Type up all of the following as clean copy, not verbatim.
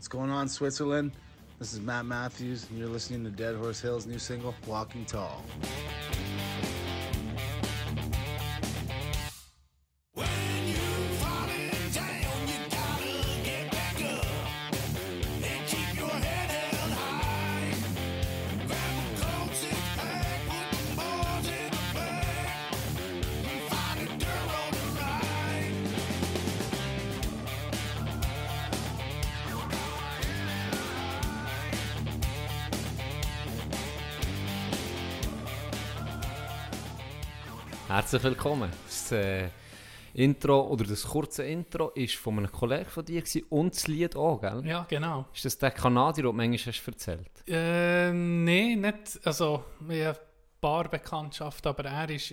What's going on, Switzerland? This is Matt Matthews, and you're listening to Dead Horse Hill's new single, Walking Tall. Herzlich willkommen. Das Intro oder das kurze Intro ist von einem Kollegen von dir und das Lied auch, gell? Ja, genau. Ist das der Kanadier, den du manchmal hast erzählt? Nein, nicht. Also, wir haben ein paar Bekanntschaften, aber er ist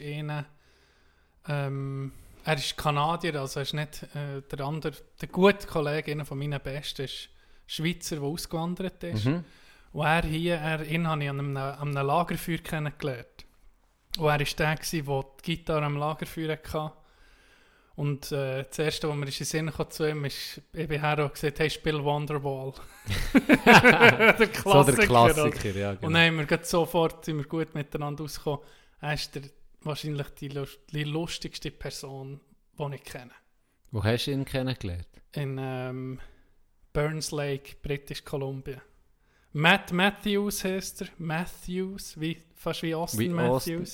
er ist Kanadier, also er ist nicht der andere. Der gute Kollege, einer von meinen Besten, ist Schweizer, der ausgewandert ist. Mhm. Und ihn habe ich an einem Lagerfeuer kennengelernt. Und er war der, der die Gitarre am Lagerfeuer hatte. Und das Erste, was mir in den Sinn kam zu ihm, ist, ich bin her und gesagt, hey, spiel Wonderwall. Der Klassiker. So der Klassiker, ja, genau. Und dann sind wir sofort gut miteinander rausgekommen. Er ist wahrscheinlich die lustigste Person, die ich kenne. Wo hast du ihn kennengelernt? In Burns Lake, British Columbia. Matt Matthews heisst er. Matthews, fast wie Austin Matthews.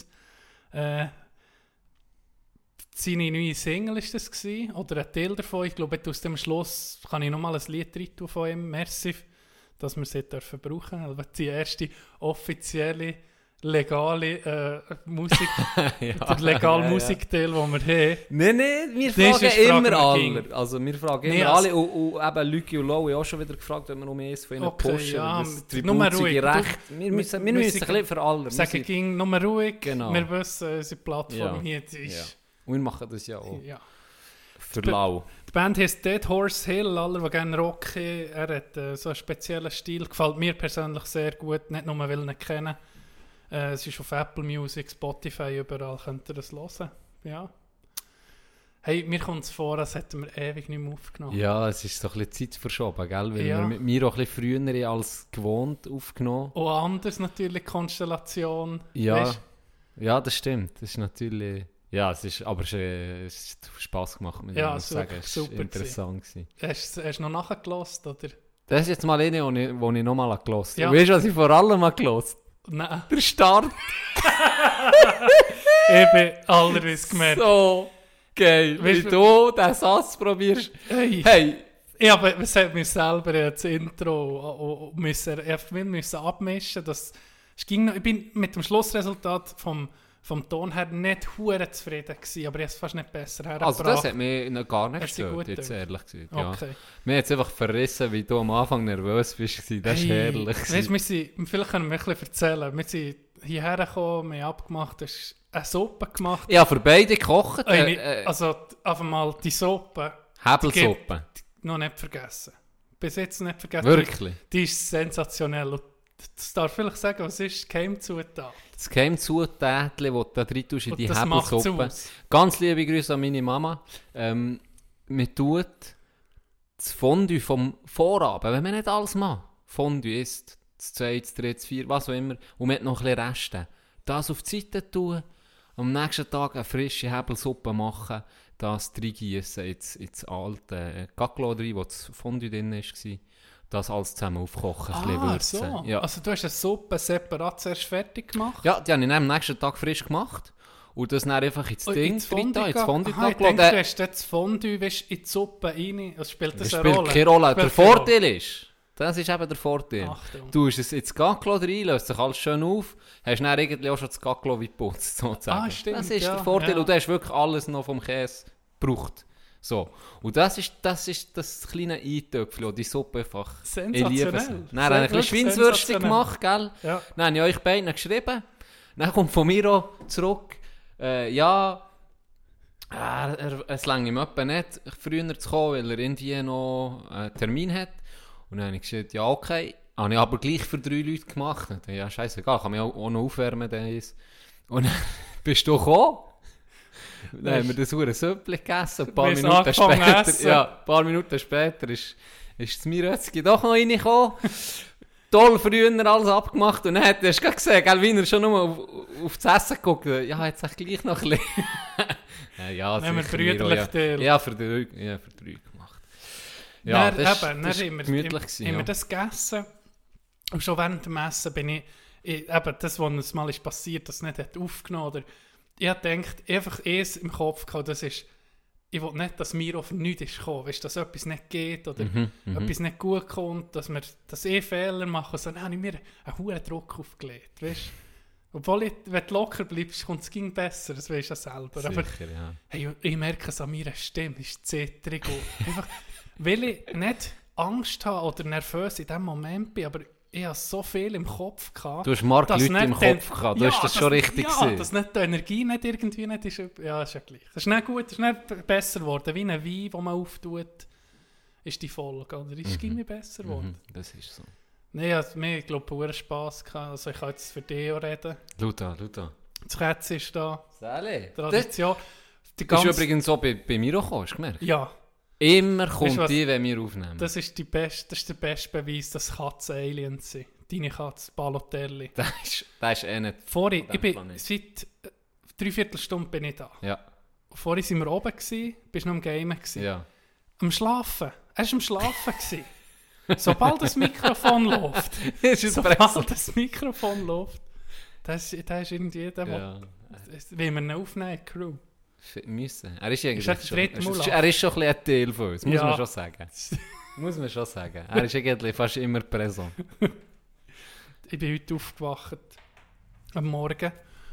Seine neue Single war das gewesen, oder ein Teil davon. Ich glaube, aus dem Schluss kann ich nochmal ein Lied rein von ihm. Merci, dass wir sie brauchen dürfen. Also die erste offizielle, legale Musik, der legale Musikteil, den wir haben. Nein, wir fragen immer alle. Also wir fragen immer alle. Und eben Lucky und Lowe auch schon wieder gefragt, wenn wir um eins von ihnen pushen. Ja, nur ruhig. Wir müssen ein bisschen für alle. Sagen, ging nur ruhig. Genau. Wir wissen, unsere Plattform hier ist... Ja. Und wir machen das ja auch. Ja. Für lau. Die Band heißt Dead Horse Hill, alle, die gerne Rock haben. Er hat so einen speziellen Stil, gefällt mir persönlich sehr gut, nicht nur, weil ich ihn kenne. Es ist auf Apple Music, Spotify, überall könnt ihr das hören. Ja. Hey, mir kommt es vor, als hätten wir ewig nicht mehr aufgenommen. Ja, es ist so ein bisschen Zeit verschoben, gell? Weil wir mit mir auch ein bisschen früher als gewohnt aufgenommen. Und anders natürlich, Konstellation. Ja, weißt? Ja, das stimmt. Das ist natürlich... Ja, es ist Spass gemacht, mit ja, muss sagen. Es war interessant. Hast du noch nachgelassen, oder? Das ist jetzt mal eine, wo ich nochmal gelassen habe. Ja. Weißt du, was ich vor allem mal gelassen habe? Nein. Der Start. Ich bin allerweise gemerkt. So geil. Wie du den Satz probierst. Hey. Ja, aber es hat mir selber das Intro wir müssen abmischen. Ich bin mit dem Schlussresultat vom Ton her nicht hure zufrieden gewesen, aber ich habe es fast nicht besser hergebracht. Also das hat mir noch gar nicht gestört, jetzt ehrlich gesagt. Ja. Okay. Mir hat es einfach verrissen, wie du am Anfang nervös bist. Das ist herrlich. Weißt, vielleicht können wir ein bisschen erzählen. Wir sind hierher gekommen, wir haben abgemacht, du hast eine Suppe gemacht. Ja, für beide gekocht. Also einfach mal die Suppe. Hebelsuppe. Noch nicht vergessen. Bis jetzt nicht vergessen. Wirklich? Die ist sensationell. Und das darf vielleicht sagen, was ist die Geheimzutat? Das Geheimzutat, das du da drin tust in die das Hebelsuppe. Ganz liebe Grüße an meine Mama. Man tut das Fondue vom Vorabend, wenn man nicht alles macht. Fondue isst, das 2, das 3, das 4, was auch immer. Und man hat noch ein bisschen Reste. Das auf die Seite tun, am nächsten Tag eine frische Hebelsuppe machen, das reingießen ins alte Gaglo rein, wo das Fondue drin war. Das alles zusammen aufkochen, ein bisschen würzen. So. Ja. Also du hast eine Suppe separat zuerst fertig gemacht? Ja, die habe ich am nächsten Tag frisch gemacht. Und das dann einfach ins Ding ins Fondue gelassen. Ich denke, du hast das Fondue in die Suppe rein. Also spielt das eine Rolle? Spielt keine Rolle. Der Vorteil ist, das ist eben der Vorteil. Achtung. Du hast es ins Gaglo rein, löst sich alles schön auf, hast dann irgendwie auch schon das Gaglo wie geputzt, sozusagen. Stimmt, das ist ja, der Vorteil. Ja. Und du hast wirklich alles noch vom Käse gebraucht. So. Und das ist das kleine Eintöpfchen, das die Suppe einfach... Sensationell. Dann habe ich ein bisschen Schweinswürstchen gemacht, gell? Ja. Dann habe ich euch beiden geschrieben. Dann kommt von mir auch zurück, es reicht ihm etwa nicht, früher zu kommen, weil er irgendwie noch einen Termin hat. Und dann habe ich gesagt, ja okay, habe ich aber gleich für 3 Leute gemacht. Dann, ja scheißegal, kann mich auch noch aufwärmen. Und dann bist du gekommen. Dann haben wir das hure Süppli gegessen. Ein paar Minuten später ist ist das Mirötzki doch noch reingekommen. Toll früher alles abgemacht und dann hast du gerade gesehen, gell, wie er schon nur auf das Essen guckt. Ja, jetzt echt gleich noch ein bisschen. Ja, Wenn wir sicher, brüderlich teilen. Ja, für 3 gemacht. Ja, das dann ist haben gemütlich gewesen, wir das gegessen. Und schon während dem Essen bin ich eben das, was uns mal ist passiert, das nicht hat aufgenommen oder ich habe gedacht, einfach im Kopf gehabt, das ist, ich will nicht, dass mir auf nichts ist gekommen, weißt, dass etwas nicht geht oder etwas nicht gut kommt, dass Fehler machen, so, dann habe ich mir einen hohen Druck aufgelegt, weißt. Obwohl, wenn du locker bleibst, kommt es besser, das weisst du ja selber. Sicher, aber ja. hey, ich merke es an meiner Stimme, ist zitterig. Einfach, weil ich nicht Angst habe oder nervös in diesem Moment bin, aber ich hatte so viel im Kopf gehabt. Du hast Marc Leute im Kopf gehabt, du hast das schon richtig gesehen. Ja, dass nicht die Energie nicht irgendwie nicht ist. Ja, ist ja gleich. Das ist nicht gut, das ist nicht besser geworden. Wie ein Wein, den man auftut, ist die Folge. Oder ist es besser geworden? Das ist so. Nein, also, mir, ich glaube, es Spass gehabt. Also ich kann jetzt für dich auch reden. Luta. Das Kätzchen ist da. Sally. Tradition. Das ist übrigens auch bei mir gekommen, hast du gemerkt? Ja. Immer kommt die, wenn wir aufnehmen. Das ist der beste Beweis, dass Katzen Aliens sind. Deine Katze, Balotelli. Das ist eh nicht. Ich bin seit 3/4 Stunde bin ich da. Ja. Vorhin waren wir oben, bist noch am Gamen. Ja. Am Schlafen. Er war am Schlafen. Sobald das Mikrofon läuft, das ist irgendwie der, wie wir ihn aufnehmen, Crew. Müssen. Er ist eigentlich ist schon ein bisschen ein Teil von uns, muss man schon sagen. Er ist eigentlich fast immer präsent. Ich bin heute aufgewacht, am Morgen,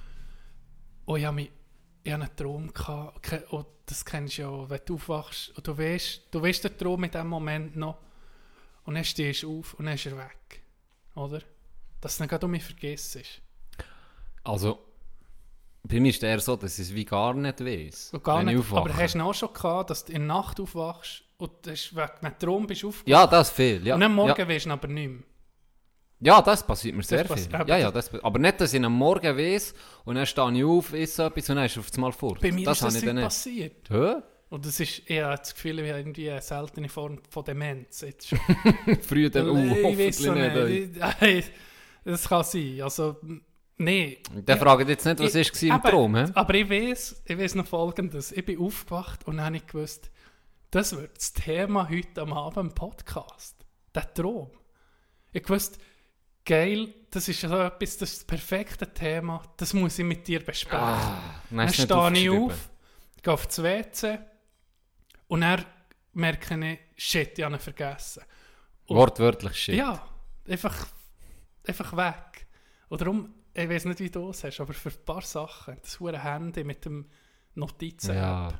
und ich hatte einen Traum gehabt. Und das kennst du ja, wenn du aufwachst, und du weißt den Traum in diesem Moment noch, und dann stehst du auf und dann ist er weg. Oder? Dass du ihn gerade um mich vergisst. Also, bei mir ist es eher so, dass ich es wie gar nicht weiss. Aber hast du auch schon gehabt, dass du in der Nacht aufwachst und wegen einem Traum bist aufgewacht? Ja, das viel. Ja. Und am Morgen weisst du aber nicht mehr. Ja, das passiert mir sehr viel. Aber Aber nicht, dass ich am Morgen weiss und dann stehe ich auf, esse etwas und dann ist es auf einmal fort. Bei mir das ist das nicht passiert. Hä? Und das ist, ich habe das Gefühl, ich habe irgendwie eine seltene Form von Demenz. Jetzt schon. Früher dann, hoffentlich nicht. Das kann sein. Also, nee. Der fragt jetzt nicht, was war im Traum. He? Aber ich weiss noch Folgendes. Ich bin aufgewacht und dann habe ich gewusst, das wird das Thema heute am Abend im Podcast. Der Traum. Ich wusste, geil, das ist so etwas, das ist das perfekte Thema, das muss ich mit dir besprechen. Dann stehe ich auf, gehe auf das WC und dann merke ich, shit, ich habe ihn vergessen. Und wortwörtlich shit. Ja, einfach weg. Und darum, ich weiß nicht, wie du es hast, aber für ein paar Sachen, das hure Handy mit dem Notizen-App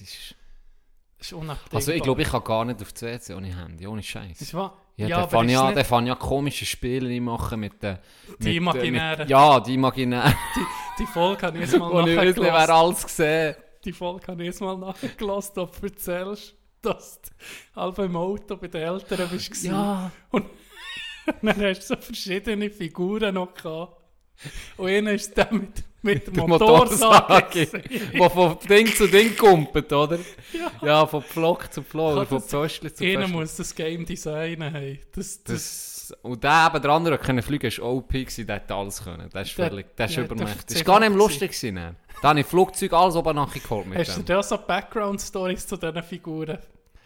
ist unabdingbar. Also ich glaube, ich kann gar nicht auf das WC ohne Handy, ohne Scheiß. Ja, der kann ja komische Spiele machen mit den... Die imaginären. Die imaginären. Die Folge habe ich jetzt mal nachgelassen. Wer alles gesehen. Die Folge habe ich jetzt mal nachgelassen, ob du erzählst, dass du halb im Auto bei den Eltern bist. Ja. Und dann hast du so verschiedene Figuren noch gehabt. Und einer ist der mit der Motorsage, der von Ding zu Ding kumpelt, oder? Ja, von Pflock zu Pflock, oder von Pföschli zu Pföschli. Einer muss das Game designen. Hey. Und der eben, der andere können fliegen, war OP, der hätte alles können. Das ist übermächtig. Das war gar nicht lustig gewesen. Da habe ich Flugzeug alles oben nachgeholt mit Hast du da so Background-Stories zu diesen Figuren?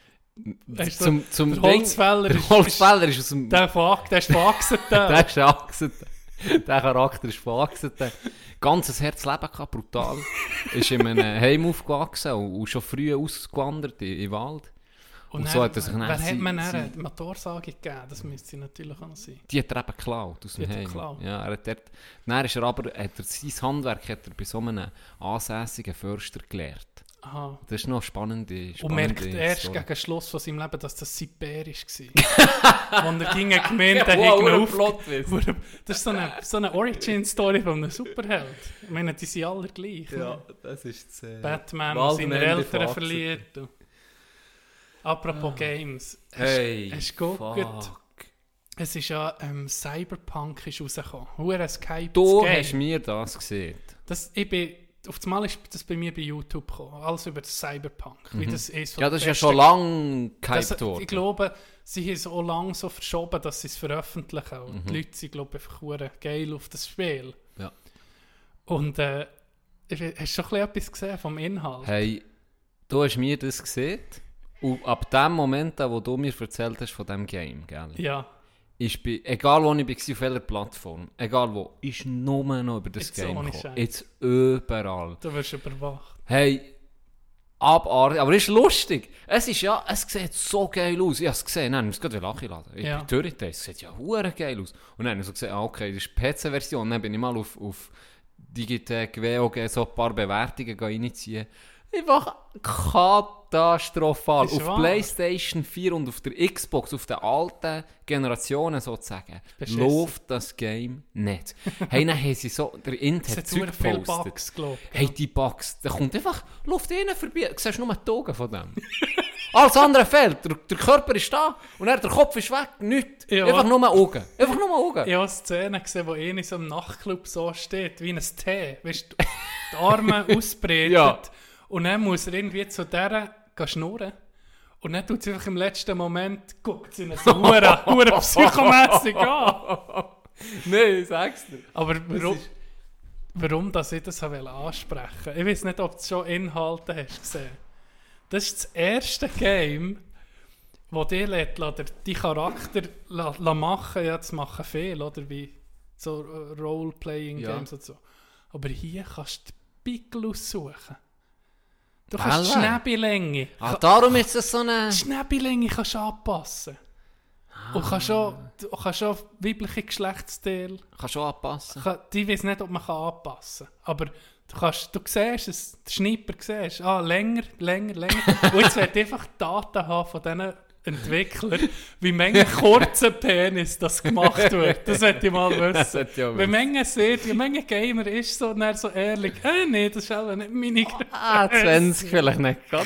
Zum der Holzfäller ist aus dem... Der ist von Achsen. Der ist Achsen. Der Charakter ist von Achsen. Ganzes Herzleben gehabt, brutal. Ist in einem Heim aufgewachsen und schon früh ausgewandert in den Wald. Und so hat er sich wer hat man eine Motorsage gegeben? Das müsste natürlich auch noch sein. Die hat er eben geklaut aus dem Heim. Ja, dann ist er aber, sein Handwerk hat er bei so einem ansässigen Förster gelernt. Aha. Das ist noch spannende und merkt erst gegen Schluss von seinem Leben, dass das sein Bär war. Und er ging gemeint, der hat das ist so eine Origin-Story von einem Superheld. Ich meine, die sind alle gleich. Ja, das ist Batman, der seine Eltern verliert. Apropos Games. Hast du geguckt? Es ist ja Cyberpunk ist rausgekommen. Du hast mir das gesehen. Auf das Mal ist das bei mir bei YouTube gekommen. Alles über das Cyberpunk. Wie das ist ja, das ist ja schon lange gehypt worden. Ich glaube, sie haben es auch lange so verschoben, dass sie es veröffentlichen. Und die Leute sind, glaube ich, einfach verdammt geil auf das Spiel. Ja. Und hast du schon ein bisschen etwas gesehen vom Inhalt? Hey, du hast mir das gesehen. Und ab dem Moment, wo du mir erzählt hast von diesem Game, gell? Ja. Ich bin, egal wo ich war, auf welcher Plattform, egal wo, ist nur noch über das Jetzt Game ohne gekommen. Scheiß. Jetzt überall. Du wirst überwacht. Hey, abartig. Aber es ist lustig. Es sieht so geil aus. Ich habe es gesehen, dann muss ich gerade lachen. Ich bin durch, es sieht ja hure geil aus. Und dann habe ich so gesehen, okay, das ist die PC-Version. Dann bin ich mal auf Digitec, WOG, so ein paar Bewertungen reinziehen. Einfach katastrophal. Ist Auf wahr. PlayStation 4 und auf der Xbox, auf den alten Generationen sozusagen, Beschissen. läuft das Game nicht. Hey, dann haben sie so, der Int Es hat hat Zeug sehr viele gepostet. Bugs, glaube ich. Hey, die Bugs, da kommt einfach Luft innen vorbei. Du siehst nur die Augen von dem. Alles andere fehlt. Der Körper ist da und dann der Kopf ist weg. Nichts. Ja. Einfach nur Augen. Einfach nur Augen. Ich habe eine Szene gesehen, wo einer in so einem Nachtclub so steht, wie ein T. Weißt du, die Arme ausbreitet. Ja. Und dann muss er irgendwie zu dieser schnurren. Und dann tut sie einfach im letzten Moment, guckt sie ihn so hure psychomässig an. Nein, sag's dir. Aber warum dass ich das ansprechen wollte? Ich weiß nicht, ob du schon Inhalte hast gesehen. Das ist das erste Game, wo die die Charakter machen. Ja, das machen viele, oder? Wie so Role-Playing-Games und so. Aber hier kannst du die Pickel aussuchen. Du kannst die Schnäppilänge. Darum ist es so eine... Die Schnäppilänge kannst du anpassen. Und kannst schon weibliche Geschlechtsteile... Kannst du anpassen. Ich weiß nicht, ob man anpassen kann. Aber du siehst es, der Schnipper siehst, länger. Und jetzt wird einfach Daten haben von diesen Entwicklern, wie Menge kurzer Penis das gemacht wird. Das möchte ich mal wissen. Wie Menge Gamer ist so ehrlich, nee, das ist auch nicht meine Größe. 20 vielleicht nicht gerade.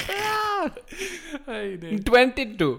Hey, nee. 22.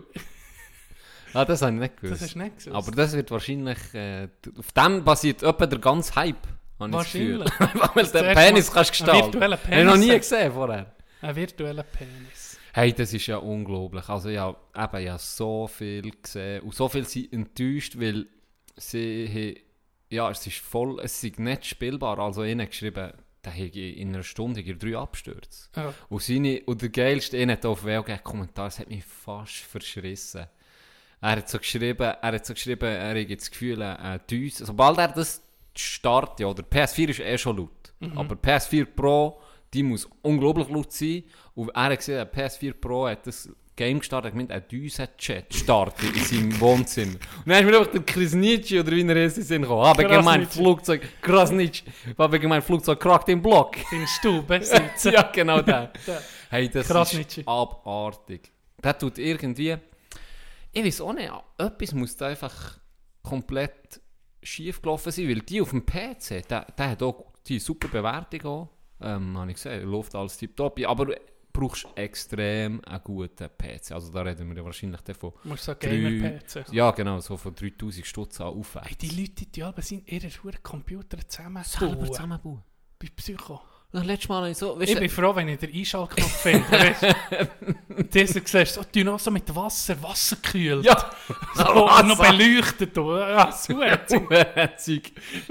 Das habe ich nicht gewusst. Das hast du nicht gewusst. Aber das wird wahrscheinlich... auf dem basiert etwa der ganze Hype. Habe ich das Gefühl. Wahrscheinlich. Weil du den Penis kannst gestalten. virtuellen Habe ich noch nie gesehen vorher. Ein virtueller Penis. Hey, das ist ja unglaublich. Also ich habe so viel gesehen und so viel sind enttäuscht, weil sie haben, ja, es ist nicht spielbar. Also ihnen geschrieben, da habe ich in einer Stunde 3 Abstürze. Ja. Und der geilste, er hat auf WG Kommentar, das hat mich fast verschrissen. Er hat so geschrieben, er hat das Gefühl, sobald er das startet, ja, der PS4 ist schon laut, aber PS4 Pro, die muss unglaublich laut sein. Und er hat gesehen, der PS4 Pro hat das Game gestartet, er hat Düsen-Chat startet in seinem Wohnzimmer. Und dann ist mir einfach der Krasnitschi oder wie er ist in den Sinn gekommen. Wegen mein Flugzeug, Krasnitschi, wegen mein Flugzeug krackt im Block. In der Stube sitzen. Ja, genau der. Hey, das Krasnitschi. ist abartig. Der tut irgendwie, ich weiß auch nicht, etwas muss da einfach komplett schief gelaufen sein, weil die auf dem PC, der hat auch die super Bewertung auch. Habe ich gesehen, läuft alles tipptopp. Aber du brauchst extrem einen guten PC. Also da reden wir ja wahrscheinlich davon. Du musst so Gamer-PC. Ja, genau, so von 3000 Stutz an aufwärts. Hey, die Leute, die alle sind ihre Computer selber zusammenbauen. zusammenbauen. Bei Psycho. Letztes Mal so... Ich bin froh, wenn ich den Einschaltknopf finde. Weißt du? Dieser siehst so, du noch so mit Wasser gekühlt. Ja! So, noch beleuchtet. Ja, so Zeug.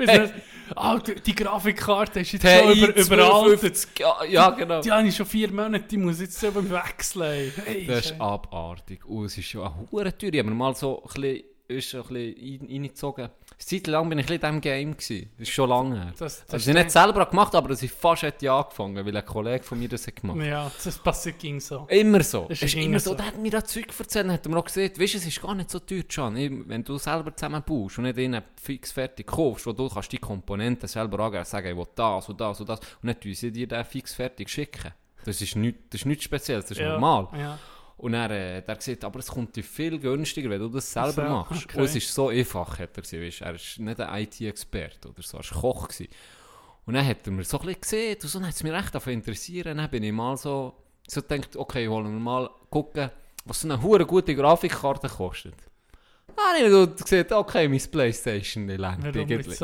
Die Grafikkarte ist jetzt TI schon überaltet. Ja, genau. Die habe ich schon 4 Monate, die muss jetzt selber wechseln. Hey, das ist abartig. Und es ist schon eine hure Tür. Ich habe mir mal so ein bisschen reingezogen. Eine Zeit lang bin ich in diesem Game gewesen. Das ist schon lange her. Das ich nicht selber gemacht, aber das ich fast hätte angefangen, weil ein Kollege von mir das hat gemacht. Ja, das passiert ging so. Immer so. Es ist immer so. Der hat mir das Zeug erzählt, hat mir auch gesagt, weißt du, es ist gar nicht so teuer, Can. Wenn du selber zusammenbaust und nicht einen fix fertig kaufst, wo du kannst die Komponenten selber angeben, sagen, ich will das und das und das, und dann tun sie dir den fix fertig schicken. Das ist nichts Spezielles, das ist normal. Ja. Und er hat gesagt, aber es kommt dir viel günstiger, wenn du das selber machst. Okay. Und es ist so einfach, hat er gesagt. Weißt, er ist nicht ein IT-Experte oder so, er war Koch gewesen. Und dann hat er mir so ein bisschen gesehen und so, dann hat es mich recht interessiert. Dann bin ich mal so gedacht, okay, wollen wir mal gucken, was so eine hure gute Grafikkarte kostet. Dann habe ich gesagt, okay, mein Playstation langt irgendwie.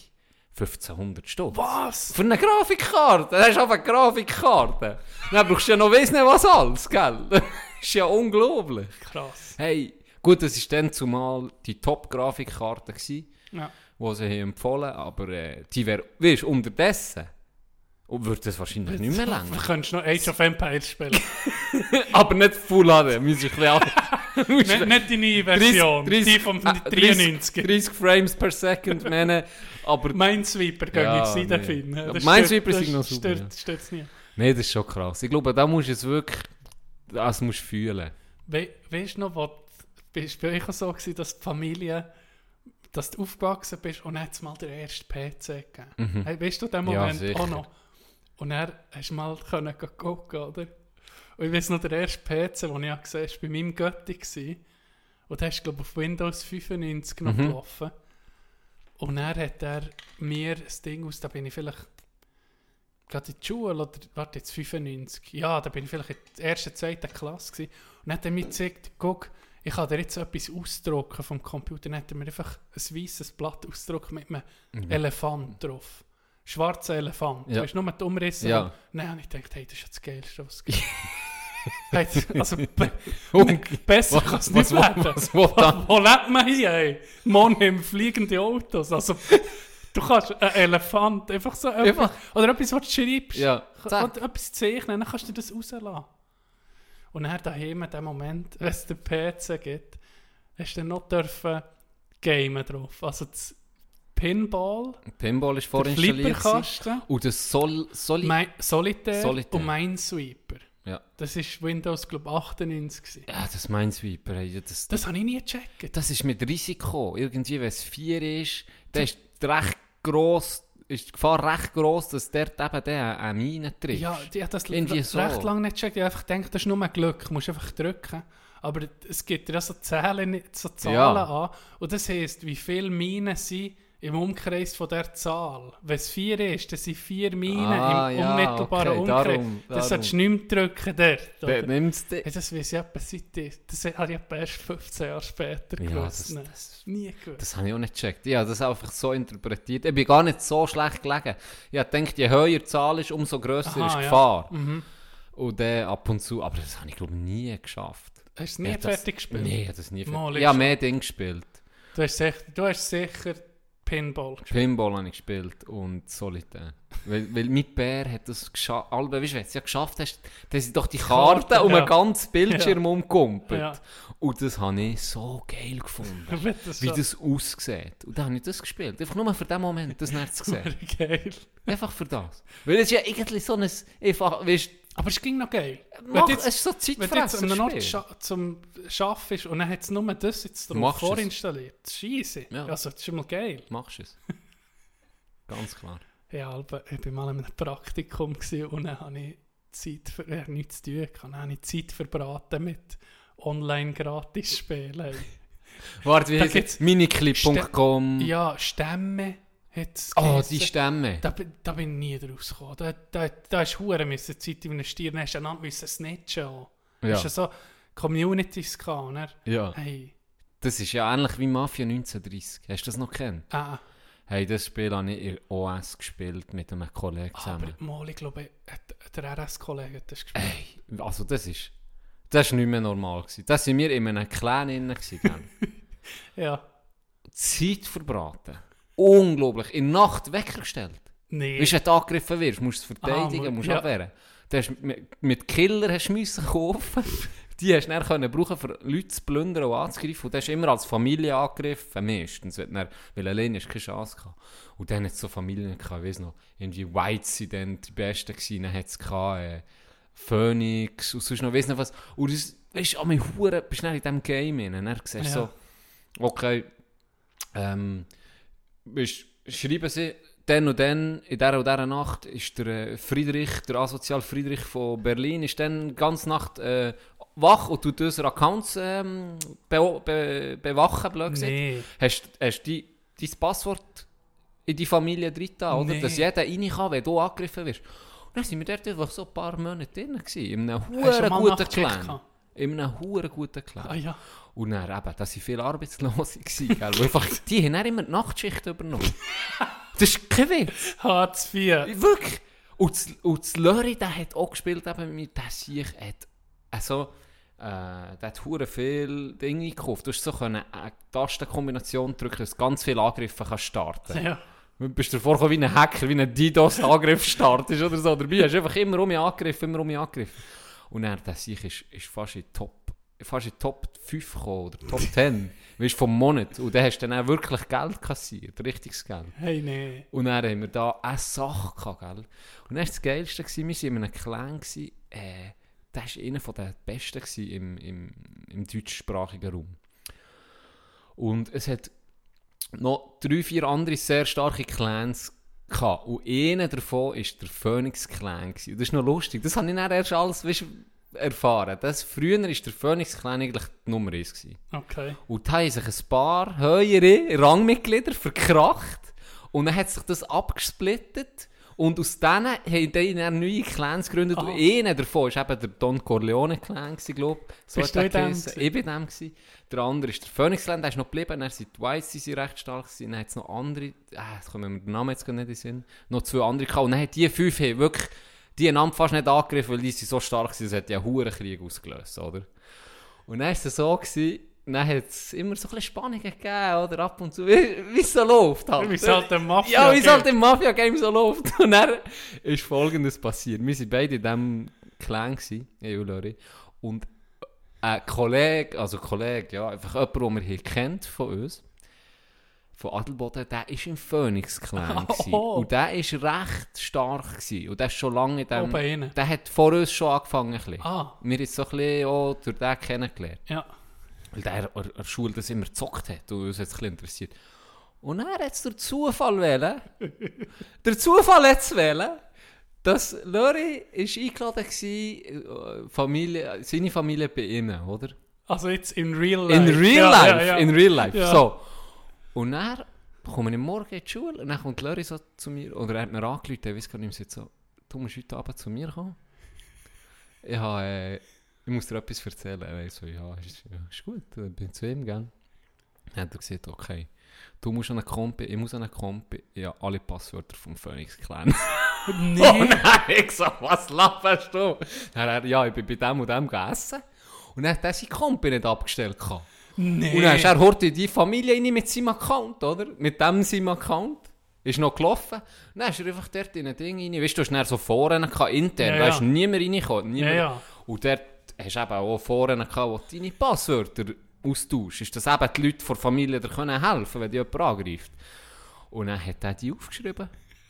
1500 Stutz. Was? Für eine Grafikkarte? Das ist einfach eine Grafikkarte. Dann brauchst du ja noch weiss nicht was alles, gell? Das ist ja unglaublich. Krass. Hey, Gut, das war dann zumal die Top-Grafikkarte gewesen, Ja. die sie haben empfohlen, aber die wäre, weißt du, unterdessen würde das wahrscheinlich nicht mehr Du länger. könntest noch Age of Empires spielen. Aber nicht Full HD, muss ich ein bisschen nicht die neue Version, 30 die vom 93. 30 Frames per Second meine, aber Minesweeper gehen Ja, jetzt nicht nee. finden. Ja, Das Minesweeper stört- sind noch das super, stört- stört's nie. nee, das ist schon krass. Ich glaube, da musst du es wirklich, das musst du fühlen. Weißt du noch, wo bist bei euch auch so gewesen, dass die Familie, dass du aufgewachsen bist und dann hat es mal den ersten PC gegeben? Hey, weißt du den Ja, Moment sicher. auch noch? Und dann hast du mal können gucken, oder? Und ich weiss noch, der erste PC, den ich gesehen habe, war bei meinem Götti. gewesen. Und der ist, glaube ich, auf Windows 95 noch gelaufen. Und dann hat er mir das Ding aus, da bin ich vielleicht gerade in die Schule, oder warte, jetzt 95. Ja, da bin ich vielleicht in der ersten, zweiten Klasse gewesen. Und dann hat er mir gezeigt, guck, ich kann dir jetzt etwas ausdrucken vom Computer. Dann hat er mir einfach ein weißes Blatt ausgedruckt mit einem Elefant drauf. Schwarzer Elefant. Ja. Du hast nur die Umrisse. Ja. Nein, und ich dachte, hey, das ist ja das Geilste, was es gibt. Hey, also, Und besser kann es nicht werden. Wo lebt man hier, ey? Morgen haben fliegende Autos. Also, du kannst einen Elefant einfach so Einfach. oder etwas, was du schreibst. Ja, Oder etwas zeichnen, dann kannst du das rauslassen. Und dann daheim in dem Moment, wenn es den PC gibt, hast du dann noch dürfen gamen drauf. Also das Pinball, Pinball ist der vorinstalliert gewesen. Flipperkasten, Und das Solitaire Solitaire. und Minesweeper. Ja. Das war Windows, glaube ich, 98 gewesen. Ja, das Minesweeper, hey, Das habe ich nie gecheckt. das ist mit Risiko. Irgendwie, wenn es 4 ist, dann ist recht gross, ist die Gefahr recht gross, dass dort eben der eine Mine trifft. Ja, ich habe das Irgendwie recht so. lange nicht gecheckt. Ich habe einfach gedacht, das ist nur Glück. Du musst einfach drücken. Aber es gibt ja so Zahlen Ja. an. Und das heisst, wie viele Minen sind im Umkreis von der Zahl. Wenn es 4 ist, dann sind 4 Minen im ja, unmittelbaren okay, Umkreis. darum. Das solltest du nicht mehr drücken dort. Wer Oder? nimmt's denn? Hey, das weiss ich etwa seit das habe ich etwa erst 15 Jahre später Ja, gewusst. das- Das nie gewusst. Das habe ich auch nicht gecheckt. Ich habe das einfach so interpretiert. Ich bin gar nicht so schlecht gelegen. Ich habe gedacht, je höher die Zahl ist, umso grösser Aha, ist die ja. Gefahr. Mhm. Und dann ab und zu, aber das habe ich glaube ich nie geschafft. Hast du es nie Ich habe das- fertig gespielt? Nein, ich habe das nie Mal, fertig. Ich habe mehr Dinge gespielt. Du hast sicher Pinball gespielt. Pinball habe ich gespielt und Solitaire. Weil mein Bär hat das geschafft. Weißt du, wenn du es ja geschafft hast, dann sind doch die Karten Karten, um ja. einen ganzen Bildschirm umgekumpelt. Ja. Und das habe ich so geil gefunden. Wie das Wie so- das aussieht. Und dann habe ich das gespielt. Einfach nur für den Moment, das nicht zu sehen. Geil. Einfach für das. Weil es ist ja irgendwie so ein... Einfach, weißt, Aber es ging noch geil. mach, Wenn du es ist so wenn du jetzt Zeitfresser. an einem Ort zum Arbeiten ist und dann hat es nur das jetzt drauf Machst es. vorinstalliert. Scheisse. Ja. Also, das ist schon mal geil. Machst du es. Ganz klar. Ja, aber ich war mal in einem Praktikum gewesen und dann habe ich nichts zu tun gehabt. Dann habe ich Zeit verbraten mit Online-Gratis-Spielen. Warte, wie Da heisst gibt's es? Miniclip.com. Ja, Stämme hat es Oh, geheissen. die Stämme. Da bin ich nie draus gekommen. Da ist Huren müssen Zeit investieren, dann hast du einander müssen snitchen. Auch. Ja. Hast du so Communities gehabt, oder? Ja. Hey, Das ist ja ähnlich wie Mafia 1930. Hast du das noch kennt? Hey, das Spiel habe ich in OS gespielt mit einem Kollegen aber zusammen. mal, ich glaube, der RS-Kollege hat das gespielt. Ey, also das ist nicht mehr normal gewesen. Das waren wir in einem Clan innen gewesen, gell? Ja. Zeit verbraten. Unglaublich. In der Nacht weggestellt. Nee. Weißt du, wenn du angegriffen wirst, musst du es verteidigen, Ah, musst ja. abwehren. Du hast mit Killer hast du müssen kaufen. Die hast du dann können brauchen, für Leute zu plündern und anzugreifen. Und du hast immer als Familie angegriffen, meistens. Weil alleine hast du keine Chance gehabt. Und dann hat es so Familien gehabt, ich weiss noch, irgendwie Whites sind dann die Besten gewesen. Dann hat es gehabt, Phoenix und sonst noch, weiss nicht was. Und das, weißt du, an mich Huren, bist du dann in diesem Game rein. Und dann siehst du so, okay, schreiben sie, dann und dann, in dieser und dieser Nacht, ist der Friedrich, der Asozial Friedrich von Berlin, ist dann ganz Nacht wach und tut unsere Accounts bewachen, blöd gesagt. Nee. Hast du dein Passwort in die Familie drin, oder? Nee. Dass jeder rein kann, wenn du angegriffen wirst. Und dann sind wir dort einfach so ein paar Monate drin gewesen, in einem Hast du huere mal guten nachgecheckt Clan. gehabt? In einem huere guten Clan. Ah ja. Und dann eben, da waren viele Arbeitslose gewesen, gell? Weil einfach, die haben dann immer die Nachtschicht übernommen. Das ist kein Witz. Hartz IV. Wirklich. Und das Lörri, der hat auch gespielt, eben mit der Sieg hat also der hat hure viel Dinge gekauft. Du hast so eine Tastenkombination drücken, dass ganz viele Angriffe kannst starten. Ja. Du bist davor gekommen wie ein Hacker, wie ein DDoS-Angriff startest oder so. Dabei hast du einfach immer angegriffen. Und dann, der Sieg ist fast in die Top 5 gekommen, oder Top 10, weißt, vom Monat. Und dann hast du dann auch wirklich Geld kassiert, richtiges Geld. Hey, nee. Und dann haben wir da eine Sache gehabt, gell? Und dann war das Geilste, wir waren in einem Clan, der war einer der Besten im deutschsprachigen Raum. Und es hat noch 3-4 andere sehr starke Clans gehabt. Und einer davon war der Phoenix-Clan. Und das ist noch lustig. Das habe ich dann erst alles erfahren. Früher war der Phoenix-Clan eigentlich die Nummer 1 gewesen. Okay. Und da haben sich ein paar höhere Rangmitglieder verkracht. Und dann hat sich das abgesplittet. Und aus denen haben die dann neue Clans gegründet. Und einer davon war eben der Don Corleone-Clan, glaube ich. So Bist du in dem? Ich war dem. Der andere ist der Phoenix-Clan, der ist noch geblieben. Dann sind die Whites, die sind recht stark gewesen. Dann hat es noch andere, jetzt kommen mir den Namen jetzt gar nicht in den Sinn, noch 2 andere gehabt. Und dann haben die 5 wirklich die einander fast nicht angegriffen, weil die sind so stark waren, das hat ja einen Hurenkrieg ausgelöst, oder? Und dann war es so gewesen, dann hat es immer so ein bisschen Spannungen gegeben, oder ab und zu, wie es so läuft halt. Wie es halt im Mafia Ja, wie es halt im Mafia-Game so läuft. Und dann ist Folgendes passiert. Wir waren beide in diesem Clan, ich und Lori. Und ein Kollege, ja, einfach jemand, den wir kennt von uns, von Adelboden, der war im Phoenix-Clan. Und der war recht stark. Und der ist schon lange in dem... Der hat vor uns schon angefangen. Wir haben es so ein bisschen auch durch den kennengelernt. Ja. Weil der an der Schule das immer gezockt hat und uns hat es ein bisschen interessiert. Und dann hat es der Zufall wählen. Der Zufall hat es wählen, dass Lori eingeladen war, seine Familie bei ihnen, oder? Also jetzt in real life. In real life. Ja. So. Und dann komme ich morgen in die Schule und dann kommt Lori so zu mir, oder er hat mir angerufen, ich weiß gar nicht mehr, so, du musst heute Abend zu mir kommen. Ich muss dir etwas erzählen. Er so, ja, ist gut, ich bin zu ihm, gell? Dann hat er gesagt, okay, du musst an eine Kompi, ich muss an eine Kompi, ja, alle Passwörter vom Phoenix-Clan. Nee. Und dann habe ich gesagt, was laberst du? Dann hat er, ja, ich bin bei dem und dem gegessen. Und dann hat er seine Kompi nicht abgestellt. Nee. Und dann ist er heute die Familie rein mit seinem Account, oder? Mit dem seinem Account. Ist noch gelaufen. Und dann ist er einfach dort in ein Ding rein. Weißt du, hast dann so vorne intern, da ist niemand reingekommen. Ja. Und dort hast du eben auch vorne gehabt, wo du deine Passwörter austauschst. Ist das eben die Leute von der Familie dir können helfen, wenn die jemand angreift. Und dann hat er die aufgeschrieben.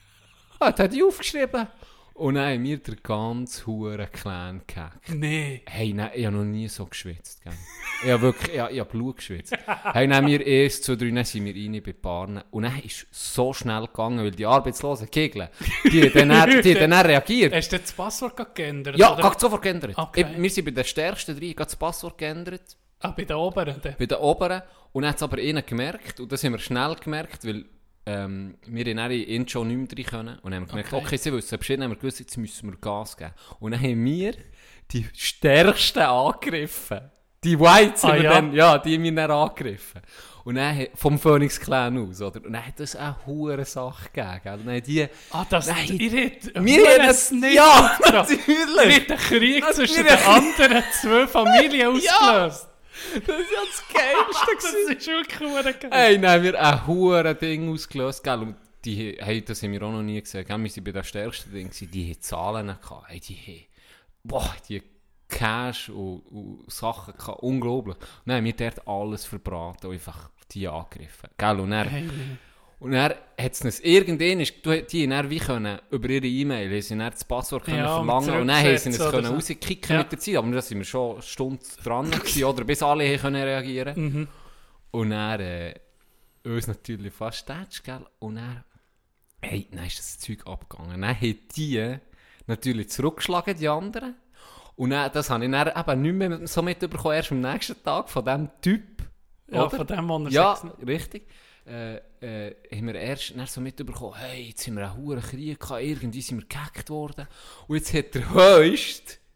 Und dann haben wir den ganzen Huren-Clan gehackt. Nee. Hey, nein, ich habe noch nie so geschwitzt. Gell? Ich habe wirklich, ich habe Blut geschwitzt. Hey, dann wir erst zu 3 sind wir rein bei Paaren. Und dann ist es so schnell gegangen, weil die Arbeitslosen Kegeln, die haben dann reagiert. Hast du das Passwort geändert? Ja, oder? gerade sofort geändert. Okay. Wir sind bei den Stärksten 3, das Passwort geändert. Bei den Oberen? Bei den Oberen. Und dann hat es aber ihnen gemerkt, und das haben wir schnell gemerkt, weil wir in der Intro nicht mehr drin können. Und dann haben wir gemerkt, okay, sie wissen Bescheid, haben wir gewusst, jetzt müssen wir Gas geben. Und dann haben wir die Stärksten angegriffen. Die Whites haben die haben wir dann angegriffen. Und dann vom Phoenix-Clan aus, oder? Und dann hat es eine hure Sache gegeben. Und dann die, wir es nicht. Ja, natürlich. Ihr habt den Krieg zwischen den anderen 2 Familien ausgelöst. Das ist ja das Geilste. Das ist wirklich verdammt geil. Hey, dann haben wir ein hure Ding ausgelöst, gell? Und das haben wir auch noch nie gesehen. Gell? Wir waren bei den stärksten Dingen, die haben Zahlen gehabt. Hey, die Cash und Sachen gehabt. Unglaublich. Und dann haben wir dort alles verbraten und einfach die angegriffen. Gell? Und dann hat es irgendwann, die dann wie können, über ihre E-Mail, haben sie dann das Passwort können verlangen und dann haben sie es können rauskicken mit der Zeit. Aber da sind wir schon eine Stunde dran gewesen, oder bis alle können reagieren. Und dann uns natürlich fast tätsch, gell? Und dann ist das Zeug abgegangen. Dann haben die natürlich zurückgeschlagen, die anderen. Und dann, das habe ich dann eben nicht mehr so mitbekommen, erst am nächsten Tag von diesem Typ. Ja, oder? von dem, wo er ja, richtig. Haben wir erst so mitbekommen, hey, jetzt haben wir einen hohen Krieg gehabt, irgendwie sind wir gehackt worden. Und jetzt hat der Höchst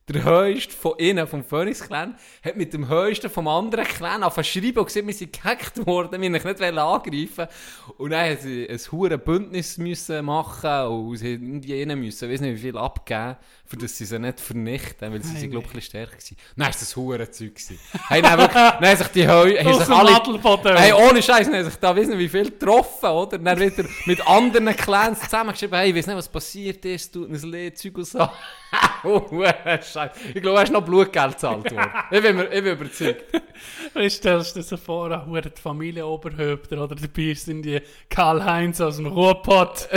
der Höchste von innen, vom Phoenix-Clan, hat mit dem Höchsten vom anderen Clan angefangen und gesagt, wir sind gehackt worden, wir wollten nicht angreifen. Und dann mussten sie ein hure Bündnis müssen machen und sie irgendwie rein müssen, weiss nicht wie viel abgeben, für dass sie nicht vernichten, weil sie glaube ich stärker waren. Dann war das hure Zeug. Hey, dann haben sich die hey, ohne Scheiß, haben sich da weiss nicht wie viel getroffen, oder? Dann wieder mit anderen Clans zusammengeschrieben, hey, ich weiss nicht, was passiert ist, tut uns leid, Zeug und so. Scheiße. Ich glaube, er ist noch Blutgeld gezahlt worden. Ich bin überzeugt. Wie stellst du dir so vor, die Familienoberhäupter oder dabei sind die Karl-Heinz aus dem Ruhrpott?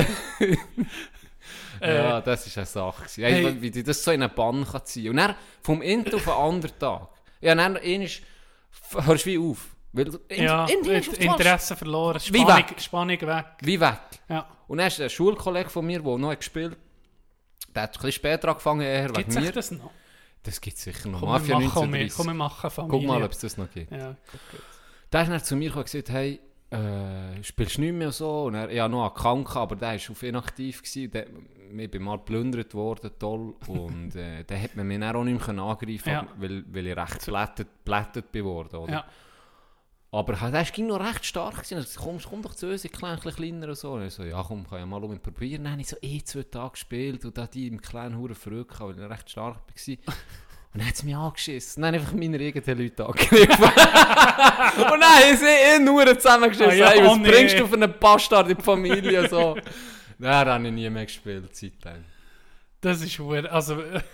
Ja, das war eine Sache. Hey. Wie das so in einen Bann kann ziehen. Und dann vom einen auf den anderen Tag. Ja, dann hörst du wie auf. Weil Interesse verloren, Spannung weg. Wie weg. Ja. Und dann ist ein Schulkollege von mir, der noch gespielt hat, der hat ein bisschen später angefangen, eher wegen mir. Gibt es das noch? Das gibt es sicher noch. Mafia 1930. Komm, wir machen Familie. Guck mal, ob es das noch gibt. Ja, der ist dann zu mir gesagt, hey, spielst du nicht mehr so? Und er ja noch einen Kranken, aber der war auf inaktiv. Ich bin mal geplündert worden, toll. Und dann hat man mich dann auch nicht mehr angreifen ja. weil ich recht blättet bin worden, oder? Ja. Aber der ging noch recht stark. Komm doch zu uns, ein bisschen kleiner und so. Und ich so, ja komm, kann ja mal probieren. Dann habe ich so 2 Tage gespielt und da die im kleinen Huren verrückt, weil ich recht stark war. Und dann hat es mich angeschissen. Dann einfach meine eigenen Leute angegriffen. Und dann haben sie nur zusammengeschissen. Hey, was bringst du für einen Bastard in die Familie? So. Dann habe ich nie mehr gespielt, seitdem. Das ist weird. Also,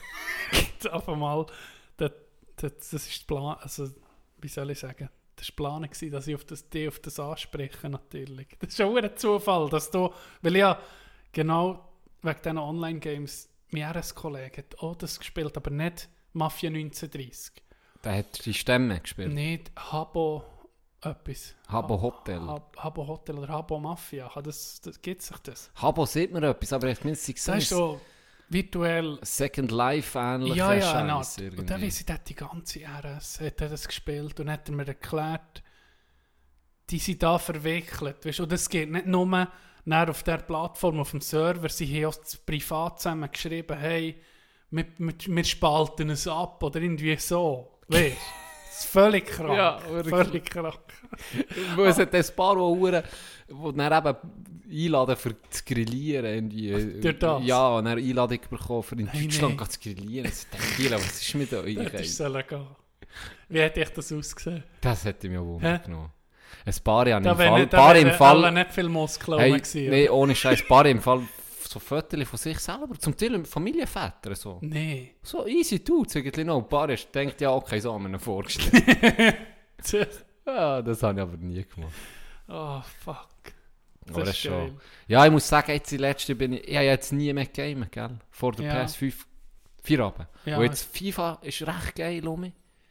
einfach mal, das ist der Plan. Also, wie soll ich sagen? Das war der Plan, dass ich auf das anspreche, natürlich. Das ist schon ein Zufall, dass du, weil ja genau wegen diesen Online-Games, mein RS-Kollege hat auch das gespielt, aber nicht Mafia 1930. Der hat die Stämme gespielt? Nicht Habbo etwas. Habbo Hotel. Habbo Hotel oder Habbo Mafia. Gibt sich das? Habbo sieht mir etwas, aber ich finde es das ist so virtuell... Second Life ähnlich. Ja, genau. Und dann weiss ich, der hat die ganze RS hat das gespielt und hat er mir erklärt, die sind da verwickelt. Weißt? Und das geht nicht nur auf der Plattform, auf dem Server. Sie haben auch privat zusammen geschrieben, hey, wir spalten es ab oder irgendwie so. Weißt du? Das ist völlig krank. Ja, völlig krank. Es hat ein paar Uhren, die dann eben einladen für zu grillieren. Durch das? Ja, und dann Einladung bekommen, für in Deutschland zu grillieren. Ich denke, was ist mit euch? Das ist so legal. Wie hätte ich das ausgesehen? Das hätte mich auch Wunder genommen. Ein paar Jahre im Fall. Aber nicht viel Muskeln gewesen. Nein, ohne Scheiß. Ein paar im Fall so Fotos von sich selber. Zum Teil Familienväter. So. Nein. So easy tut es noch. Ein paar denkt ja, okay, so haben wir ihn vorgestellt. Ja, das habe ich aber nie gemacht. Oh, fuck. Das ist schon. Ja, ich muss sagen, jetzt die letzte ich habe jetzt nie mehr gegamet, gell? Vor der PS5 4 Abend. Ja. Und jetzt FIFA ist recht geil um mich.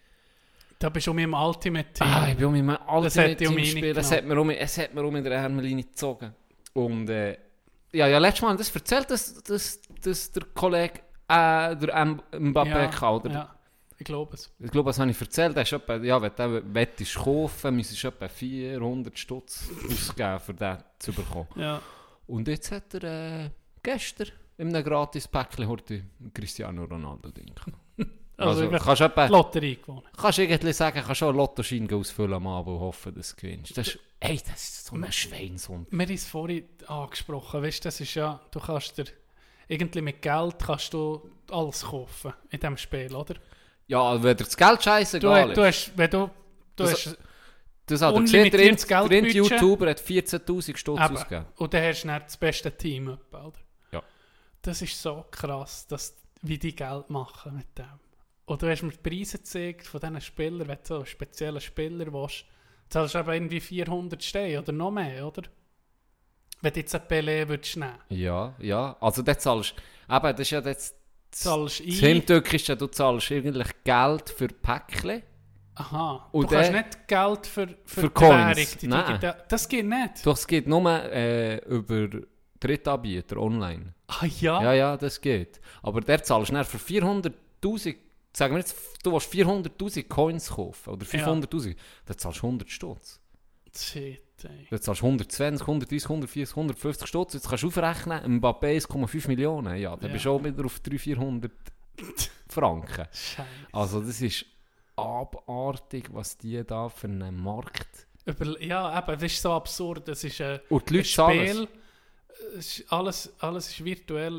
Da bist du um im Ultimate Team. Ich bin um im Ultimate Team spielen. Es hat mir um in der Ärmellinie gezogen. Und ja, letztes Mal das erzählt, dass der Kollege der Mbappé kann, oder? Ja, ich glaube es. Ich glaube, das habe ich erzählt. Wenn du wettest kaufen, müsstest du etwa 400 Stutz ausgeben, für den zu bekommen. Ja. Und jetzt hat er gestern in einem Gratis-Päckchen heute Cristiano Ronaldo-Ding. Also kannst du etwa Lotterie gewonnen. Kannst du irgendwie sagen, kannst du einen Lottoschein ausfüllen am Abend und hoffen, dass du gewinnst. Das ist so ein Schweinshund. Wir haben es vorhin angesprochen. Weißt, das ist ja, du kannst dir irgendwie mit Geld kannst du alles kaufen in diesem Spiel, oder? Ja, wenn dir das Geld scheißegal ist. Du hast das hat unlimitiertes der YouTuber hat 14'000 Stutz ausgegeben. Und dann hast du dann das beste Team, oder? Ja. Das ist so krass, wie die Geld machen mit dem. Oder du hast mir die Preise gezeigt von diesen Spielern, wenn du so einen speziellen Spieler willst, zahlst du eben irgendwie 400 Steine oder noch mehr, oder? Wenn du jetzt einen Pelé würdest nehmen. Ja. Also das zahlst du, eben, das ist ja das Heimtück ist ja, du zahlst eigentlich Geld für Päckchen. Aha, und du kannst nicht Geld für Coins. Die Währung. Das geht nicht. Doch, es geht nur über Drittanbieter online. Ah ja? Ja, das geht. Aber der zahlst du für 400'000, sagen wir jetzt, du willst 400'000 Coins kaufen, oder 500'000, dann zahlst du 100 Stutz. Dann zahlst du 120, 130, 140, 150 Stutz. Jetzt kannst du aufrechnen, Mbappé 1,5 Millionen. Ja, dann bist du auch wieder auf 300-400 Franken. Scheiße. Also das ist abartig, was die da für einen Markt... Ja, eben, das ist so absurd. Das ist Und die ein Leute zahlen Spiel. Alles ist virtuell.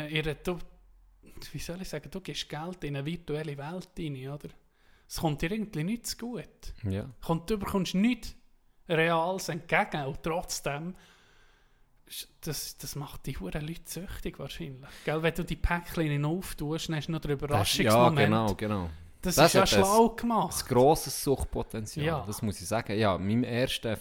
Wie soll ich sagen? Du gibst Geld in eine virtuelle Welt rein, oder? Es kommt dir irgendwie nicht zu gut. Ja. Du bekommst nichts Reales entgegen. Und trotzdem, das macht die Huren Leute süchtig wahrscheinlich. Gell? Wenn du die Päckchen auftust, dann hast du noch den Überraschungsmoment. Ja, genau. Das ist ja schlau gemacht. Ein grosses Suchtpotenzial, Ja. das muss ich sagen. Ja, in meinem ersten,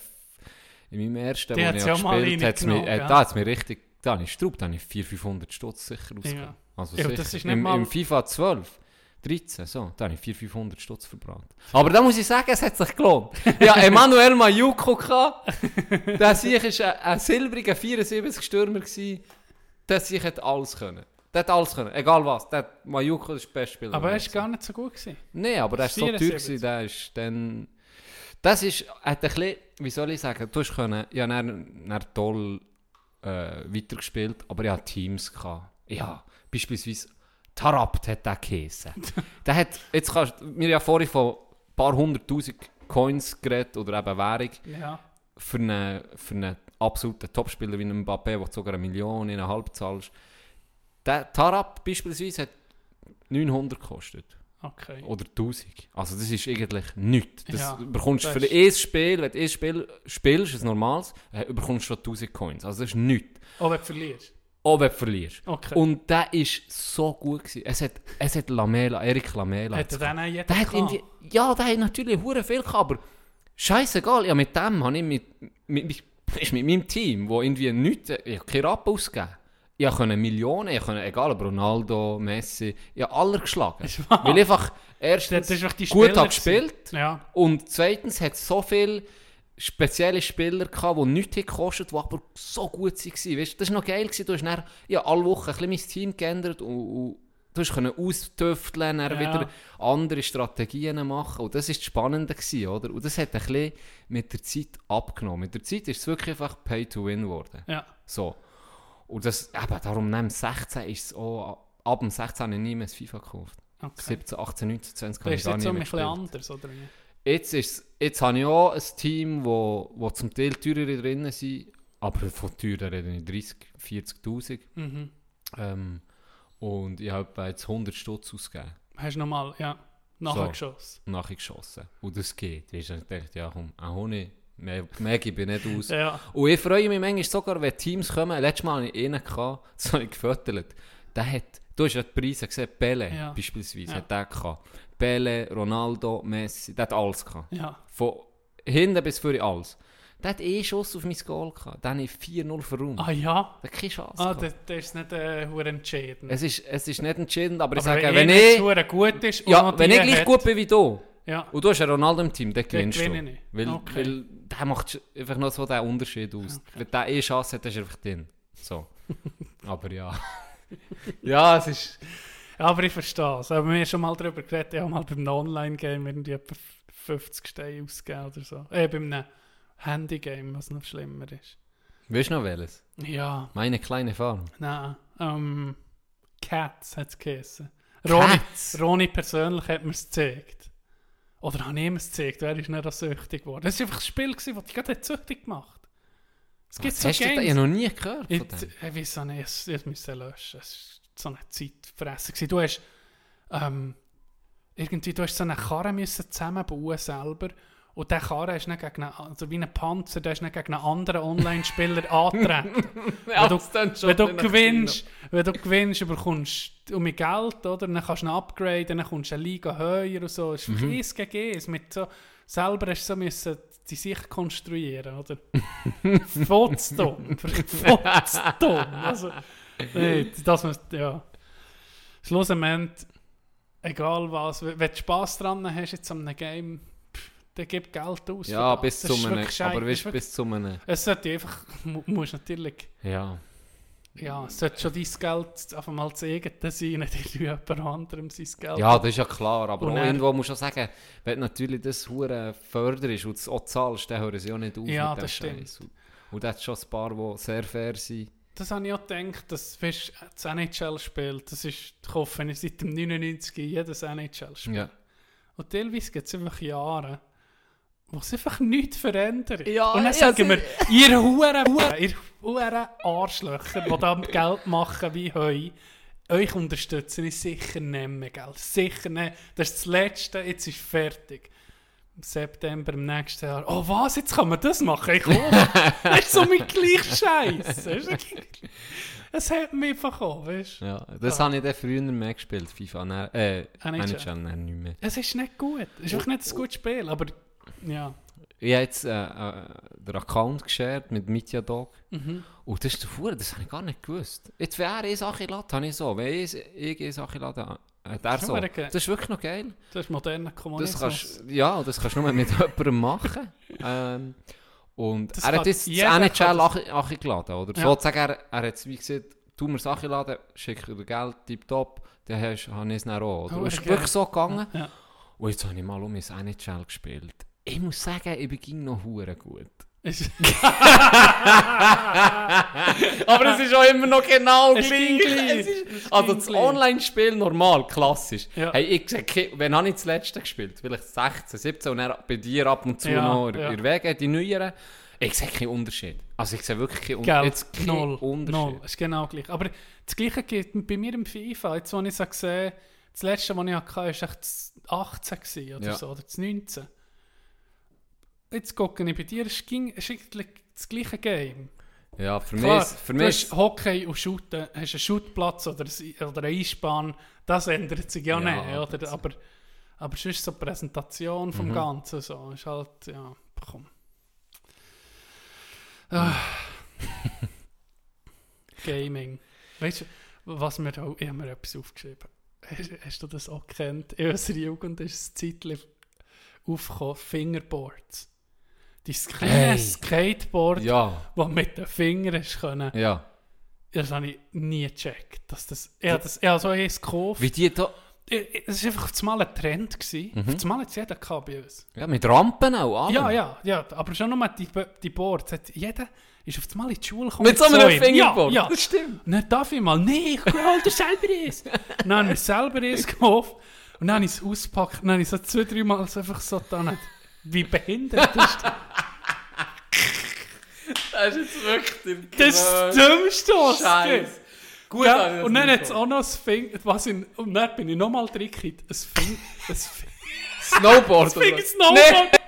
wo hat's ich ja mal gespielt habe, reingenommen, gell? da hat es mir richtig, da habe ich Straub, da habe ich 400-500 Stutz sicher rausgekommen. Ja. Also Ja, sicher. das ist nicht mal- Im FIFA 12, 13, so, da habe ich 400-500 Stutz verbrannt. Aber da muss ich sagen, es hat sich gelohnt. Ja, Emanuel Mayuko gehabt, der sich ist ein silbriger 74-Stürmer gewesen, der sich hat alles können. Der hat alles können, egal was. Der Mayuko ist der beste Spieler. Aber er war gar nicht so gut gewesen. Nein, aber der ist so teuer 74. gewesen, der ist dann... Das ist, hat ein bisschen, wie soll ich sagen, du hast können, ja, dann toll weitergespielt, aber ich hatte Teams gehabt. Ja, beispielsweise Tarabt hat der geheissen. Der hat, jetzt kannst wir ja vorhin von ein paar 100'000 Coins geredet, oder eben Währung, Ja. für einen absoluten Topspieler wie einen Mbappé, der sogar 1 Million in eine halb zahlst. Der Tarap beispielsweise hat 900 gekostet. Okay. Oder 1000. Also das ist eigentlich nichts. Das Ja, bekommst du das für ein Spiel, wenn du ein Spiel spielst, ein normales, bekommst du schon 1000 Coins. Also das ist nichts. Oh, wenn du verlierst. Auch wenn du verlierst. Okay. Und der war so gut gewesen. Es hat Lamela, Erik Lamela. Hat er den auch jeder der hat gehabt? ja, der hat natürlich hure viel gehabt, aber scheißegal. Ja, mit dem habe ich mit meinem Team, wo irgendwie nichts, ich habe keinen Rappen ausgegeben. Ich konnte Millionen, egal ob Ronaldo, Messi, alle geschlagen. Ist wahr? Weil einfach erstens Das ist einfach die gut Spieler habe gespielt Ja. und zweitens hat es so viele spezielle Spieler gehabt, die nichts gekostet haben, die aber so gut waren. Weißt, das war noch geil gewesen. Du hast dann, alle Wochen ein bisschen mein Team geändert und du konntest austüfteln, dann wieder andere Strategien machen. Und das war das Spannende gewesen, oder? Und das hat ein bisschen mit der Zeit abgenommen. Mit der Zeit ist es wirklich einfach Pay to Win geworden. Ja. So. Und das, eben, darum neben 16 ist es auch, ab dem 16 habe ich nie mehr ein FIFA gekauft. Okay. 17, 18, 19, 20 Das habe ich ist gar jetzt nie so ein mehr bisschen gespielt. anders, oder? Jetzt habe ich auch ein Team, wo zum Teil teurere drin sind, aber von teurer rede ich 30, 40'000. Mhm. Und ich habe jetzt 100 Stutz ausgegeben. Hast du nochmal, nachher geschossen. Und nachher geschossen. Und das geht. Weißt du, ich dachte, ja komm, auch nicht. Mehr gebe ich nicht aus. Ja. Und ich freue mich manchmal sogar, wenn Teams kommen. Letztes Mal hatte ich einen, das habe ich gefüttert. Der hat, du hast ja die Preise gesehen, Pele beispielsweise, hat der gehabt. Pele, Ronaldo, Messi, der hat alles gehabt. Ja. Von hinten bis vorne alles. Der hat Schuss auf mein Goal gehabt. Den habe ich 4-0 verräumt. Ah ja? Der hat keine Chance Ah, gehabt. das ist nicht entscheidend. Es ist nicht entscheidend, aber ich Aber sage, wenn wenn jetzt ich... verdammt gut ist und Ja, noch wenn die ich gleich hat- gut bin wie du, Ja. und du hast einen Ronaldo im Team, dann gewinnst du. gewinne ich. Weil, Okay. weil der macht einfach noch so den Unterschied aus. Wenn der Chance hat, dann ist er einfach drin. So. Aber ja. Ja, es ist... Ja, aber ich verstehe es. Aber wir haben schon mal darüber geredet, ich habe mal beim Online-Game irgendwie etwa 50 Steine ausgegeben oder so. Beim Handy-Game, was noch schlimmer ist. Weißt du noch welches? Ja, Meine kleine Farm. nein. Cats hat es geheißen. Cats? Roni persönlich hat mir es gezeigt. Oder habe ich ihm es gezeigt, wer ist nicht auch süchtig geworden. Das war einfach ein Spiel, das dich gerade süchtig gemacht hat. Es gibt Was so hast du da? Ich Games. habe noch nie gehört von dem. Ich weiß auch nicht, ich musste löschen. Es war so eine Zeitfresse gewesen. Du hast du hast so eine Karre müssen zusammenbauen selber. Und der Karre ist nicht gegen also wie ein Panzer, der ist nicht gegen einen anderen Online-Spieler antreten. Ja, wenn das klingt schon wenn du nach gewinnst, bekommst du mehr Geld, oder? Dann kannst du ihn upgraden, dann kommst du eine Liga höher und so. Es ist einfach 1 gegen 1. Mit so, selber hast du so müssen die Sicht konstruieren, oder? Fotzdumm. Also, nee, das muss, ja. Schlussendlich, egal was, wenn du Spass dran hast jetzt an einem Game, dann gib Geld aus. Ja, für bis das. zu Das ist einem... wirklich scheiße. Aber Das ist weißt, bis zu einem... es sollte einfach, musst natürlich, Ja. ja, es sollte schon dein Geld einfach mal das eigene sein, nicht jemand anderem sein Geld. Ja, das ist ja klar, aber Und auch er- irgendwo musst du auch sagen, wenn du natürlich das hure förderst und es auch zahlst, dann hören sie auch nicht auf Ja, mit dem das stimmt. Scheiß. Und da hat es schon ein paar, die sehr fair sind. das habe ich auch gedacht, dass weißt, das NHL spielt, das ist, ich hoffe, ich seit dem 99 jedes NHL spielt. Ja. Und teilweise gibt es einfach Jahre, wo es einfach nichts verändert. Ja, und dann sagen wir, ihr Huren Arschlöcher, die da Geld machen wie Heu, euch unterstützen ich sicher nicht mehr, gell? Sicher nicht. Das ist das Letzte, jetzt ist fertig. Im September, im nächsten Jahr. Oh was, jetzt kann man das machen? Ich komme. Das ist so mein gleich Scheiß. Es hat mich einfach auch, weißt du? Ja, das habe ich dann früher mehr gespielt, FIFA, NHL nicht mehr. Es ist nicht gut. Es ist auch nicht ein gutes Spiel, aber ja. Ich habe jetzt den Account geshared mit Mitya Dog. Und das ist der Fuhr, das habe ich gar nicht gewusst. Jetzt, wenn er eine Sache lädt, habe ich so. Wenn ich eine Sache lade, hat er so. Das ist wirklich noch geil. Das ist moderner Kommunismus. Das kannst du nur mit jemandem machen. Und das er hat jetzt das NHL angeladen, oder? Ja. Sozusagen, er hat es wie gesagt, tu mir Sachen laden, schick dir Geld, tipptopp, dann habe ich es dann auch. Oder? Es ist wirklich so gegangen. Ja. Und jetzt habe ich mal mein NHL gespielt. Ich muss sagen, ich bin noch hure gut. Aber es ist auch immer noch genau gleich. Also das Online-Spiel normal, klassisch. Ja. Hey, ich sage, wenn habe ich das letzte gespielt? Vielleicht 16, 17 und dann bei dir ab und zu noch in Wege, die neueren. Ich sehe keinen Unterschied. Also ich sehe wirklich keinen Unterschied. Null, ist genau gleich. Aber das Gleiche geht bei mir im FIFA. Jetzt, als ich es gesehen habe, das letzte, was ich hatte, war echt das 18 oder so, oder das 19. Jetzt gucke ich bei dir, es ist eigentlich das gleiche Game. Ja, für Klar, mich ist Hockey und Shooten, hast einen Shootplatz oder eine Eisbahn, das ändert sich ja nicht. Oder? Aber sonst so die Präsentation vom Ganzen, so, ist halt, ja, komm. Gaming. Weißt du, was wir auch, ich habe mir etwas aufgeschrieben. Hast du das auch gekannt? In unserer Jugend ist ein Zeitchen aufgekommen, Fingerboards. Dieses kleine Skateboard, das man mit den Fingern können. Ja. Das habe ich nie gecheckt. Ich habe so eins gekauft. Wie die da... Es war einfach auf einmal ein Trend. Auf einmal hat es jeder bei uns. Ja, mit Rampen auch. Ja, aber schon nur die Boards. Jeder ist auf einmal in die Schule gekommen. Mit so einem Fingerboard? Ja, das stimmt. Und dann darf ich mal, ich hol dir selber eins. Dann habe ich selber eins gekauft. Und dann habe ich es ausgepackt. Dann habe ich so 2-3 Mal einfach so getan. Wie behindert ist das? Das ist jetzt wirklich das ist das Dümmste, was es gibt. Gut, ja, und dann hat es auch noch das Finger... Und dann bin ich nochmal trickig. Ein Snowboard. Snowboard.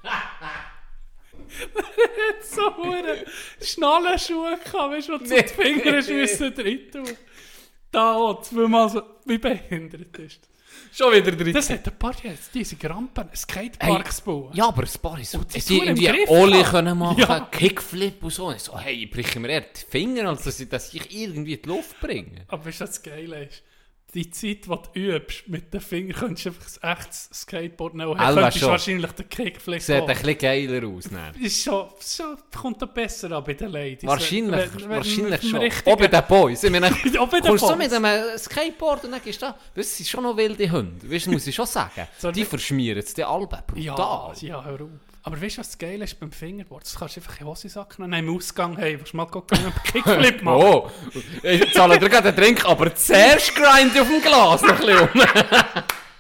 Er hat so eine Schnallenschuhe gehabt, weißt du, wo du so die Finger drin tun. Da auch zweimal so... Wie behindert ist das? Schon wieder drin. Das hat ein paar jetzt, diese Rampen, Skateparks bauen. Ja, aber ein paar so. Die irgendwie Olli können machen, Kickflip und so. Und so, hey, ich breche mir eher die Finger, als dass ich irgendwie in die Luft bringe. Aber weißt du, was das Geile ist? Die Zeit, die du übst mit den Fingern, könntest du einfach ein echtes Skateboard nehmen. Dann könntest du wahrscheinlich den Kickflip sieht ein bisschen geiler aus. Ist schon, kommt da besser an bei den Ladies. Wahrscheinlich schon. Auch bei den Boys. Ich meine, kommst du mit einem Skateboard und dann gehst du da. Das sind schon noch wilde Hunde. Weißt du, muss ich schon sagen. Die verschmieren es die Alben. Brutal. Ja, hör auf. Aber weißt du, was das Geile ist beim Fingerboard? Das kannst du einfach in Hosensack nehmen. Im Ausgang, hey, willst du mal gucken, ob ich Kickflip mache? Oh, ich zahle dir gerade einen Drink, aber zuerst grind auf dem Glas noch ein bisschen um.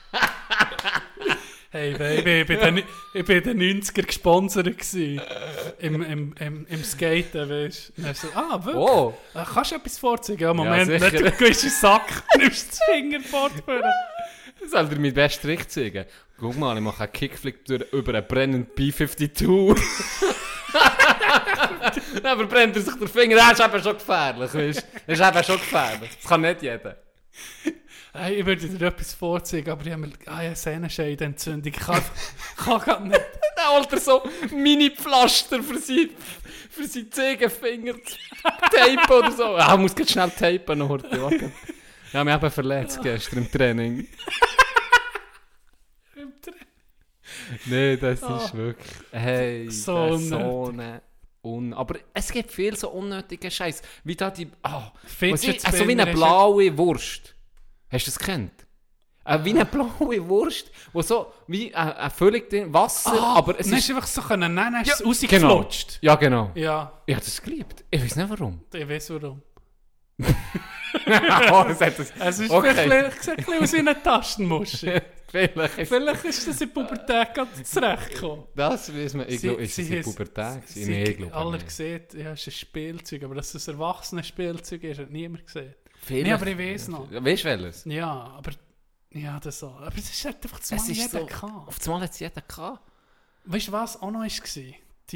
Hey Baby, ich bin in den 90er gesponsert gewesen. Im Skaten, weißt du. So, wirklich? Oh. Kannst du etwas vorzeigen? Ja, Moment, ja, nicht du gehst in den Sack, nimmst das Fingerboard vor. Das soll dir meinen besten Trick zeigen. Guck mal, ich mache einen Kickflip über einen brennenden B-52. Dann verbrennt er sich der Finger. Das ist eben schon gefährlich, weißt du? Das ist eben schon gefährlich. Das kann nicht jeder. Hey, ich würde dir etwas vorzeigen, aber ich habe mir eine Sehnenscheidenentzündung. Ich kann gar nicht. Dann holt er so Mini-Pflaster für seinen Zeigefinger zu tapen oder so. Ich muss ganz schnell tapen noch. Ich habe mich eben verletzt gestern im Training. Nein, das ist wirklich... Hey, so aber es gibt viel so unnötige Scheiß. Wie da die... Also wie eine blaue Wurst. Hast du das gekannt? Wie eine blaue Wurst, wo so wie ein völlig Wasser, aber es ist ist... einfach so können nennen, hast du es genau. rausgeflutscht. Ja, genau. Ja, Ich habe das geliebt. Ich weiß nicht warum. ich weiß warum. Das hat das- Es ist Okay. vielleicht ein bisschen aus einer Taschenmuschel. Vielleicht ist Vielleicht ist das in der Pubertät gerade zurechtgekommen. das, weiss man, ich glaube, ist es in haben- Pubertät gewesen? sie- Nee, ich glaube Alle nicht. gesehen, ja, es ist ein Spielzeug, aber dass es ein erwachsenes Spielzeug ist, hat niemand gesehen. Vielleicht- Nee, aber ich weiss noch. Weißt du welches? Ja, aber... Ja, das so. Aber es ist halt einfach Es zumal ist jeder so, gehabt. auf einmal hat es jeder gehabt. Weißt du, was auch noch war?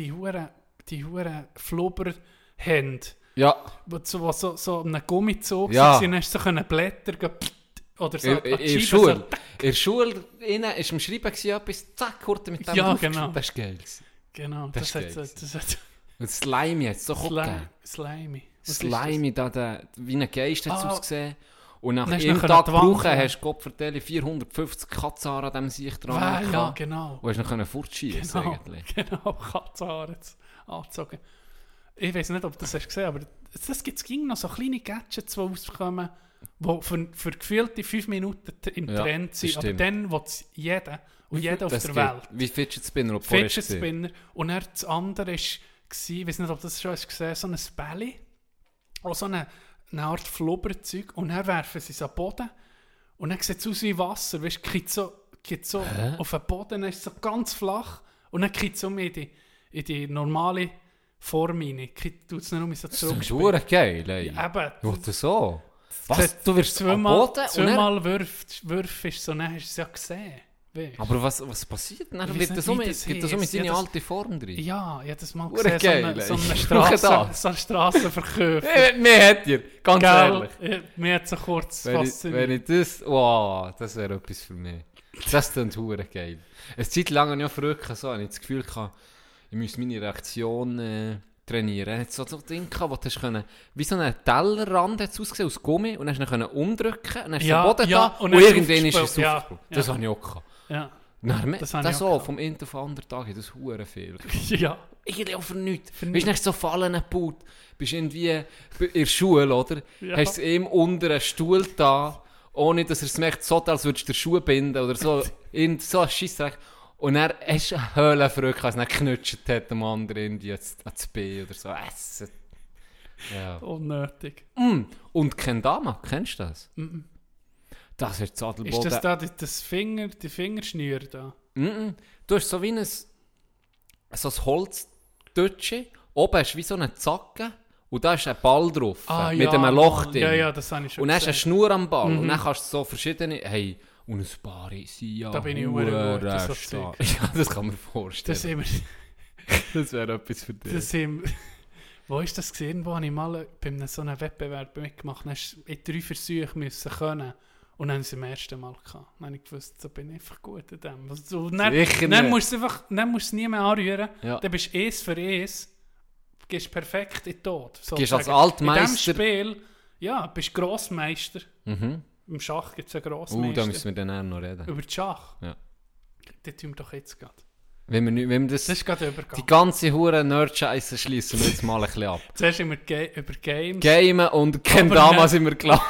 Die Huren Flubberhände, Ja, die so einen Gummizug Ja. waren, dann hast du so können Blätter oder so. in der Schule. In der Schule innen war am Schreiben gewesen, etwas, zack, kurz mit dem Ja, draufgeschrieben. genau. Das war geil. Gewesen. Genau, Das das, ist hat geil das hat Und Slimy hat es doch auch gegeben. Slimy. Was ist Slimy, wie ein Geist hat es Ah. ausgesehen. Und nach Dann hast du jedem nachher Tag die Wand brauchen gehabt. hast du Gott vertelle 450 Katzhaare an diesem Sicht das? dran. Ja, gehabt. genau. Und hast noch fortschießen Genau, eigentlich. genau, Katzenhaare angezogen. Ich weiß nicht, ob du das hast gesehen, aber es gibt noch so kleine Gadgets, die rauskommen, die für gefühlte 5 Minuten im Ja, Trend das sind. Aber stimmt. dann will es jeder und jeder auf Das der geht. Welt. Wie Fidget Spinner, ob vorher Fidget gesehen. Spinner. Und dann das andere war, ich weiß nicht, ob du das schon hast gesehen, so ein Bälle. Auch so eine Art Flubberzeug. Und dann werfen sie es am Boden. Und dann sieht es aus wie Wasser. Weißt du, geht so auf den Boden, dann ist es so ganz flach. Und dann geht es um in die normale Form rein. Tut es dann um so Das ist zurückspielen. verdammt geil, ey. Ja, eben. Oder so. Was? Sieht Du wirst am Boden und dann... zweimal würfst so, dann hast du es ja gesehen. Weißt du? Aber was passiert? Dann Ich weiss wird nicht, das so wie mit, das geht das so mit heisst. Ja, seiner das- alten Form drin? Ja, ich habe das mal Hure gesehen, geil, so ey. eine Ich brauche Strassenverkäufer. Mehr hat ihr, ganz ehrlich. Mir hat so kurz Wenn fasziniert. ich das... Wow, das wäre etwas für mich. Das klingt verdammt geil. Eine Zeit lang habe ich auch früher so, habe ich das Gefühl gehabt, ich müsste meine Reaktion trainieren. Es hat so Dinge gehabt, wo du hast können, wie so ein Tellerrand hat es ausgesehen, aus Gummi, und dann hast du ihn umdrücken und dann hast du Ja, den Boden ja, da und und dann irgendwann ist es aufgespielt, ja, aufgesprungen. Das ja. habe ich auch gehabt. Ja. Nein, Das das, habe ich so, auch gehabt. vom einen auf den anderen Tag, das hure viel. Ja. Ich auch für nichts. Für Weißt nichts. du, nicht so fallen gebaut. Bist irgendwie in der Schule, oder? Ja. Hast du ihm unter einen Stuhl da, ohne dass er es merkt, so, als würdest du den Schuh binden oder so. In so ein Scheissdreck. Und er hast du eine Höhlenfröcke, als er nicht geknutscht hat, dem anderen irgendwie ans B oder so. Essen. Ja. Unnötig. Und Kendama, kennst du das? Das ist Ist Zadelboden. das da die Fingerschnür da? Du hast so wie so ein Holzdötchen. Oben hast du wie so eine Zacke und da ist ein Ball drauf. Mit einem Loch drin. Ja, ja, das habe ich schon Und dann hast du eine gesehen. Schnur am Ball. Und dann kannst du so verschiedene... Hey, und ein paar sind ja Da bin ich verdammt gut, so stark. Zeug. Ja, das kann man vorstellen. Das sind Das wäre etwas für dich. das sind, wo ist das gesehen? Wo habe ich mal bei so einem Wettbewerb mitgemacht? Dann hast du in 3 Versuchen müssen können. Und dann haben sie es am ersten Mal gehabt. Dann habe ich gewusst, so bin ich einfach gut in dem. Also, dann Sicher dann nicht. musst du es nie mehr anrühren. Ja. Dann bist du eins für eins. Gehst perfekt in den Tod. Gehst als sozusagen. Altmeister- In diesem Spiel, ja, bist du Grossmeister. Mhm. Im Schach gibt es einen Da Grossmeister. müssen wir dann auch noch reden. Über den Schach? Ja. Das tun wir doch jetzt gerade. Wenn wir Das ist gerade die übergegangen. ganze hure Nerd-Scheiße schließen wir jetzt mal ein bisschen ab. Zuerst sind wir über Games. Gamen und Kendama nicht- sind wir klar.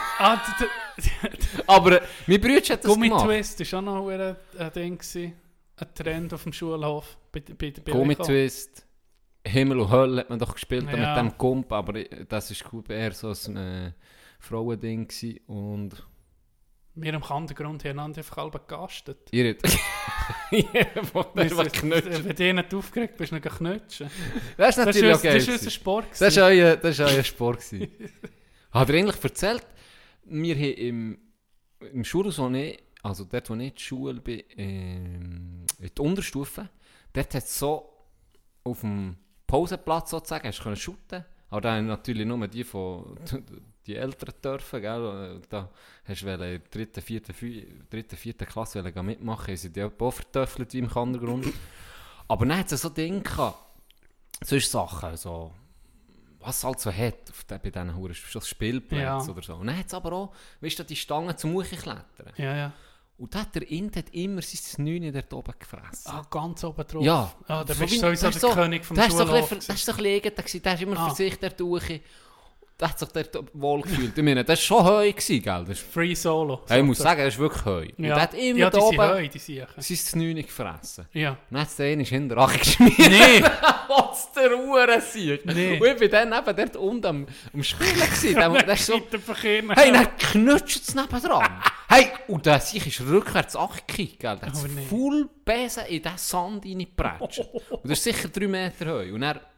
Aber mein Bruder hat das gemacht. Gummitwist war auch noch ein Ding. Gewesen. Ein Trend auf dem Schulhof. Bei Gummitwist, Himmel und Hölle hat man doch gespielt Ja. mit dem Kump, aber das war eher so ein Frauending gewesen. Und Wir am Kandergrund haben einander einfach alle gegastet. ihr einfach knutschen. Wenn du nicht aufgeregt bist, dann knutschen. Das ist Das natürlich auch ist geil. unser gewesen. Sport. Das war euer Sport. gewesen. Hat er eigentlich erzählt, wir haben im Schulhaus, also dort, wo ich in der Schule bin, in der Unterstufe, dort hat es so auf dem Pausenplatz sozusagen, hast du können shooten. Aber da haben natürlich nur die Eltern dürfen, gell? Da hast du in der 3., 4. Klasse mitmachen, sie die auch vertöffelt wie im Kandergrund. Aber dann hat es so Dinge gehabt, solche Sachen, so, was es halt so hat bei diesen Huren, schon Spielplätze Ja. oder so. Und dann hat es aber auch, weißt du, die Stangen zum Hochklettern. Ja, ja. Und da hat der Int immer sein 9 dort oben gefressen. Ah, ganz oben drauf. Ja. Da So bist wie- du sowieso das ist der so- König vom Das war so ein Schulhof. bisschen, das ist so ein bisschen, der war immer Ah. für sich dort durch. der hat sich dort wohl gefühlt. Ich meine, das war schon heu gewesen, gell? Das ist, Free Solo. ich muss sagen, das ist wirklich heu. Und der hat immer ja, da oben die sind heu, sein Znüni gefressen. Ja. Und dann hat es den hinter der Ache geschmiert. Nee! Was der Uhren sieht. Nee. Und ich bin dann eben dort unten am Spielen gewesen. Das ist so, Verkehr. hey, dann knutscht es nebendran. Hey, und der sich ist rückwärts angekickt, gell? Der hat Aber nee. voll Besen in den Sand reingepratscht. Und das ist sicher 3 Meter hoch.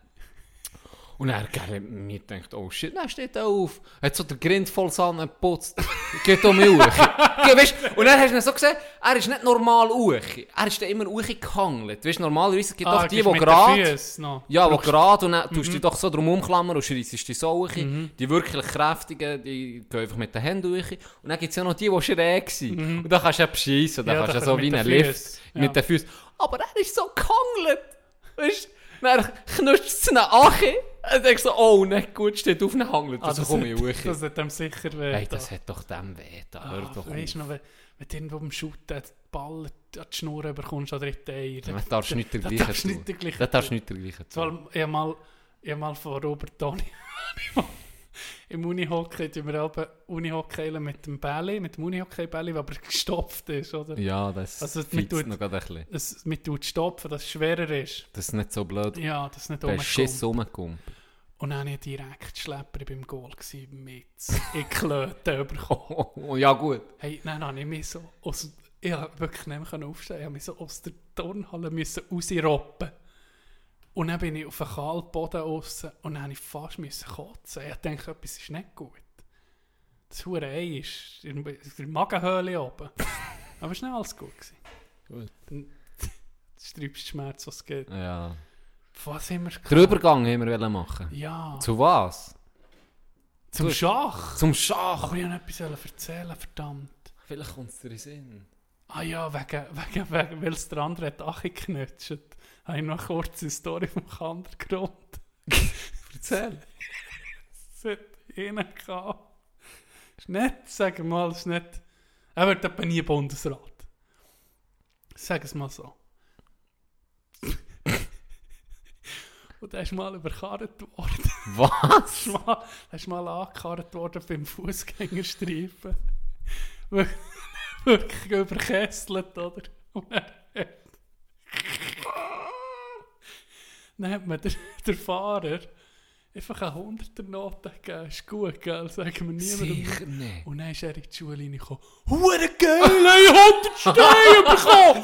Und er mir denkt, oh shit, dann steht er auf. Hat so den Grind voll Sand geputzt. Geht um mich hoch. Weißt, und dann hast du ihn so gesehen, er ist nicht normal hoch. Er ist dann immer hochgehangelt. Weißt, normalerweise gibt es doch die gerade. Ja, die gerade. Und dann tust du dich doch so drum umklammern und schreissest dich so hoch. Die wirklich kräftigen, die gehen einfach mit den Händen hoch. Und dann gibt es ja noch die schräg sind. Und dann kannst du ja beschissen. Dann kannst du ja so wie einen Lift mit den Füßen. Aber er ist so gehangelt. Weißt du? Dann knutscht es einen Ache. Und denkst so, oh, nicht gut, steht auf einen Hangel. Das komme ich hoch. Das hat dem sicher weh. Hey, das hat doch dem weh. Hör doch weißt du noch, wenn du irgendwo beim Shooten den Ball an die Schnur bekommst oder in die Eier. Das darfst du nicht der gleiche tun. Das darfst du nicht der gleiche tun. Ich habe mal von Robert Toni im Unihockey, tun wir auch Unihockey mit dem Unihockey-Bälle, der aber gestopft ist, oder? Ja, das also, fitzt noch gerade ein bisschen. Man tut stopfen, dass es schwerer ist. Das ist nicht so blöd. Ja, das ist nicht Schiss rumkommt. Und dann war ich direkt Schlepper beim Goal mit in Klöten bekommen. Oh, ja gut. Hey, dann habe ich mich so ich habe wirklich nicht mehr aufstehen. Ich habe mich so aus der Turnhalle rausroppen. Und dann bin ich auf einen kalten Boden raus und dann musste ich fast kotzen. Ich dachte, etwas ist nicht gut. Das hure Ei ist in der Magenhöhle oben. Aber es war nicht alles gut. Gut. Das treibst Schmerz, was es geht. Ja. Was haben wir Den Übergang haben wir machen. Ja. Zu was? Zum Schach. Zum Schach. Aber ich wollte etwas erzählen, verdammt. Vielleicht kommt es dir in den Sinn. Ah ja, weil es der andere hat angeknutscht. Habe ich noch eine kurze Story vom Kandergrund. Erzähl. Es hat einen gehabt. Ist nicht, sagen wir mal, ist nicht... Er wird etwa nie Bundesrat. Sag es mal so. Und er ist mal überkarrt worden. Was? Er ist mal angekarrt worden beim Fußgängerstreifen. Wirklich überkesselt, oder? Und dann hat mir der Fahrer einfach eine 100er-Note gegeben. Ist gut, gell? Sagen wir niemandem. Sicher nicht. Und dann ist er in die Schule reingekommen. Hure geil, 100 Steine bekommen!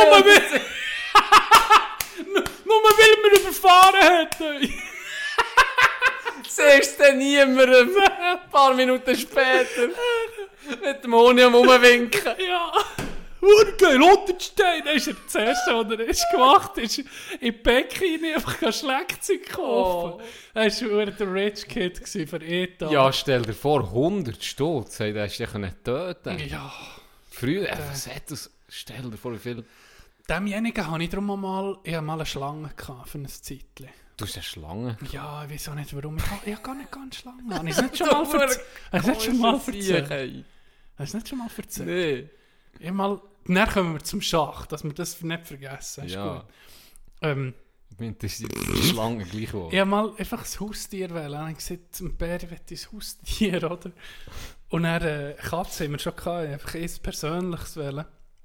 Nur weil wir überfahren hätten. Siehst du niemandem ein paar Minuten später mit dem Honig am Rumwinken. Ja. Hure geil, 100 Steine. Das ist er das Erste, was er ist gemacht ist in die Bäcke rein einfach ein Schlagzeug kaufen. Das war der Rich Kid für ETA. Ja, stell dir vor, 100 Stutz, hey, das hast du nicht töten. Ja. Früher, stell dir vor, wie viel... Demjenigen hatte ich darum mal eine Schlange für ein Zeitchen. Du hast eine Schlange? Ja, ich weiß auch nicht warum. Ich habe gar nicht ganz Schlange. Habe ich es nicht schon mal erzählt? Hast du nicht schon mal erzählt? Nee. Dann kommen wir zum Schach, dass wir das nicht vergessen. Ist ja. Gut. Mich interessiert die Schlange gleich auch. Ich habe mal einfach ein Haustier wählen. Ich habe gesagt, zum Bär will ich ein Haustier, oder? Und dann Katze haben wir schon gehabt. Ich habe einfach ein persönliches wählen.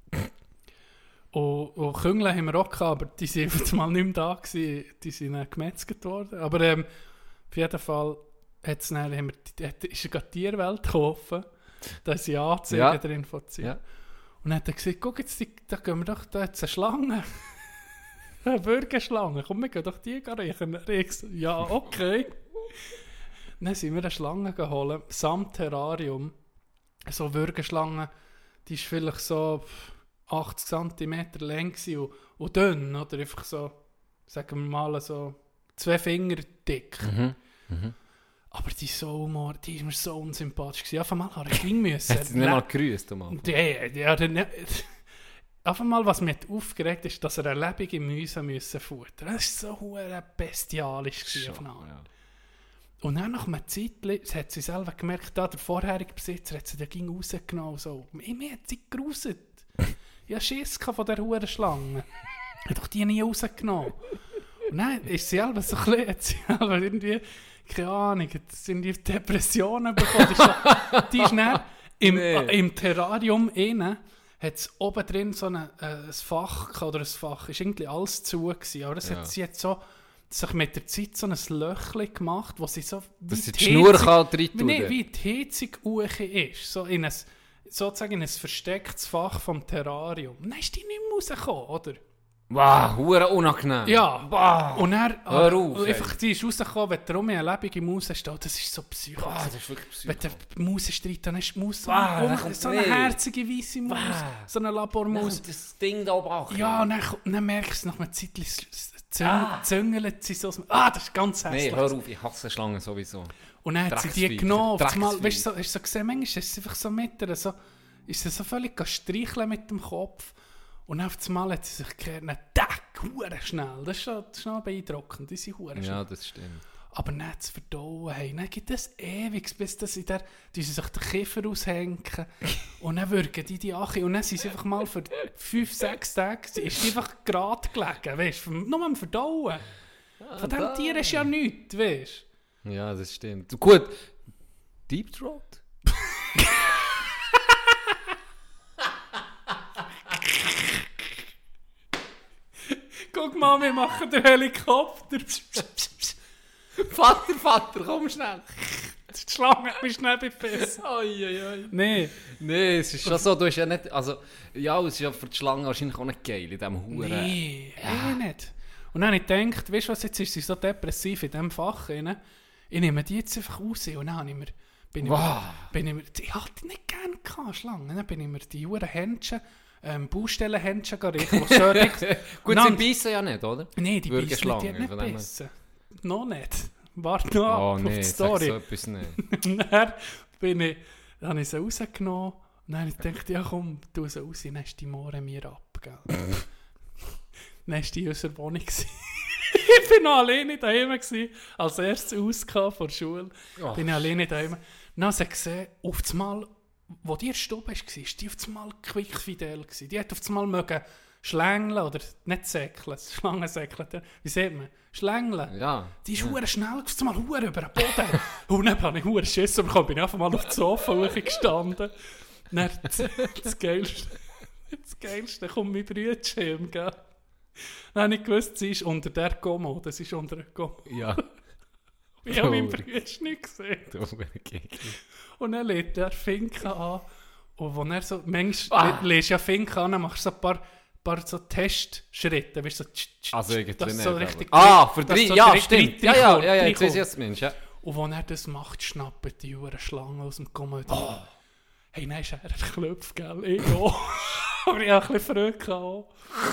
Und Küngel haben wir auch gehabt, aber die waren einfach mal nicht mehr da gewesen. Die sind gemetzelt worden. Aber auf jeden Fall ist er gerade die Tierwelt gekauft. Da sind Anzeigen drin von Tieren. Ja. Und dann hat er gesagt, guck jetzt, da gehen wir doch, da hat es eine Schlange. Eine Würgeschlange. Komm, wir gehen doch die riechen. Ich so, ja, okay. Dann sind wir eine Schlange geholt, samt Terrarium. So Würgeschlange, die ist vielleicht so 80 cm lang und dünn, oder einfach so, sagen wir mal, so 2 Finger dick. Aber die ist mir so unsympathisch gewesen. Auf einmal habe ich ihn müssen. Hast du nicht mal gegrüßt? Auf einmal, was mich aufgeregt ist, dass er eine lebende Mäuse futtern musste. Das war so bestialisch. Ja. Und dann nach einer Zeit hat sie selber gemerkt, der vorherige Besitzer hat sie dann rausgenommen. So. Mir hat sie geruset. Ich hatte Schiss von dieser Hurenschlange. Ich habe doch die nie rausgenommen. Und dann ist sie selber so ein bisschen, hat sie selber irgendwie, keine Ahnung, sind die Depressionen bekommen. Die ist dann im Terrarium innen, hat es oben drin so ein Fach gehabt, oder ein Fach, ist irgendwie alles zu gewesen, aber das hat sie jetzt so, sich mit der Zeit so ein Löchchen gemacht, wo sie so dass sie die Schnur kann rein tun. Nein, wie die Heizung hoch ist, so in ein, sozusagen in ein verstecktes Fach vom Terrarium. Dann ist die nicht mehr rausgekommen, oder? Wow, hure unangenehm. Ja, wow. Und er Hör auf, einfach, die ist rausgekommen, wenn der eine lebende Maus steht, das ist so psychisch. Wow, das ist wirklich psychisch. Wenn der Maus streit, dann ist die Maus so, Wow, so eine herzige weisse Maus, so eine Labormaus. Das Ding da oben auch. Ja, und dann merkst du nach einem Zeitchen, züngelt sie so. Das ist ganz hässlich. Nein, hör auf, ich hasse Schlangen sowieso. Und dann hat sie die genommen. Weißt du, so, hast du so gesehen, manchmal ist sie einfach so mit ihr, so, ist sie so völlig streicheln mit dem Kopf. Und auf einmal hat sie sich gekehrt, hure schnell. Das ist schon beeindruckend, die sind hure schnell. Ja, das stimmt. Aber nicht zu verdauen, hey, dann gibt es ewig, bis das in der, die sie sich den Kiefer aushängen und dann würgen die Ache und dann sind sie einfach mal für 5-6 Tage, ist die einfach gerade gelegen, weißt du, nur am Verdauen. Von diesem Tier ist ja nichts, weißt du. Ja, das stimmt. Gut, Deep Throat? Guck mal, wir machen den Helikopter. Vater, komm schnell. Die Schlange hat mich schnell befasst. Nein, es ist schon so, du hast ja nicht, also, ja, es ist ja für die Schlange wahrscheinlich auch nicht geil in diesem Huren. Nein, nicht. Und dann habe ich gedacht, weißt du was, jetzt ist sie so depressiv in diesem Fach. Ich nehme die jetzt einfach raus und dann bin ich hatte nicht gerne gehabt, Schlangen. Dann bin ich mir die Huren Händchen, Baustellenhändchen gerichtet. Gut, sie beißen ja nicht, oder? Nein, die beißen nicht beißen. Noch nicht. Warte noch auf die Story. Oh nee, sag so etwas nicht. Und dann habe ich sie rausgenommen und dann habe ich gedacht, ja komm, tu sie raus, dann ist die Moore mir ab, gell. Dann war die in unserer Wohnung. Ich war noch alleine daheim, als erstes ausgekommen von der Schule. Bin ich alleine daheim. Dann habe ich gesehen, auf einmal, wo die in der Stube war, ist die auf einmal quickfidel. Die hat auf einmal mögen schlängeln oder nicht säckeln, Schlangensäckeln. Wie sieht man? Schlängeln. Ja. Die ist hure schnell, auf einmal hure über den Boden. Und dann habe ich hure Schiss bekommen, bin ich einfach mal auf das Sofa gestanden. Dann das Geilste kommt mein Brütschirm, gell? Dann habe ich gewusst, sie ist unter der Gomo. Das ist unter der Gomo. Ja. Ich habe meinen Brütsch nicht gesehen. Und dann lädt der Finken an. Und wenn er so, manchmal lässt ja Finken an, dann machst du so ein paar so Testschritte. Weißt, so also irgendwie so richtig für drei, ja, stimmt. Ja, jetzt weiß ich es Mensch, ja. Und wenn er das macht, schnappen die Uhren Schlange aus dem Kommode. Oh. Hey, nein, ist er ein Klopf, gell? Ich auch. Aber ich habe ein bisschen Freude gehabt.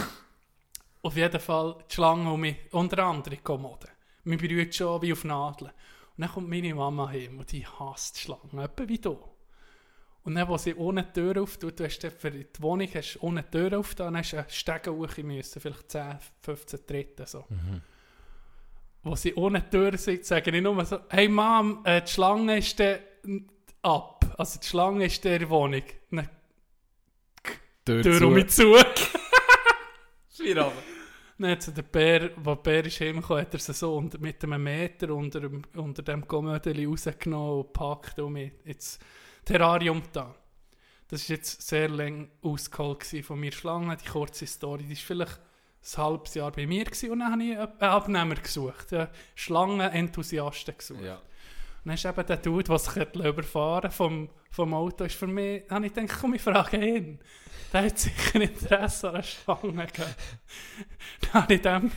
Auf jeden Fall die Schlange um mich, unter anderem Kommode. Mein Bruder schon wie auf Nadeln. Und dann kommt meine Mama heim und die hasst die Schlange, etwa wie du. Und dann, als sie ohne Tür auftut, du hast für die Wohnung hast ohne Tür aufgetan, dann hast du einen Stegen hoch müssen, vielleicht 10, 15 Tritte. So. Wo sie ohne Tür sind, sage ich nur so, hey Mom, die Schlange ist ab. Also die Schlange ist in der Wohnung. Dann Tür um mich zu. Dann hat sie der Bär, als der Bär ist heimgekommen, hat er sie so mit einem Meter unter dem Kommodeli rausgenommen und gepackt und mich ins Terrarium da. Das war jetzt sehr lang ausgeholt von mir Schlange, die kurze Story. Die war vielleicht ein halbes Jahr bei mir gewesen, und dann habe ich einen Abnehmer gesucht, einen Schlangenenthusiasten gesucht. Ja. Und dann ist eben der Dude, der sich überfahren vom Auto, ist für mich, habe ich gedacht, komm, ich frage ihn. Der hat sicher Interesse an einer Schlange gehabt. Dann habe ich dem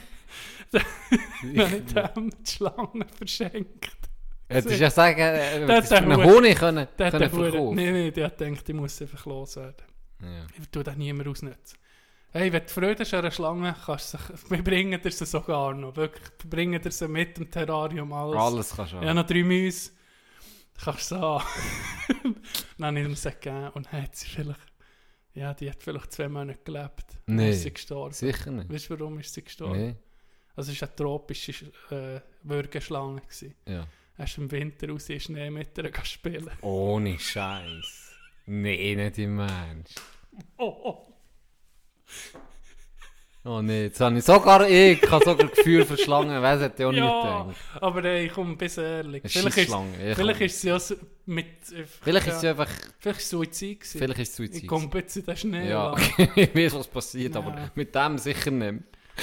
die Schlange verschenkt. Hättest du ja sagen, hättest du einen Honig können verkaufen? Nein, der hat gedacht, ich muss einfach loswerden. Ja. Ich tue das niemand ausnutzen. Hey, wenn du Freude hast an einer Schlange, wir bringen dir sie sogar noch. Wirklich, wir bringen dir sie mit dem Terrarium, alles. Alles kannst du haben. Ja, noch 3 Mäuse. Kannst du sie haben. Dann habe ich ihm sie gegeben und dann hat sie vielleicht... Ja, die hat vielleicht 2 Monate gelebt. Nein, ist sie gestorben. Sicher nicht. Weißt du, warum ist sie gestorben? Nee. Also es war eine tropische Würgeschlange. Ja. Er ist im Winter raus in Schnee mit ihr spielen. Ohne Scheiß. Nee, nicht im Mensch. Oh. Oh nee, jetzt habe ich sogar Gefühl für Schlangen. Wer hätte ja auch nicht gedacht. Aber ey, komm, bis ehrlich. Vielleicht ist sie ja mit... Vielleicht ist sie einfach... Vielleicht ist es Suizid gewesen. Vielleicht ist es Suizid. Ich komme bitte in den Schnee. Ja, okay. Ich weiß, was passiert, aber mit dem sicher nicht.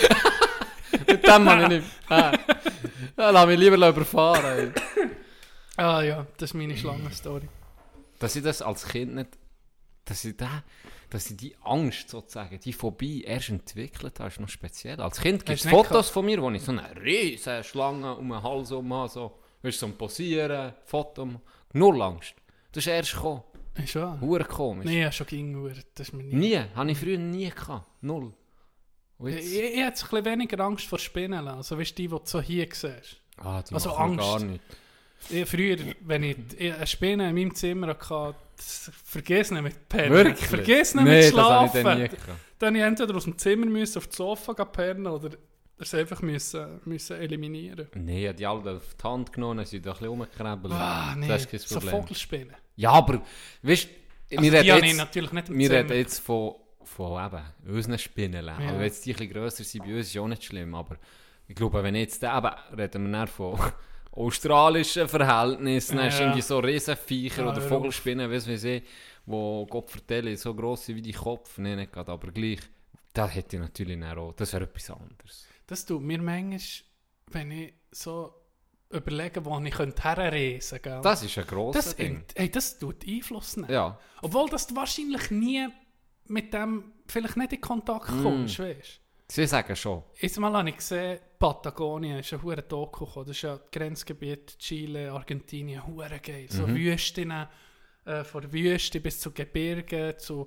Mit dem kann ich nicht. Lass mich lieber überfahren. Ah ja, das ist meine Schlangenstory. Dass ich das als Kind nicht... Dass ich die Angst sozusagen, die Phobie erst entwickelt habe, ist noch speziell. Als Kind gibt es Fotos von mir, wo ich so eine riesige Schlange um den Hals herum habe, so ein Posieren, Foto, null Angst. Das ist erst gekommen. Ist wahr? Hure komisch. Nee, schon ging das ist mir nie. Habe ich früher nie gehabt. Null. Ich hatte ein bisschen weniger Angst vor Spinnen. Also weißt du, die du so hier siehst. Die also machen Angst. Gar nicht. Früher, wenn ich eine Spinne in meinem Zimmer hatte, vergiss nicht mit Pennen. Wirklich? Vergiss nicht mit Schlafen. Dann musste ich entweder aus dem Zimmer auf das Sofa pennen oder es einfach müssen eliminieren. Nein, ich habe die alle auf die Hand genommen, sie da ein bisschen rumkrebeln. Nee, das ist kein so Problem. Vogelspinnen. Ja, aber, weißt du, also wir reden jetzt von eben, unseren Spinnen. Ja. Aber wenn jetzt die ein bisschen grösser sind, bei uns ist auch nicht schlimm. Aber ich glaube, wenn jetzt eben, reden wir dann von australischen Verhältnissen, dann hast du irgendwie so Riesenviecher oder Vogelspinnen, weiss ich, wo Gott vertelle, so gross sind wie die Kopf, nee, nicht gerade, aber gleich, das hätte ich natürlich auch, das wäre etwas anderes. Das tut mir manchmal, wenn ich so überlege, wo ich herreisen könnte. Das ist ein grosses Ding. Das tut Einfluss nehmen. Ja. Obwohl du wahrscheinlich nie mit dem vielleicht nicht in Kontakt kommst, weißt du? Sie sagen schon. Einmal habe ich gesehen, Patagonien ist ein hure Doku gekommen. Das ist ja das Grenzgebiet Chile, Argentinien, hure geil. So Wüsten, von Wüste bis zu Gebirgen, zu,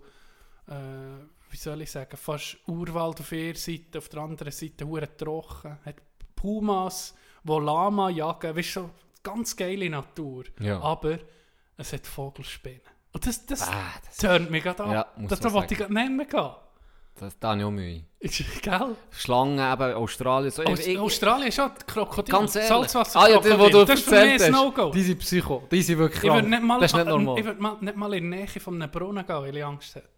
wie soll ich sagen, fast Urwald auf einer Seite, auf der anderen Seite hure trocken. Hat Pumas, die Lama jagen, weißt du, so ganz geile Natur. Ja. Aber es hat Vogelspinnen. Und das tönt mich gerade an. Ja, das wollte ich gerade nicht mehr gehen. Da habe ich auch Mühe. Gell? Schlangen, eben Australien. So, Australien ist auch Krokodil. Ganz ehrlich. Salzwasser-Krokodil. Wo du das ist für mich ein hast, No-Go. Die sind Psycho. Die sind wirklich Ich krank. Das ist nicht normal. Ich würde nicht mal in die Nähe von einem Brunnen gehen, weil ich Angst hätte.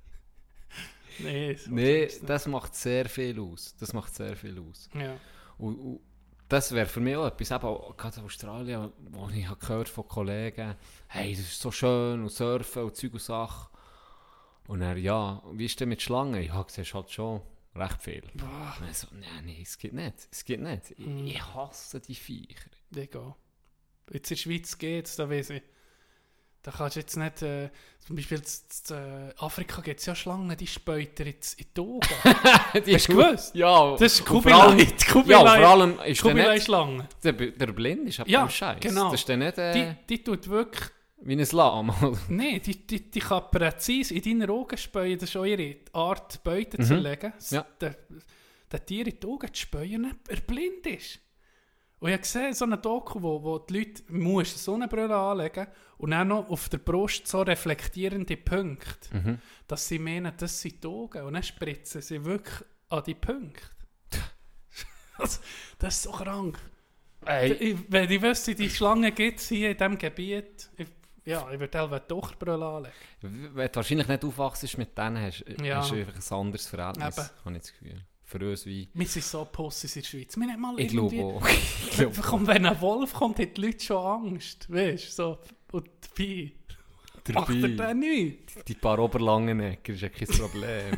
Nee, das macht sehr viel aus. Ja. Und das wäre für mich auch etwas, eben gerade in Australien, wo ich gehört von Kollegen, hey, das ist so schön und Surfen und Zeug und Sachen. Und er, ja, wie ist denn mit Schlangen? Ja, siehst halt schon recht viel. Und so, nein, es geht nicht. Ich hasse die Viecher. Egal. Jetzt in der Schweiz geht es, da weiss ich. Da kannst du jetzt nicht, zum Beispiel in Afrika gibt es ja Schlangen, die späuten in die Augen. Hast du gewusst? Ja. Das ist Kubilai. Ja, vor allem ist Kubilai-Schlange. Der blind ist, ja, Scheiß. Genau. Das ist dann nicht die tut wirklich... wie ein Lama. Nein, die kann präzise in deinen Augen spähen. Das ist auch ihre Art, Beute zu legen. Ja. Der Tier in die Augen zu spähen, er blind ist. Und ich habe gesehen, so eine Doku, wo die Leute eine Sonnenbrille anlegen und dann noch auf der Brust so reflektierende Punkte, dass sie meinen, das sind die Augen. Und dann spritzen sie wirklich an die Punkte. Das ist so krank. Wenn ich wüsste, die Schlange gibt es hier in diesem Gebiet, ich würde eine Tochterbrille anlegen. Wenn du wahrscheinlich nicht aufwachst mit denen, hast du einfach ein anderes Verhältnis, habe ich das Gefühl. Für uns wie... Wir sind so Pussys in der Schweiz. Wir nicht mal ich irgendwie... glaube wenn ein Wolf kommt, haben die Leute schon Angst. Weißt du, so. Und dabei macht er dann nichts. Die paar Oberlangenegger ist ja kein Problem.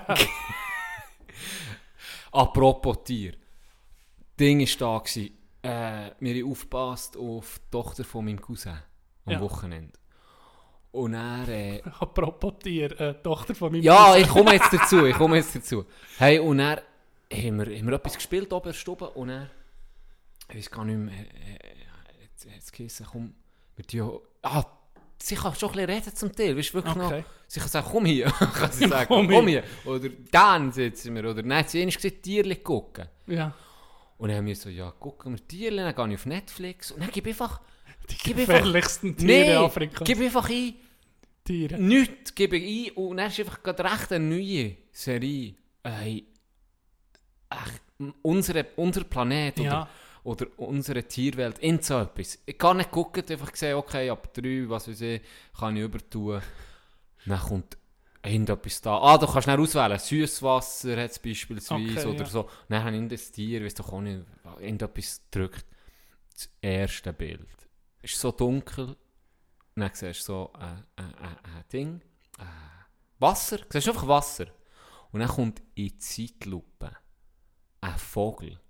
Apropos Tier. Ding war da. Wir haben aufgepasst auf die Tochter von meinem Cousin am Wochenende. Und er... Apropos Tier, Tochter von meinem Ja, Cousin. ich komme jetzt dazu. Hey, und er haben wir etwas gespielt oben in der Stube und er... Ich weiß gar nicht mehr... Jetzt geheißen, komm... Sie kann schon ein bisschen reden zum Teil, weißt du, wirklich noch... Sie kann sagen, komm hier, kann sie sagen, komm hier. Oder dann sitzen wir, oder nein, sie hat gesagt, Tierli gucken. Ja. Und dann haben wir so, ja, gucken wir Tierli, dann gehe ich auf Netflix und dann gebe ich einfach... Die gefährlichsten Tiere Afrikas. Gib einfach ein... Tiere. Nichts gebe ich ein und dann ist einfach gerade recht eine neue Serie. Unser Planet oder unsere Tierwelt, in so etwas. Ich kann nicht gucken, einfach gesehen, okay, ab 3, was weiß ich, kann ich übertun. Dann kommt irgendetwas da. Du kannst nicht auswählen. Süßwasser hat es beispielsweise Okay, oder so. Und dann habe ich investiert, weißt du auch nicht, irgendetwas gedrückt. Das erste Bild ist so dunkel. Und dann siehst du so ein Ding. Wasser. Du siehst einfach Wasser. Und dann kommt in die Zeitlupe ein Vogel.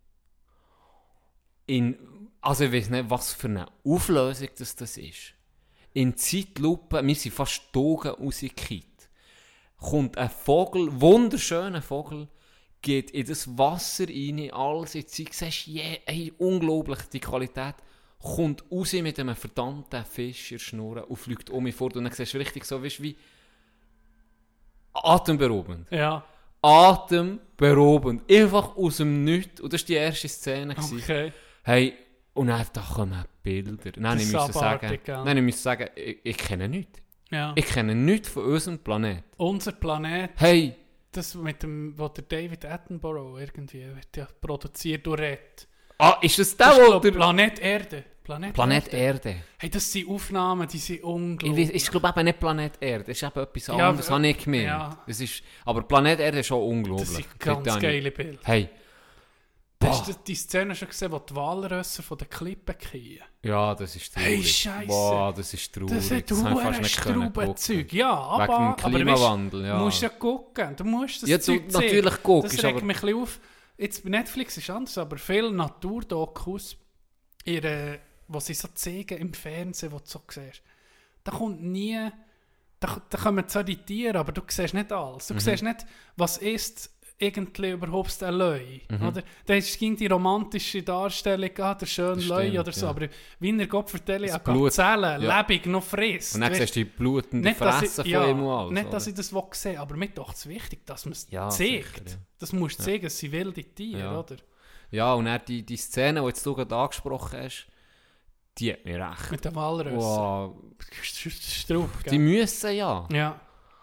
Also ich weiß nicht, was für eine Auflösung das ist. In Zeitlupe, wir sind fast die Augen rausgekippt, kommt ein Vogel, wunderschöner Vogel, geht in das Wasser rein, alles in die Zeit, siehst hey, unglaublich, die Qualität, kommt raus mit einem verdammten Fisch in der Schnur und fliegt um mich fort und dann siehst du richtig so, weißt, wie atemberaubend. Ja. Atemberaubend. Einfach aus dem Nichts. Und das war die erste Szene. Okay. Hey, und dann da kommen Bilder. Dann ich musste sagen, ich kenne nichts. Ja. Ich kenne nichts von unserem Planet. Unser Planet, Hey, das mit dem, wo der David Attenborough irgendwie wird ja produziert und redet. ist das Das der, ist, wo der... Planet Erde. Planet Erde. Hey, das sind Aufnahmen, die sind Ich unglaublich. weiß, ich glaube eben nicht Planet Erde. Das ist eben etwas Ja, anderes, habe ich gemeint. ja. Das ist, aber Planet Erde ist schon unglaublich. Das sind ganz Titanic. geile Bilder. Hey. Hast du die Szene schon gesehen, wo die Walrösser von den Klippen fallen? Ja, das ist traurig. Hey, Scheisse. Boah, das ist traurig. Das hat habe ich fast nicht können Straubenzeug. gucken. Ja, Wegen dem Klimawandel, aber ja. du musst ja gucken. Du musst das Ja, du Zeug sehen. natürlich guckst, Das regt aber- mich ein bisschen auf. Jetzt bei Netflix ist anders, aber viele Naturdokus, wo sie so zeigen im Fernsehen, wo du so siehst, da kommt nie... Da kommen zwar die Tiere, aber du siehst nicht alles. Du siehst nicht, was ist irgendwie überhaupt ein Löwe. Oder? Da ging die romantische Darstellung, der schöne Das Löwe stimmt, oder so. ja. Aber wie er Gott vertelle, eine Blut, Gazelle ja. lebendig noch frisst. Und dann Weisst, siehst du die blutende nicht, dass Fresse ich, von ja, ihm und alles. nicht, dass oder? ich das sehe, aber mir doch es wichtig, dass man es Ja, zeigt. sicher, ja. Das musst du zeigen, es sind wilde Tiere, Ja. oder? Ja, und dann die Szene, die jetzt du gerade angesprochen hast, die hat mir recht. Mit den Walrössen. Wow. Straub, Die gell? müssen ja. Ja.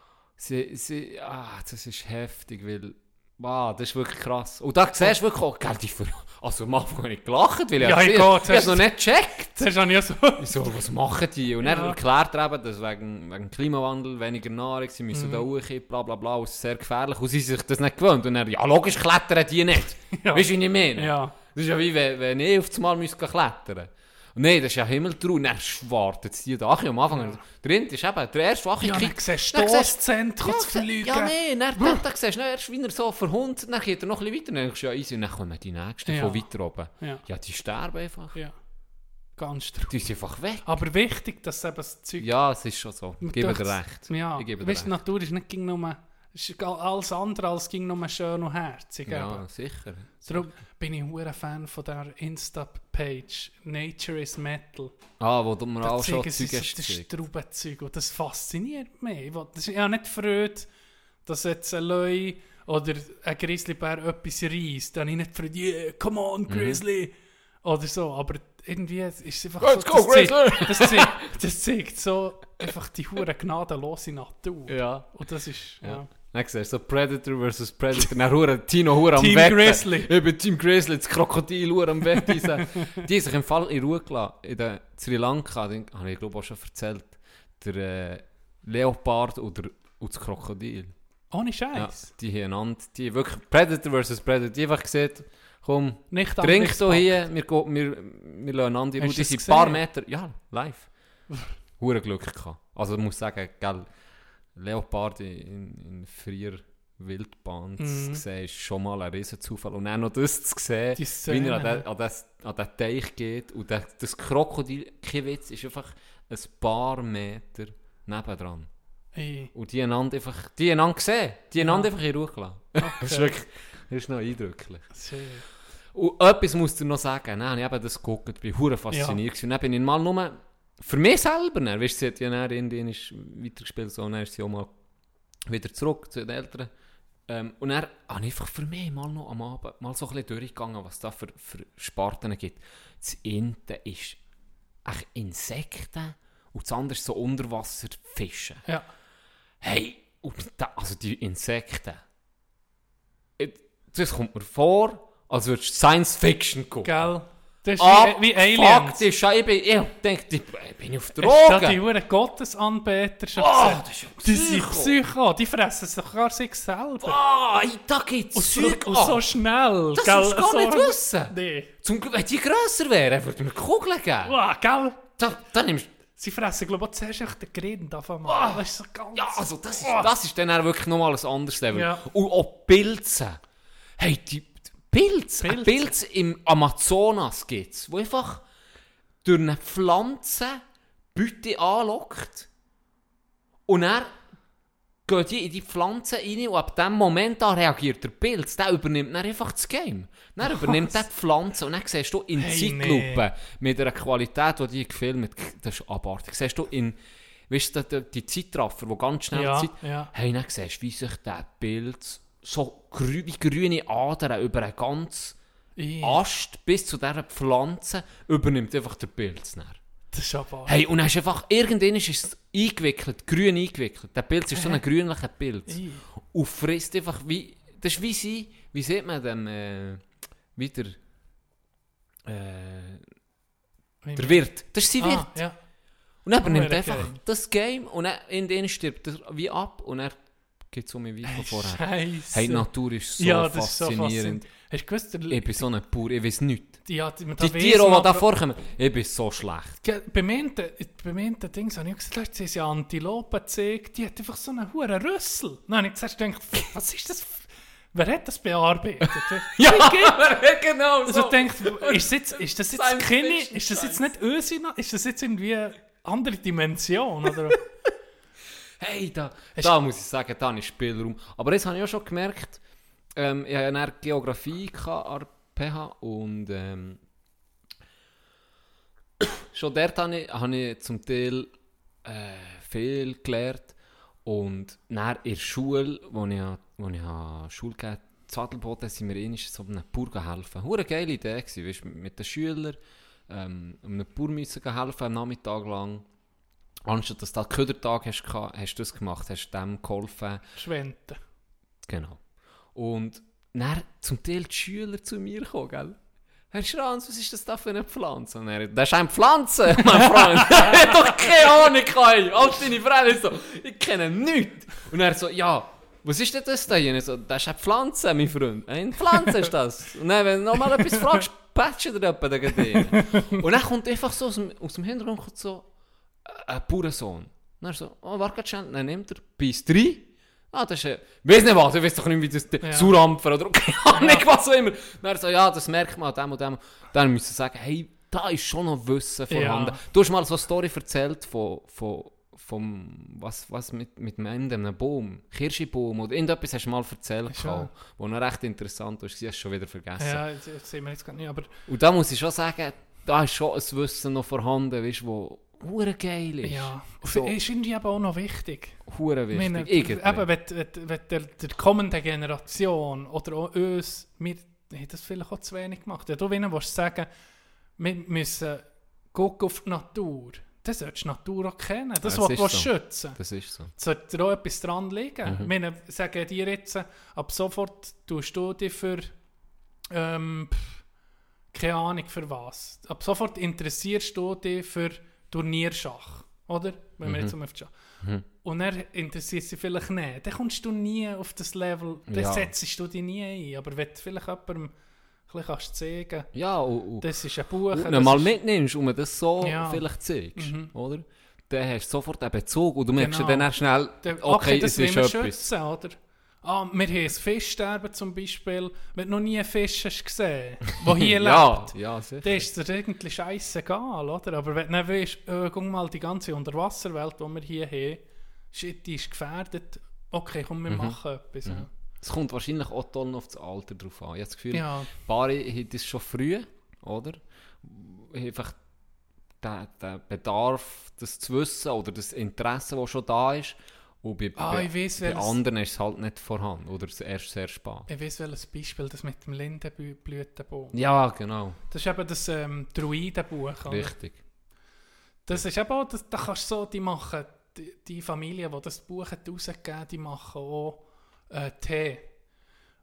Das ist heftig, weil... Wow, das ist wirklich krass. Und da siehst du wirklich auch, gell, also am Anfang habe ich gelacht, weil Ja, ich Gott, es noch nicht gecheckt. Zuerst habe ich ja so... So, was machen die? Und dann Ja. erklärt er eben, dass wegen Klimawandel weniger Nahrung, sie müssen da hochkippen, bla bla bla, und es ist sehr gefährlich. Und sie sind sich das nicht gewöhnt. Und er, ja logisch klettern die nicht. Ja. Weißt du, wie ich meine? Ja. Das ist ja wie wenn ich auf das Mal klettern müsste. Und nein, das ist ja Himmeltrau. Und dann wartet es die da. Ach, am Anfang, drin ist eben der erste wache Ja, Kind. dann siehst du Dann siehst- Stosszentren zu fliegen. Ja, nein, dann siehst du erst, wie er so verhunzt, dann geht er noch ein bisschen weiter, dann denkst du, ja, easy, und dann kommen die Nächsten Ja. von weiter oben. Ja. Ja, die sterben einfach. Ja. Ganz traurig. Die sind einfach weg. Aber wichtig, dass eben das Zeug... Ja, es ist schon so. Ich gebe dir recht. Ja, Ich gebe dir weißt, recht. die Natur ist nicht gegen nur... Ist alles andere als ging nur schön und herzig. Ja, eben. sicher. Darum bin ich ein Fan von der Insta-Page Nature is Metal. Wo du mir Da auch schon zeigen sie Zeug so hast das gezeigt. Straubenzeug und das fasziniert mich. Das ist ja nicht Freude, dass jetzt ein Löwe oder ein Grizzlybär etwas reisst. Dann habe ich nicht Freude, yeah, come on, Grizzly! Oder so, aber irgendwie ist es einfach Let's so... go, Grizzly! Das zeigt so einfach die hure gnadenlose Natur. Ja. Und das ist... Ja. Dann siehst du so Predator vs. Predator. Dann Tino am Team Wetten. Grizzly. Ich bin Team Grizzly, das Krokodil am Wetten. Die haben sich im Fall in Ruhe gelassen. In der Sri Lanka, den habe ich glaube auch schon erzählt, der Leopard und das Krokodil. Ohne Ja, Scheiß. die haben einander, die wirklich Predator vs. Predator, die einfach gesagt, komm, Nicht trink so angepackt. hier, wir lassen einander in Ruhe. Hast du Die das sind ein paar gesehen? Meter, ja, live. Hure Glück gehabt. Also ich muss sagen, gell, Leopard in freier Wildbahn zu sehen, ist schon mal ein riesen Zufall. Und dann noch das zu sehen, Die wie Szene. er an den Teich geht und das Krokodil, kein Witz, ist einfach ein paar Meter nebendran. Ey. Und die einander gesehen, die einander einfach in Ruhe gelassen. Das ist wirklich, das ist noch eindrücklich. Sehr. Und etwas musst du noch sagen, dann habe ich eben das geguckt, bin hure fasziniert gewesen. Und dann bin ich mal nur, für mich selber, dann, weißt du, sie hat ja dann Indien weitergespielt, so, und dann ist sie auch mal wieder zurück zu den Eltern. Und dann habe ich einfach für mich mal noch am Abend mal so ein bisschen durchgegangen, was da für Sparten gibt. Das eine ist echt Insekten und das andere ist so Unterwasserfische. Ja. Hey, also die Insekten. Das kommt mir vor, als würdest du Science Fiction gucken. Gell? Das ist wie Aliens. Faktisch, ich denke, bin ich auf Hast du da Drogen? die Huren Gottesanbeter schon Oh, gesehen? das ist ja Die sind Psycho. Psycho, die fressen sogar sich selber. Da gibt es Zeug Und so schnell. Das gell, musst du gar so, nicht wissen. Nee. Zum Glück, wenn die grösser wären, würde mir Kugeln geben. Wow, gell? Da nimmst Sie fressen, glaube ich, auch zuerst echt den Grind auf einmal. Das ist so ganz... ja, also das ist dann auch wirklich nochmal ein anderes Level. Ja. Und auch Pilze. Hey, die Pilze. Ein Pilz im Amazonas gibt es, wo einfach durch eine Pflanze Beute anlockt und er geht die in die Pflanze rein und ab dem Moment an reagiert der Pilz. Der übernimmt dann einfach das Game. Dann übernimmt der die Pflanze und dann siehst du in Zeitlupe mit einer Qualität, die die gefilmt hat, das ist abartig. Siehst du weißt du, die Zeitraffer, die ganz schnell hey, dann siehst du, wie sich der Pilz so wie grüne Adern über einen ganzen Ast bis zu dieser Pflanze übernimmt einfach der Pilz. Dann. Das ist abartig. Hey, und dann ist einfach, irgendwann ist es eingewickelt, grün eingewickelt. Der Pilz ist so ein grünlicher Pilz. Und frisst einfach wie, das ist wie sieht man dem, wieder, der Wirt. Das ist sein Wirt. Ja. Und dann übernimmt er Okay. einfach das Game und dann irgendwann stirbt er wie ab und er geht so wie von vorher. Scheiße. Hey, die Natur ist so das ist so faszinierend. Hast du gewusst, Ich bin so ein Bauer, ich weiß nichts. die Die Tiere, die da vorkommen, ich bin so schlecht. Beim einen Dings habe ich gesagt, sie ist ja Antilope gezeigt, die hat einfach so einen hohen Rüssel. Dann habe ich gesagt, was ist das? Wer hat das bearbeitet? Ja, genau Also ich denke, ist das jetzt Science keine, Fiction ist das jetzt nicht unsere, ist das jetzt irgendwie eine andere Dimension? Oder? Hey, da muss ich sagen, da ist Spielraum. Aber das habe ich auch schon gemerkt. Ich hatte eine Geografie an der PH und schon dort habe ich zum Teil viel gelernt. Und dann in der Schule, wo ich Schule gegeben habe, in Adelboden, sind wir einmal so einem Bauer helfen. Eine geile Idee gewesen, weißt, mit den Schülern einem Bauer müssen helfen, einen Nachmittag lang. Anstatt dass du einen Ködertag hast du das gemacht, hast dem geholfen. Schwente. Genau. Und dann zum Teil die Schüler zu mir kommen, gell? Herr Schranz, was ist das da für eine Pflanze? Und er, das ist eine Pflanze, mein Freund. Ich habe doch keine Ahnung, Kai. Als deine Freunde so, ich kenne nichts. Und er so, ja, was ist denn das da hier? Und ich so, das ist eine Pflanze, mein Freund. Eine Pflanze ist das. Und dann, wenn du nochmal etwas fragst, patsch dir jemand da rein. Und dann kommt einfach so aus dem Hintergrund kommt so ein Bauernsohn. Und er so, oh, warte schnell, dann nimmt er bis 3. Das ist weiss nicht was, ich weiß doch nicht, wie das Surampfer oder keine Ahnung, was auch immer. Dann so, ja, das merkt man an dem. Dann müssen sie sagen, hey, da ist schon noch Wissen vorhanden. Ja. Du hast mal so eine Story erzählt von was mit einem Baum, Kirschbaum oder irgendetwas hast du mal erzählt, wo noch recht interessant war, hast du schon wieder vergessen. Ja, das sehen wir jetzt gar nicht, aber... Und da muss ich schon sagen, da ist schon ein Wissen noch vorhanden, weißt, wo hure geil ist. Ja, so. Ist irgendwie aber auch noch wichtig. Hure wichtig. Meine, eben, wenn der kommenden Generation oder auch uns, wir haben das vielleicht auch zu wenig gemacht. Ja, du willst sagen, wir müssen gucken auf die Natur. Dann solltest du die Natur auch kennen. Das willst du schützen. Das ist so. Sollte da auch etwas dran liegen. Ich meine, sagen dir jetzt, ab sofort tust du dich für keine Ahnung für was. Ab sofort interessierst du dich für Turnierschach, oder? Wenn wir jetzt auf Schach. Und er interessiert sich vielleicht nicht. Dann kommst du nie auf das Level, dann setzt du dich nie ein. Aber wenn du vielleicht jemandem kannst zeigen, das ist ein Buch. Und wenn mal mitnimmst und mir das so vielleicht zeigst, oder? Dann hast du sofort einen Bezug und du merkst dann auch schnell, okay, das es ist wir etwas. Schützen, oder? Wir haben ein Fischsterben zum Beispiel, wenn du noch nie einen Fisch hast gesehen, der hier lebt, sicher. dann ist es irgendwie scheissegal, oder? Aber wenn du weißt, guck mal, die ganze Unterwasserwelt, die wir hier haben, shit, die ist gefährdet, okay, komm, wir machen etwas. Ja. Es kommt wahrscheinlich auch toll auf das Alter drauf an. Ich habe das Gefühl, Paare haben das schon früh, oder? Einfach den Bedarf, das zu wissen oder das Interesse, das schon da ist. Und bei anderen ist es halt nicht vorhanden oder erst sehr spät. Ich weiss, welches Beispiel das mit dem Lindenblütenbaum. Ja, genau. Das ist eben das Druidenbuch. Richtig. Das ist eben auch, da kannst du so, die machen, die Familie, die das Buch hat rausgegeben, die machen auch Tee.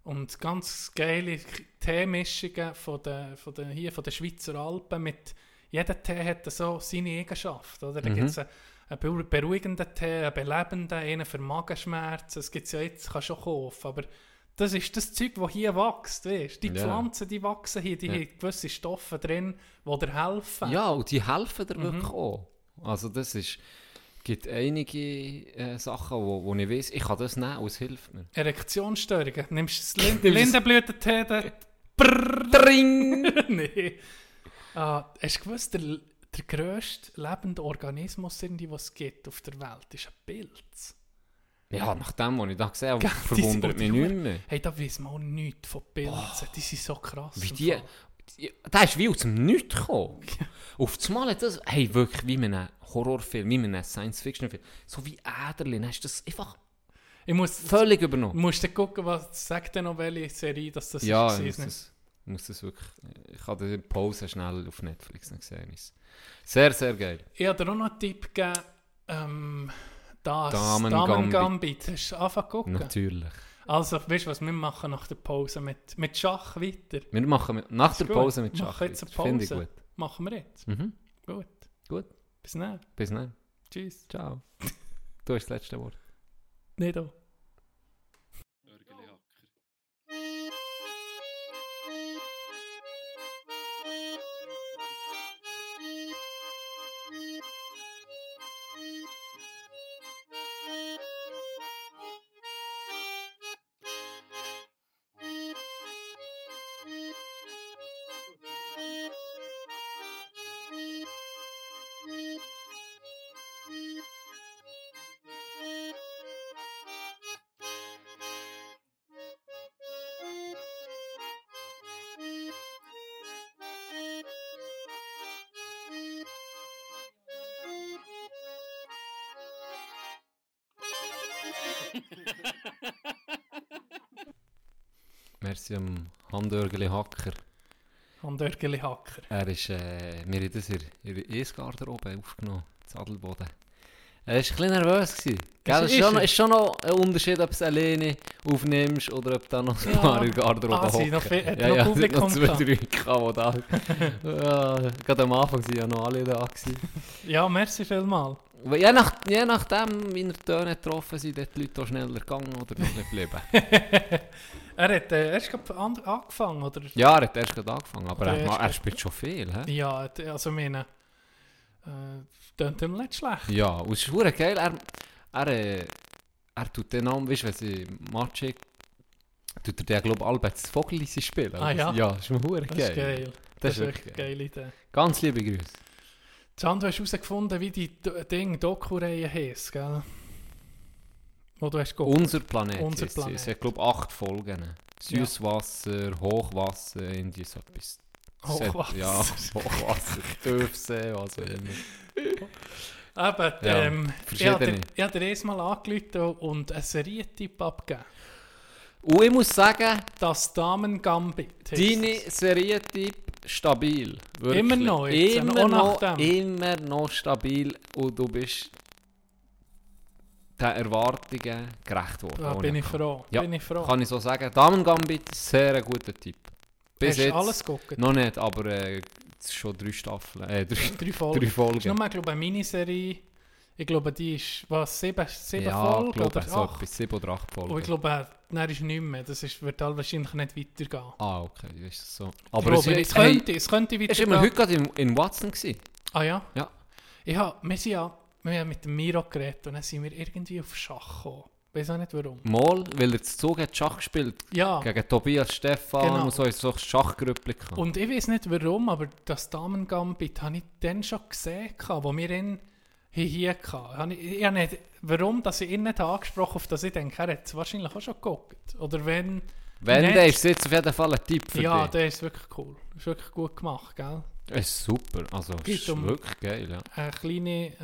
Und ganz geile Teemischungen von den Schweizer Alpen. Jeder Tee hat so seine Eigenschaft. Oder? Da gibt es einen beruhigenden Tee, einen belebenden, einen für Magenschmerzen. Das gibt es ja jetzt, kannst du schon kaufen. Aber das ist das Zeug, das hier wächst. Weißt? Die Pflanzen, die wachsen hier, die haben gewisse Stoffe drin, die dir helfen. Ja, und die helfen dir wirklich auch. Also das gibt einige Sachen, wo ich weiss, ich kann das nehmen, es hilft mir. Erektionsstörungen. Nimmst du das Lindenblütentee, Dring! Nee. Hast du gewusst, der grösste lebende Organismus, was es gibt auf der Welt, ist ein Pilz? Ja, nach dem, was ich da gesehen habe, verwundert mich nicht mehr. Hey, da weiss man auch nichts von Pilzen. Die sind so krass. Wie der ist wie aus dem Nichts gekommen. Auf das Mal hat das, hey, wirklich wie in einem Horrorfilm, wie in einem Science-Fiction-Film, so wie Äderlin, hast du das einfach völlig übernommen. Du musst dann gucken, was sagt denn noch, welche Serie das ist. Ja, ich muss das wirklich, ich habe die Pause schnell auf Netflix gesehen. Sehr, sehr geil. Ich habe dir auch noch einen Tipp gegeben, Damen Gambit. Hast du angefangen zu gucken? Natürlich. Also, weißt du was, wir machen nach der Pause mit Schach weiter. Wir machen nach der Pause mit Schach weiter. Jetzt eine Pause. Finde ich gut. Machen wir jetzt. Mhm. Gut. Bis dann. Bis dann. Tschüss. Ciao. Du hast das letzte Wort. Nicht auch. Merci am Handörgeli Hacker. Handörgeli Hacker. Wir haben das in der E-Garderobe aufgenommen, in Adelboden. Er war ein bisschen nervös. Es ist schon noch ein Unterschied, ob du es alleine aufnimmst oder ob du noch ein paar in der Garderobe hocken. Noch Publikum noch 2, 3 die da. Ja, gerade am Anfang waren ja noch alle da. Ja, merci vielmals. Je nachdem, wie die Töne getroffen sind, sind die Leute auch schneller gegangen oder noch geblieben. Er hat erst angefangen, oder? Ja, er hat erst gerade angefangen, aber er spielt schon viel. He? Ja, also ich meine, klingt ihm nicht schlecht. Ja, und es ist verdammt geil. Er tut den Namen, weißt du, wenn sie Magic, tut er den, glaube ich, Albert Vogelisi spielen. Ah ja? Ja, das ist mir verdammt geil. Das ist geil. Das ist wirklich eine geile Idee. Ganz liebe Grüße. Can, du hast herausgefunden, wie die Doku-Reihe heisst, gell? Wo du hast geguckt. Unser Planet. Es hat, glaube ich, 8 Folgen. Süßwasser, Hochwasser, irgendwie so etwas. Hochwasser. Ja, Hochwasser, Tiefsee, was auch immer. Eben, verschiedene. Ich habe dir erstmal angerufen und einen Serientipp abgegeben. Und ich muss sagen, das Damen-Gambit. Deine Serientipp stabil. Wirklich. Immer noch jetzt. Immer noch stabil. Und du bist den Erwartungen gerecht worden. Da bin ich froh. Ja, kann ich so sagen. Damen-Gambit, sehr ein guter Tipp. Bis hast jetzt du alles geguckt? Noch nicht, aber es ist schon 3 Staffeln. 3 Folgen. 3 Folgen. Das ist nochmal, glaube ich, eine Miniserie. Ich glaube, die ist, was, 7 ja, Folgen glaube, oder so 8? Bis 7 oder 8 Folgen. Und ich glaube, dann ist nicht mehr. Das wird halt wahrscheinlich nicht weitergehen. Ah, okay, ist das so. Aber es könnte weitergehen. Ist immer heute gerade in Watson gewesen. Ah ja? Ja. Wir haben mit dem Miro geredet und dann sind wir irgendwie auf Schach gekommen. Ich weiß auch nicht warum. Mal, weil er zu Zug hat Schach gespielt. Ja. Gegen Tobias Stefan Genau. und so ist so Schachgrüppli. Und ich weiß nicht warum, aber das Damen-Gambit habe ich dann schon gesehen, wo wir ihn hier hatten. Ich habe nicht, warum, dass ich ihn nicht angesprochen habe, dass ich denke, er hat es wahrscheinlich auch schon geguckt. Oder wenn... Wenn, der ist jetzt auf jeden Fall ein Tipp für dich. Ja, der ist wirklich cool. Ist wirklich gut gemacht, gell? Es ist super, also es ist wirklich geil, ja. Eine kleine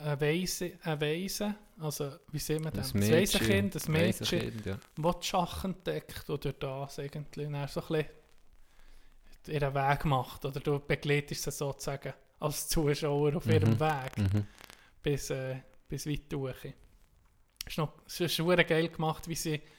Weise, also wie sehen wir das? Ein Waisenkind, ein Mädchen, ja. das Schach entdeckt oder das irgendwie. Und dann so ein bisschen ihren Weg macht. Oder du begleitest sie sozusagen als Zuschauer auf ihrem Weg bis weit durch. Es ist sehr geil gemacht, wie sie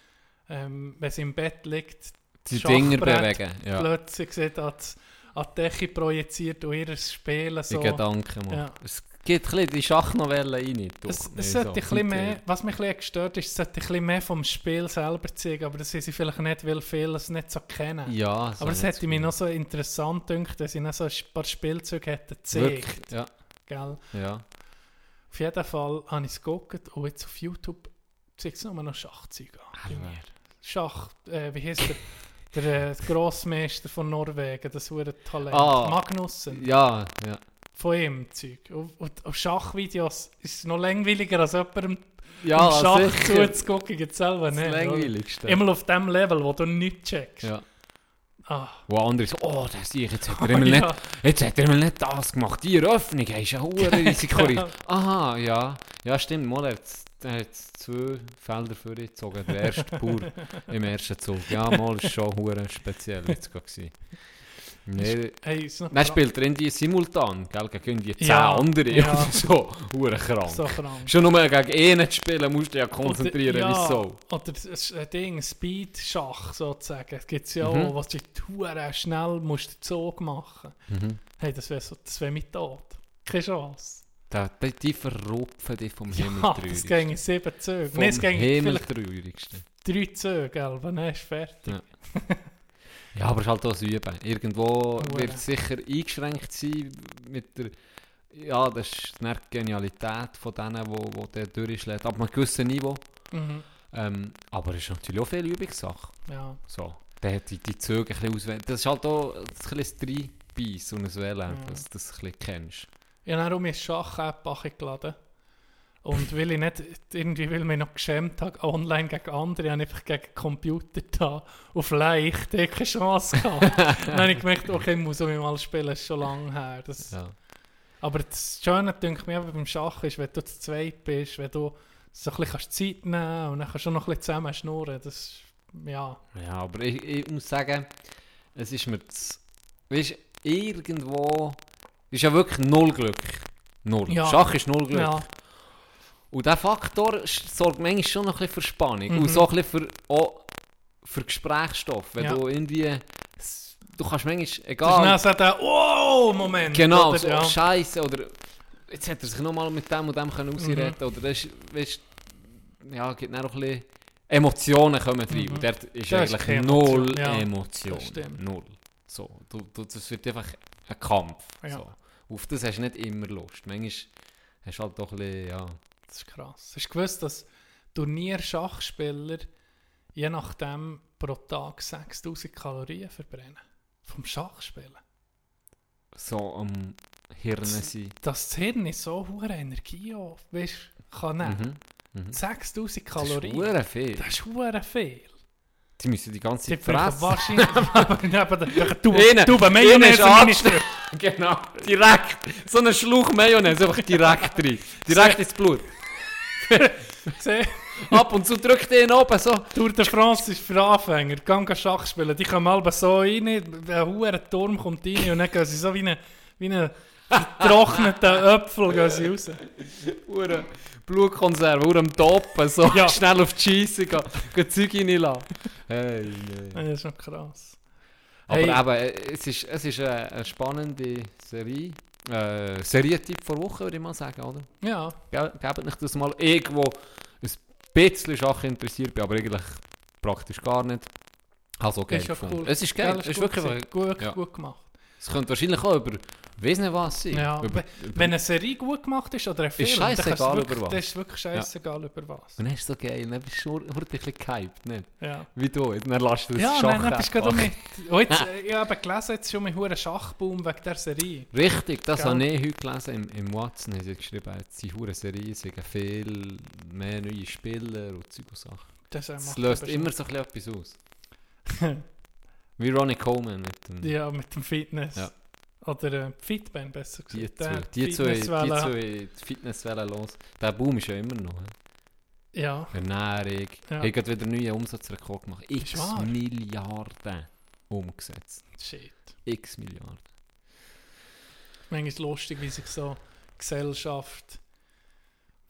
wenn sie im Bett liegt, Die Dinger bewegen. Ja. plötzlich sieht an die Decke projiziert und ihr Spielen so. Die Gedanken. Man. Ja. Es gibt ein bisschen die Schachnovelle rein. Es sollte ein bisschen mehr, was mich ein bisschen gestört ist, es sollte ein bisschen mehr vom Spiel selber zeigen, aber das sind sie vielleicht nicht, weil viele es nicht so kennen. Ja, aber es hätte mich noch so interessant gedacht, wenn sie noch so ein paar Spielzeuge hätten gezeigt. Ja. Gell? Ja. Auf jeden Fall habe ich es geguckt und jetzt auf YouTube zeigt es nur noch Schachzeug an. Schach, wie heisst der Grossmeister von Norwegen, das hure Talent. Magnussen. Ja. Von ihm Zeug. Und Schachvideos ist es noch langweiliger als jemandem Ja, Schach sicher. zuzugucken. Gibt es selber Das nicht. Langweiligste. Immer auf dem Level, wo du nichts checkst. Ja. Ah. Wo andere so, das sehe ich, jetzt hat er immer nicht das gemacht. Die Eröffnung, ist ein hohes Risiko. Aha, ja. Ja, stimmt, mal, er hat 2 Felder für ihn gezogen. Der erste pur im ersten Zug. Ja, mal, ist schon hure speziell jetzt gewesen. Nee. Dann spielt er irgendwie simultan, gell, gegen irgendwie 10 andere. Ja. So, hure krank. So krank. Schon nur gegen einen zu spielen, musst du ja konzentrieren, wieso? Oder ein Ding, Speed-Schach sozusagen. Es gibt ja auch, was du hure schnell musst den Zug machen. Hey, das wäre mein Tod. Keine Chance. Die verrupfen dich vom Ja, Himmeltrührigsten. das ging in 7 Zügen. Vom Es ging vielleicht Himmeltrührigsten. 3 Züge, gell, dann ist fertig. Ja. Ja, aber es ist halt auch das Üben. Irgendwo wird es sicher eingeschränkt sein mit der... Ja, das ist nicht die Genialität von denen, die der durchschlägt. Ab einem gewissen Niveau. Aber es ist natürlich auch viel Übungssache. Ja. So. Der hat die Züge ein bisschen auswählen. Das ist halt auch ein bisschen ein Dreibeiss und ein Wählen, dass du das ein bisschen kennst. Ich habe auch meine Schach-App geladen. Und weil ich nicht irgendwie mich noch geschämt habe, online gegen andere, habe ich einfach gegen Computer da auf leicht, ich keine Chance gehabt. Dann habe ich gemerkt, okay, ich muss mich mal spielen, das ist schon lange her. Aber das Schöne, denke ich mir, beim Schach ist, wenn du zu zweit bist, wenn du so ein bisschen Zeit nehmen kannst und dann kannst du noch ein bisschen zusammen schnurren, das ja. Ja, aber ich muss sagen, es ist mir weißt, irgendwo ist ja wirklich null Glück. Null. Ja. Schach ist null Glück. Ja. Und dieser Faktor sorgt manchmal schon noch ein bisschen für Spannung. Und so ein bisschen für Gesprächsstoff. Wenn du irgendwie... Du kannst manchmal... Egal... Das ist dann so Moment. Genau, oder, so Scheiße. Oder jetzt hätte er sich nochmal mit dem und dem ausreden können. Oder das ist... Weißt, ja, gibt dann noch ein bisschen... Emotionen kommen rein. Und dort ist das eigentlich null Emotion. Null. So, das wird einfach ein Kampf. Ja. So. Auf das hast du nicht immer Lust. Manchmal hast du halt doch ein bisschen... Ja, das ist krass. Hast du gewusst, dass Turnier-Schachspieler je nachdem pro Tag 6000 Kalorien verbrennen? Vom Schachspielen. So am Hirn sein. Das Hirn so hohe Energie kann nehmen. 6000 Kalorien. Das ist viel. Das ist hure viel. Die müssen die ganze Zeit fressen. Wahrscheinlich. Du bei Mayonnaise angestellt. Genau, direkt. So einen Schlauch Mayonnaise, einfach direkt rein. Direkt ins Blut. Ab und zu drückt ihn oben so. Tour de France ist für Anfänger. Geh Schach spielen. Die kommen alle so rein, ein hoher Turm kommt rein und dann gehen sie so wie ein getrockneter Äpfel gehen sie raus. Hure Blutkonserve, am Toppen, so schnell auf die Scheisse gehen Zeug reinlassen. Hey. Das ist schon krass. Aber eben, es ist eine spannende Serie. Serientipp vor Woche, würde ich mal sagen, oder? Ja. Gebt euch das mal irgendwo ein bisschen Schach interessiert bin, aber eigentlich praktisch gar nicht. Also geil gefunden. Cool. Es ist geil, es ist wirklich gut gemacht. Es könnte wahrscheinlich auch über weiss nicht was sein. Ja. Wenn eine Serie gut gemacht ist oder ein Film, ist scheißegal über was. Das ist wirklich scheißegal über was. Und dann ist es so geil, dann bist du ein bisschen gehypt, nicht? Ja. Wie du, dann lässt du das Schach. Ja, dann bist du gerade mit. Ich habe gelesen, jetzt schon mit einem Schachboom wegen der Serie. Richtig, das habe ich heute gelesen. Im Watson haben sie geschrieben, die hure Serie sind viel mehr neue Spieler und Zeug und Sachen. Das löst immer so etwas aus. Wie Ronnie Coleman mit dem... Ja, mit dem Fitness. Ja. Oder Fitband besser gesagt. Die zwei Fitnesswellen los. Der Boom ist ja immer noch. Ja. Ernährung. Ja. Ich habe wieder einen neuen Umsatzrekord gemacht. X Milliarden umgesetzt. Shit. X Milliarden. Manchmal ist es lustig, wie sich so Gesellschaft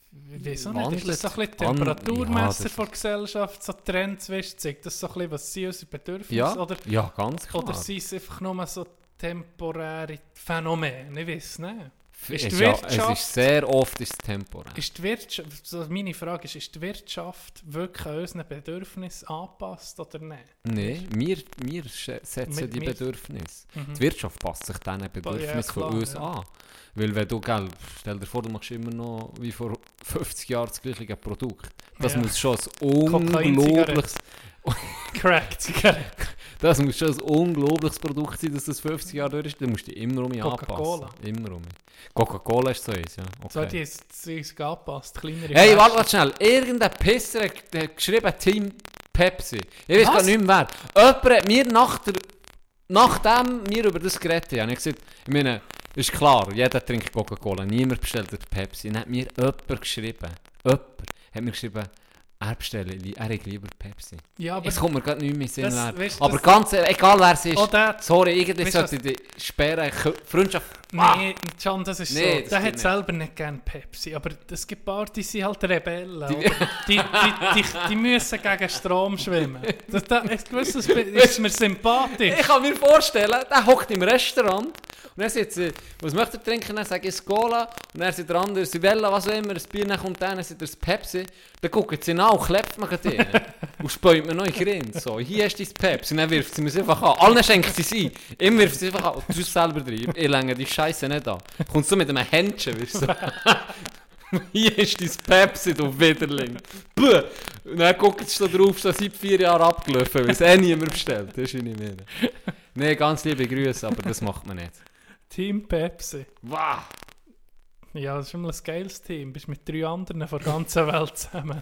Wieso nicht? Ist das so ein bisschen Temperaturmesser von der Gesellschaft, so Trends, weißt, zeigt das so ein bisschen, was sind unsere Bedürfnisse? Ja, Oder, ja, ganz klar. oder sind es einfach nur so temporäre Phänomene? Ich weiß nicht. Es ist sehr oft temporär. Ist die Wirtschaft, so meine Frage ist die Wirtschaft wirklich an unseren Bedürfnissen angepasst oder nicht? Nein, wir setzen die Bedürfnisse. Die Wirtschaft passt sich diesen Bedürfnissen von uns an. Weil wenn du, stell dir vor, du machst immer noch wie vor 50 Jahren das gleiche Produkt. Das muss schon ein unglaubliches... Crack-Zigarette. Das muss schon ein unglaubliches Produkt sein, dass das 50 Jahre durch ist. Dann musst du dich immer Coca-Cola. anpassen. Immer Coca-Cola ist so eins, ja. Okay. So, die ist angepasst, kleinere Hey, Flaschen. warte schnell. Irgendein Pisser hat geschrieben Team Pepsi. Ich weiß gar nicht mehr wer. Jemand hat mir nachdem wir über das geredet haben, ich gesagt, ich meine, ist klar, jeder trinkt Coca-Cola, niemand bestellt Pepsi. Dann hat mir jemand geschrieben, er hat lieber Pepsi. Ja, aber es kommt mir gerade nicht mehr in den Sinn. Weißt, Aber ganz ehrlich, egal wer es ist, sorry, irgendwie weißt, sollte die sperren, Freundschaft... Nein, John, das ist nee, so. Der hat selber nicht gerne Pepsi, aber es gibt ein paar, die sind halt Rebellen. Die müssen gegen Strom schwimmen. Das ist mir sympathisch. Ich kann mir vorstellen, der hockt im Restaurant und er sagt, was möchte er trinken? Dann sage ich Cola und er sagt der andere Sivella, was auch immer, ein Bier, dann kommt dann sagt er das Pepsi. Dann guckt sie ihn an und klebt man drin und späut mir noch in den Grin. So, hier hast du dein Pepsi und dann wirft sie mir einfach an. Allen schenkt sie sie. Ihm wirft sie einfach an und du bist selber drin. Ich länge die Scheiße nicht an. Kommst du mit einem Händchen, weißt du? Hier ist dein Pepsi, du Widerling. Buh. Und dann guckt sie da drauf, so seit 4 Jahren abgelaufen, weil es niemand bestellt. Das ist nicht mehr. Nein, ganz liebe Grüße, aber das macht man nicht. Team Pepsi. Wow. Ja, das ist immer ein geiles Team. Du bist mit 3 anderen von der ganzen Welt zusammen.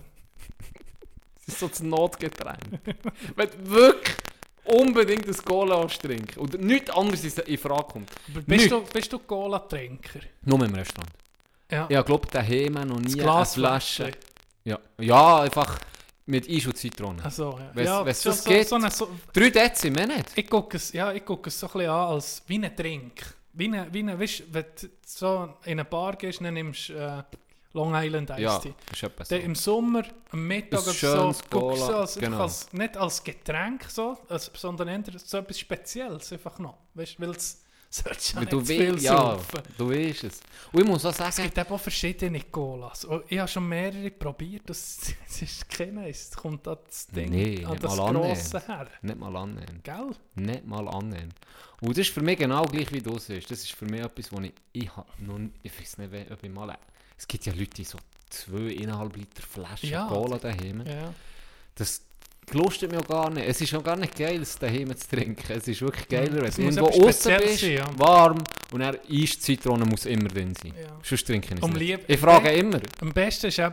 Das ist so das Notgetränk. Wenn du wirklich unbedingt ein Cola trinken und nichts anderes in Frage kommt. Bist du Cola-Trinker? Nur im Restaurant. Ja. Ich glaube, daheim noch nie eine Flasche. Ja. Ja, einfach mit Eis und Zitrone. Also, ja. Wenn es das geht, 3 Dezi, mehr nicht. Ich gucke es so ein bisschen an als wie ein Trink. Weißt, wenn du so in eine Bar gehst, dann nimmst du Long Island Iced Tea. Ist etwas so. Im Sommer, am Mittag oder so, guckst du so nicht als Getränk, sondern eher so etwas Spezielles einfach noch. Weißt, weil es du willst, ja, du weißt es. Und ich muss auch sagen... Es gibt eben auch verschiedene Colas. Ich habe schon mehrere probiert, das ist kein Es kommt an das Ding, an das Grosse her. Nicht mal annehmen. Gell? Nicht mal annehmen. Und das ist für mich genau gleich wie du siehst. Das ist für mich etwas, wo ich weiß nicht, ob ich mal... Es gibt ja Leute, die so 2,5 Liter Flaschen Cola daheim. Ja. Das lustet mich auch gar nicht. Es ist auch gar nicht geil, es daheim zu trinken. Es ist wirklich geiler, wenn du irgendwo außen bist, warm und dann Eis-Zitrone muss immer drin sein. Ja. Sonst trinke ich nicht. Ich frage immer. Am besten ist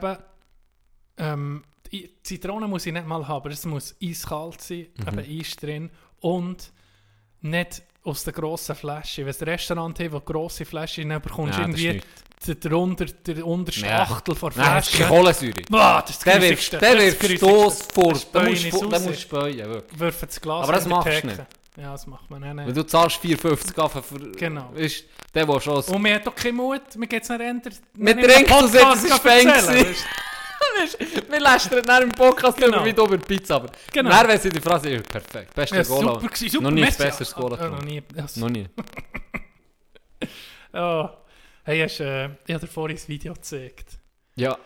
eben, Zitrone muss ich nicht mal haben, es muss eiskalt sein, eben Eis drin und nicht aus der grossen Flasche. Wenn du ein Restaurant hast, wo du grosse Flaschen bekommst, irgendwie der unterste Achtel von der Flasche. Das ist keine Kohlensäure. Boah, das ist der wirft Stoss fort. Da musst du späuen. Wirf das Glas. Aber das machst du nicht. Ja, das macht man nicht. Weil du zahlst 4,50 Gaffen für... Genau. Weißt, der, der schon... Und wir haben doch keinen Mut. Wir gehen jetzt nicht ändern. Wir trinken es, das ist Fängst. Wir lästern dann im Podcast über wie über die Pizza. Aber dann, wenn sie die Frage ist, perfekt. Beste Cola. Super, noch nie ein besseres Cola. Noch nie. Oh. Hey, ich habe dir vorhin ein Video gezeigt. Ja.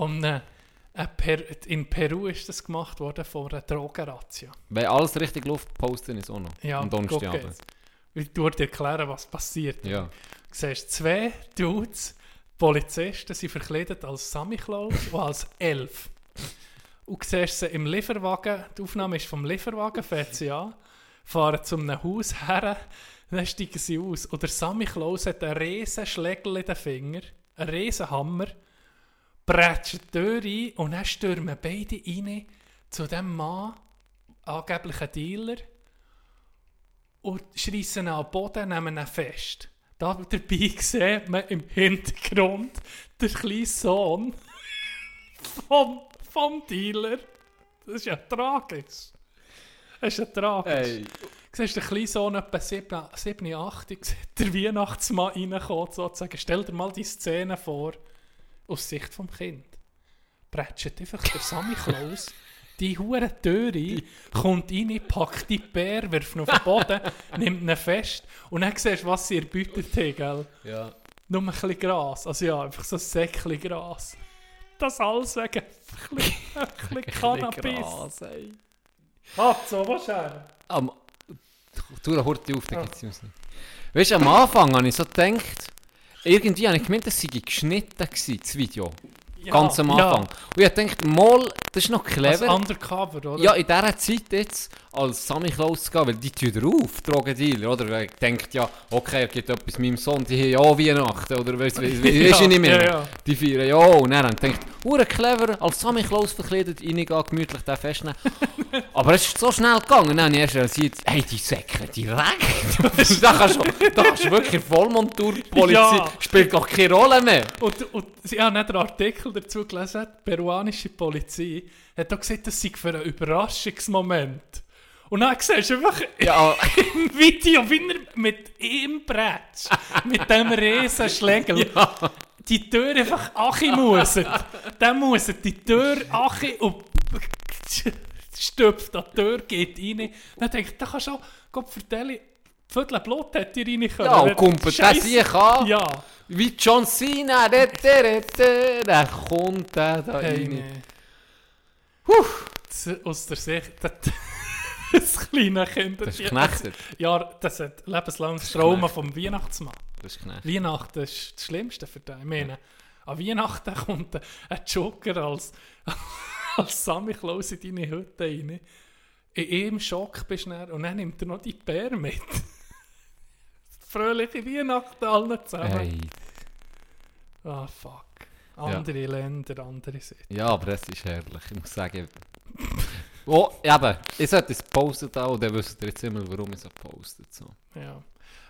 In Peru ist das gemacht worden von einer Drogenrazzia. Wenn alles richtig läuft, posten ist auch noch. Ja, am Donnerstag. Ich tue dir erklären, was passiert. Ja. Du siehst 2 Dudes, Polizisten, sind verkleidet als Santa Claus und als Elf. Und du siehst sie im Lieferwagen, die Aufnahme ist vom Lieferwagen, fährt sie an, fahren zu einem Haus her, dann steigen sie aus. Und der Santa Claus hat einen riesen Schlägel in den Finger, einen riesen Hammer, prätscht die Tür ein und dann stürmen beide rein zu diesem Mann, angeblichen Dealer, und schreissen ihn an den Boden, nehmen ihn fest. Dabei sieht man im Hintergrund den kleinen Sohn vom Dealer. Das ist ja tragisch. Das ist ja tragisch. Hey. Du siehst den kleinen Sohn etwa 7, 8, der Weihnachtsmann reinkommt, sozusagen. Stell dir mal die Szene vor. aus Sicht vom Kind, prätscht einfach der Sammy Klaus die hure Tür ein, kommt rein, packt die Bär, wirft ihn auf den Boden, nimmt ihn fest und dann siehst du, was sie erbeutet haben, gell? Ja. Nur ein bisschen Gras, also ja, einfach so ein Säckchen Gras. Das alles wegen ein bisschen Cannabis. So, was her? Tu da Horti auf, dann gibt's uns nicht. Weißt du, am Anfang habe ich so gedacht, irgendwie habe ich gemeint, das sei geschnitten gewesen, das Video. Ja, Ganz am Anfang. Und ich dachte, mal, das ist noch Als clever. Undercover, oder? Ja, in dieser Zeit jetzt als Sammy Klaus zu gehen, weil die tun drauf, Drogendealer, oder? Ich denke ja, okay, er gibt etwas meinem Sohn, die haben ja auch Weihnachten, oder weißt du nicht mehr? Ja. Die feiern ja auch. Und dann habe ich gedacht, clever, als Sammy Klaus verkleidet, reingehen, gemütlich den festnehmen. Aber es ist so schnell gegangen, dann habe ich erst realisiert, hey, die Säcke direkt. da kannst du wirklich Vollmontur, Polizei, spielt gar keine Rolle mehr. Und ich habe nicht einen Artikel dazu gelesen, die peruanische Polizei hat auch gesagt, das sei für einen Überraschungsmoment. Und dann siehst du einfach im Video, wie er mit ihm Bretsch, mit dem Riesenschlägel, die Tür einfach achi-muset. Dann muss die Tür achi und stöpft an die Tür, geht rein. Dann denke ich, da kannst du auch, Gott vertellen, Viertel Blut hätte rein können. Ja, und kumpelt der sich an. Ja. Wie John Cena, dann kommt der da rein. Aus der Sicht, das kleine Kind. Das ist knechtet. Ja, das hat lebenslanges Trauma vom Weihnachtsmann. Das ist knechtet. Weihnachten ist das Schlimmste für dich. Ich meine, an Weihnachten kommt ein Joker als Sammy Klaus in deine Hütte rein. In ihm Schock bist du dann, und dann nimmt er noch die Bär mit. Fröhliche Weihnachten allen zusammen. Hey. Ah, fuck. Andere Länder, andere Seiten. Ja, aber das ist herrlich. Ich muss sagen... Oh, eben. Ich sollte es posten da und dann wisst ihr jetzt immer, warum ich es postet. So. Ja.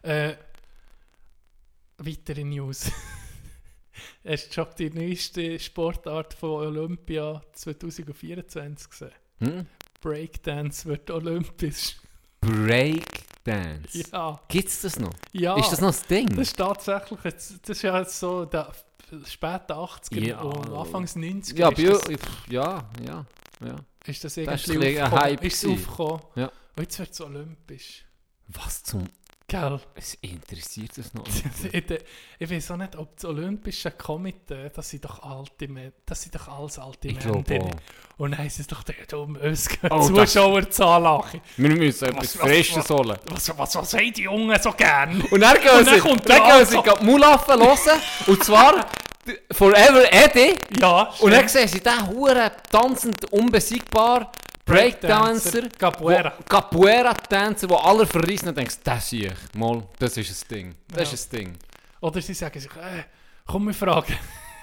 Weitere News. Hast du schon die neueste Sportart von Olympia 2024 gesehen? Breakdance wird olympisch. Breakdance? Ja. Gibt es das noch? Ja. Ist das noch das Ding? Das ist tatsächlich, das ist ja so der späten 80er und Anfangs 90er. Ja. Ist das Das irgendwie ist ein Hype ist es aufgekommen? Ja. Und jetzt wird es olympisch. Was zum... Gell? Es interessiert es noch. Ich weiß auch nicht, ob das Olympische Komitee, das sind doch alles alte Ich Männer. glaube Und dann heisst es doch, uns Oh, Zuschauerzahl lachen. Wir müssen etwas Frisches holen. Was haben die Jungen so gern? Und dann gehen sie die Mulaffen hören. Und zwar Forever Eddie. Ja, und dann sehen sie den Huren tanzend unbesiegbar Breakdancer, Capoeira-Tänzer, wo alle verreisen und denkst, das sehe ich. Mal, das ist ein Ding. Das ist ein Ding. Oder sie sagen sich, komm, wir fragen.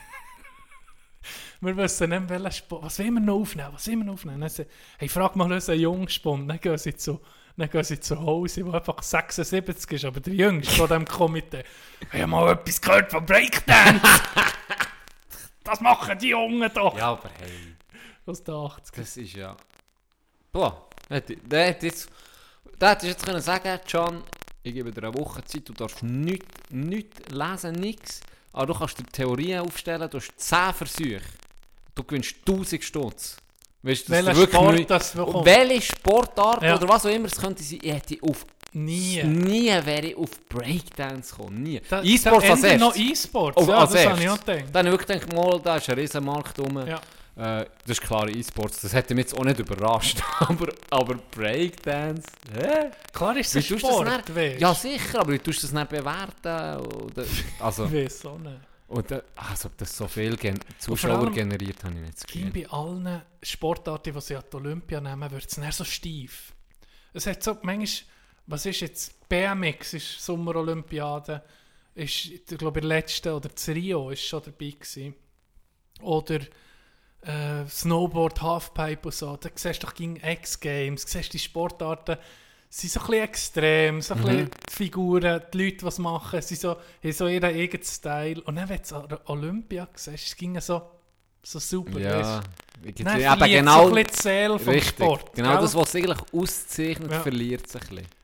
Wir wissen nicht, welchen Sport. Was wollen wir noch aufnehmen? Dann sagen, hey, frag mal unseren Jungspund. Dann gehen sie zu Hause, der einfach 76 ist, aber der Jüngste von diesem Komitee. Ich habe mal etwas gehört von Breakdance. Das machen die Jungen doch. Ja, aber hey. Aus den 80ern. Das ist ja... Boah, der hätte jetzt können sagen, Can, ich gebe dir eine Woche Zeit, du darfst nichts lesen, nichts. Aber du kannst dir Theorien aufstellen, du hast 10 Versuche. Du gewinnst 1000 Stutz. Weißt du, welche Sportart oder was auch immer es könnte sein, ich hätte nie wäre ich auf Breakdance gekommen. Nie. E-Sports als erstes. Noch E-Sports, das habe ich auch gedacht. Dann habe ich wirklich gedacht, mal, da ist ein Riesenmarkt rum. Ja. Das ist klar E-Sports, das hätte mich jetzt auch nicht überrascht. aber Breakdance, Klar ist es ein Sport, weißt. Ja sicher, aber wie tust du das nicht bewerten? Oder, also, ich weiß auch nicht. Und, also, ob das so viel Zuschauer generiert, habe ich nicht gesehen. Bei allen Sportarten, die sie an die Olympia nehmen, wird es dann so steif. Es hat so, manchmal, was ist jetzt, BMX ist Sommerolympiade, ist, ich glaube, der letzte, oder das Rio ist schon dabei gewesen. Oder Snowboard, Halfpipe und so, da siehst du doch gegen X-Games, siehst die Sportarten, sind so ein bisschen extrem, so ein bisschen die Figuren, die Leute, die es machen, sie haben so ihren eigenen Style. Und dann, wenn du an der Olympia siehst, es ging so super. Ja, dann eben verliert genau, so ein bisschen die Seele vom Sport. Genau gell? das, was es eigentlich auszeichnet, verliert sich ein bisschen.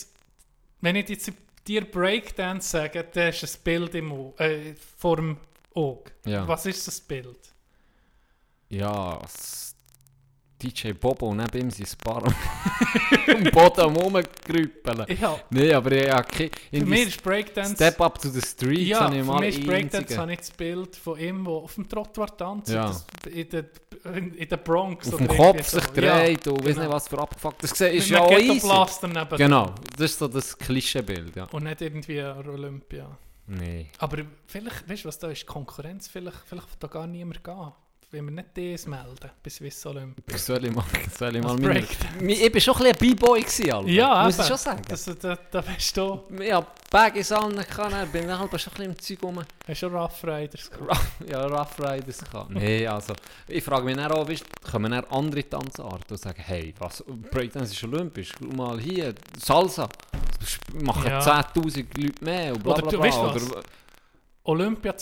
Wenn ich jetzt dir Breakdance sage, dann ist ein Bild vor dem auch. Ja. Was ist das Bild? Ja, DJ Bobo neben ihm sein Bar am Boden am rumgrüppeln. Ja. Nein, aber ich habe keine... Für mich ist Breakdance... Step Up to the Streets Ja, habe ich für mal mich ist Breakdance einzigen. habe ich das Bild von ihm, der auf dem Trottoir tanzt. Ja. Das, in der Bronx. Auf oder dem Kopf irgendwie sich so. dreht und weiss genau. nicht was für abgefuckt. Das ist Mit ja einem auch easy. Ghetto-Blaster neben. Genau, das ist so das Klischeebild, ja. Und nicht irgendwie an Olympia. Nee. Aber vielleicht, weißt du was da ist, Konkurrenz, vielleicht will da gar niemand gehen. Wenn wir nicht das melden, bis Swiss Olympia. Soll ich mal Als meine... Breakdance. Ich war schon ein bisschen ein B-Boy gewesen, Alter. Ja, muss ich eben. schon sagen. Da weißt du, Ich habe Baggies an, bin ich halb schon ein bisschen im Zeug rum. hast du schon Rough Riders gehabt. Ja, Rough Riders gehabt. Nee, also, ich frage mich dann auch, weißt, kommen dann andere Tanzarten und sagen, hey, was, Breakdance ist olympisch, schau mal hier, Salsa, machen Ja. 10'000 Leute mehr und bla Oder bla du- bla. weißt du was? Oder Olympia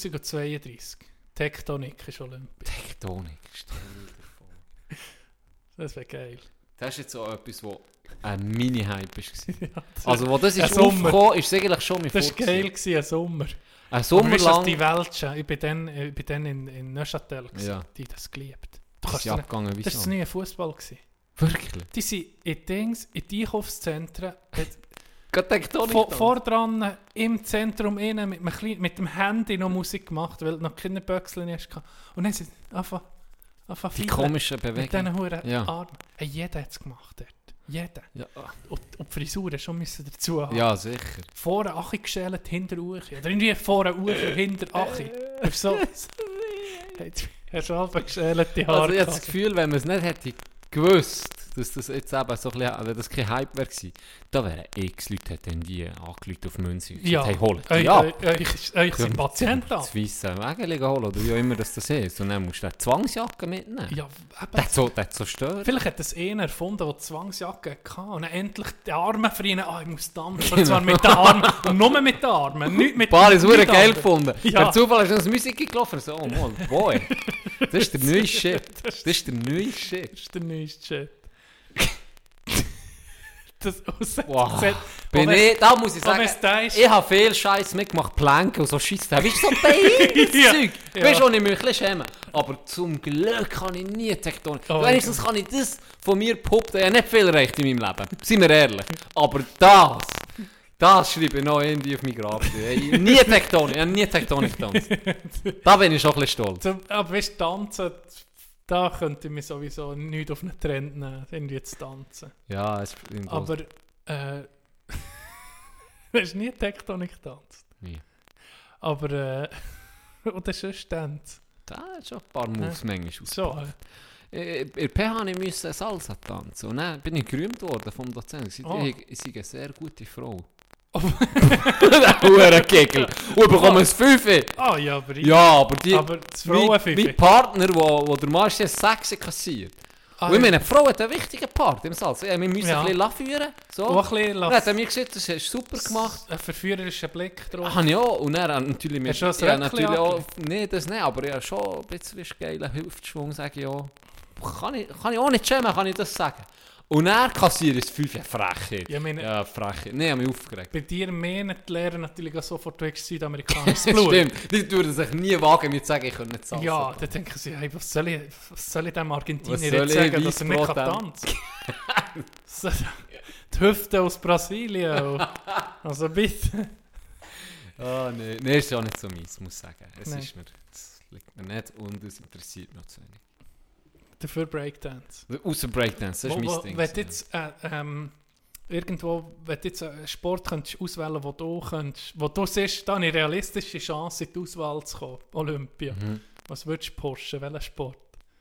2032. Tektonik ist Olympia. Tektonik, stell dir vor. Das wäre geil. Das ist jetzt auch etwas, wo ein Mini-Hype war. Ja, das Also, wo das Ein ist Sommer. aufgekommen, ist es eigentlich schon mit das war geil, gewesen, ein Sommer. Ein Aber Sommer weißt du, was lang die Welschen, ich bin dann in Neuchâtel, gewesen, Ja. die das geliebt. ist Du kannst sie dir nicht- abgegangen. das war Wieso? das neue Fußball. Gewesen. Wirklich? Die sind in die Einkaufszentren, Gerade Tektonik. vor dran im Zentrum innen mit dem Handy noch Musik gemacht, weil du noch keine Böckchen hast. Und dann sind sie einfach Die feiern komischen mit Bewegungen. diesen Huren Ja. Armen. Hey, jeder hat es gemacht dort. Jeder. Ja. Und die Frisuren schon müssen dazu haben. Ja, sicher. Vorne Achi geschält, hinter Uchi. Oder irgendwie vorne Uchi, hinter Achi. Weißt du, so. Hey, du hast halb geschält die Haare. Also ich habe das gehabt. Gefühl, wenn man es nicht hätte gewusst, dass das jetzt eben so ein bisschen, wenn das kein Hype wäre gewesen, da wären x Leute hätten die angerufen auf Münze und Ja. gesagt, hey, hol Euch die ab. sind Patienten an. Das weisse Wägeli holen oder wie auch immer das ist. Und dann musst du eine Zwangsjacke mitnehmen. Ja, Das hat so stört. vielleicht hat das einer erfunden, der Zwangsjacke hatte. Und dann endlich die Arme für ihn. Ich muss tanzen. Genau. Und zwar mit den Armen. Und nur mit den Armen. Nicht mit Paar ist nicht verdammt geil anderen. gefunden. Ja. Per Zufall ist uns Musik gelaufen. So, oh Mann, boy. Das ist der neue Shit. Das ist der neue Shit. Das ist der neueste Shit. Das Wow. das- Bin Oh, ich, da muss ich oh, sagen, wenn's da ist- ich habe viel Scheiß mitgemacht, Planken und so Scheiß. Weißt du, so behindertes Ja, Zeug. ja. Weißt du, wo ich mich ein bisschen schäme. Aber zum Glück kann ich nie Tektonik. Oh, Wenigstens kann ich das von mir behaupten. Ich habe nicht viel erreicht in meinem Leben. Seien wir ehrlich. Aber das schreibe ich noch irgendwie auf mein Grab. Nie Tektonik. Ich habe nie Tektonik getanzt. Da bin ich schon ein bisschen stolz. Aber weißt du, tanzen, da könnte ich mir sowieso nichts auf einen Trend nehmen, irgendwie zu tanzen. Ja, es Aber, du hast nie Tektonik getanzt. Nie. Aber, oder sonst Tanz. Da hat schon ein paar Moves manchmal aus. So, In der PH musste ich Salsa tanzen. Und dann bin ich gerühmt worden vom Dozenten. Ich Oh. sei eine sehr gute Frau. Der Hurenkegel. Und ich bekomme ein Fünfe. Ah ja, aber ich... Ja, aber die... Aber das Frauenpfeife. mein Partner, wo der Mann ist, hat 6 kassiert. Ah, Und ich meine, die Frau hat einen wichtigen Part im Salz. Ja, wir müssen Ja. ein bisschen führen. So. auch ein bisschen Und dann hat er mir gesagt, das hast du super gemacht. Ein verführerischer Blick drauf. Habe ich auch. Und dann natürlich... Hast du das ja, Röckchen natürlich auch... angelegt? Nein, das nicht. Aber ich habe schon ein bisschen geilen Hüftschwung, sage ich auch. Kann ich auch nicht schämen, kann ich das sagen. Und dann kassiere ich das 5. Frechheit. Ja, meine- Ja, Frechheit. Nein, ich habe mich aufgeregt. Bei dir meinen die Lehrer natürlich auch sofort, du hast südamerikanisches Blut. Stimmt. Die würden sich nie wagen, mir zu sagen, ich könnte nicht Salsa Ja, tanzen. dann denken sie, hey, was soll ich dem Argentinier Was soll jetzt ich, sagen, dass er nicht Weissbrot kann tanzen kann? Die Hüfte aus Brasilien. Und, also bitte. Ah, nein. Nein, ist ja nicht so meins, muss ich sagen. Es Nein. ist mir... Es liegt mir nicht und es interessiert mich auch zu wenig. Dafür Breakdance. Außer Breakdance, das ist mein Ding. Wenn du jetzt irgendwo, wenn du jetzt einen Sport könntest auswählen wo du siehst, da eine realistische Chance in die Auswahl zu kommen, Olympia. Mhm. Was würdest du pushen? Welchen Sport?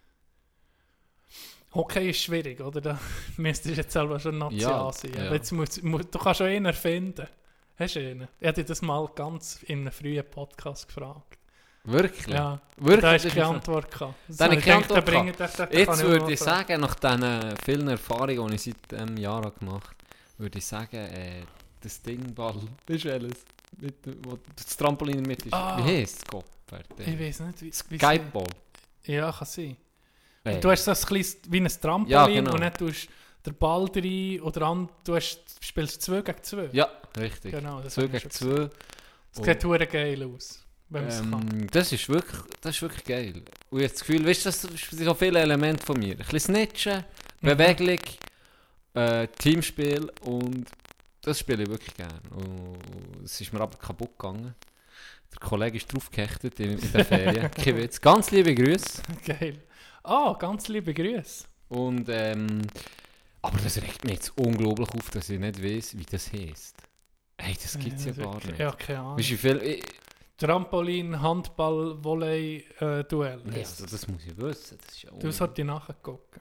Hockey ist schwierig, oder? Da müsstest du jetzt selber schon Nazi Ja, sein. ja. Aber jetzt du kannst schon einen erfinden. Hast du einen? Ich hatte das mal ganz in einem frühen Podcast gefragt. Wirklich? Ja, Wirklich? da hast du Das keine ist Antwort gehabt. Da habe ich keine Antwort Jetzt würde würde ich sagen, nach diesen vielen Erfahrungen, die ich seit diesem Jahr habe gemacht habe, würde ich sagen, das Dingball, weißt du welches? Wo das Trampolin in der Mitte ist. Ah. Wie heisst es? Gott, Ich weiß nicht, wie Skypeball. Ja, kann sein. Hey. Du hast so ein kleines, wie ein Trampolin Ja, genau. und dann tust du den Ball rein oder spielst 2 gegen 2. Ja, richtig. Genau, das 2 habe ich gegen schon 2. Das sieht verdammt geil aus. wenn man es kann. Das ist wirklich geil. Und ich habe das Gefühl, weißt du, das sind so viele Elemente von mir. Ein bisschen Snitchen, Bewegung, Teamspiel und das spiele ich wirklich gerne. Und es ist mir aber kaputt gegangen. Der Kollege ist drauf gehechtet in der Ferien. Kein Witz. Ganz liebe Grüße. Geil. Ganz liebe Grüße. Und, aber das regt mich jetzt unglaublich auf, dass ich nicht weiss, wie das heisst. Hey, das gibt es ja gar nicht. Ja, keine Ahnung. Weißt du, wie viel... Trampolin, Handball, Volley, Duell. Das muss ich wissen. Das ist ja du solltest nachgucken.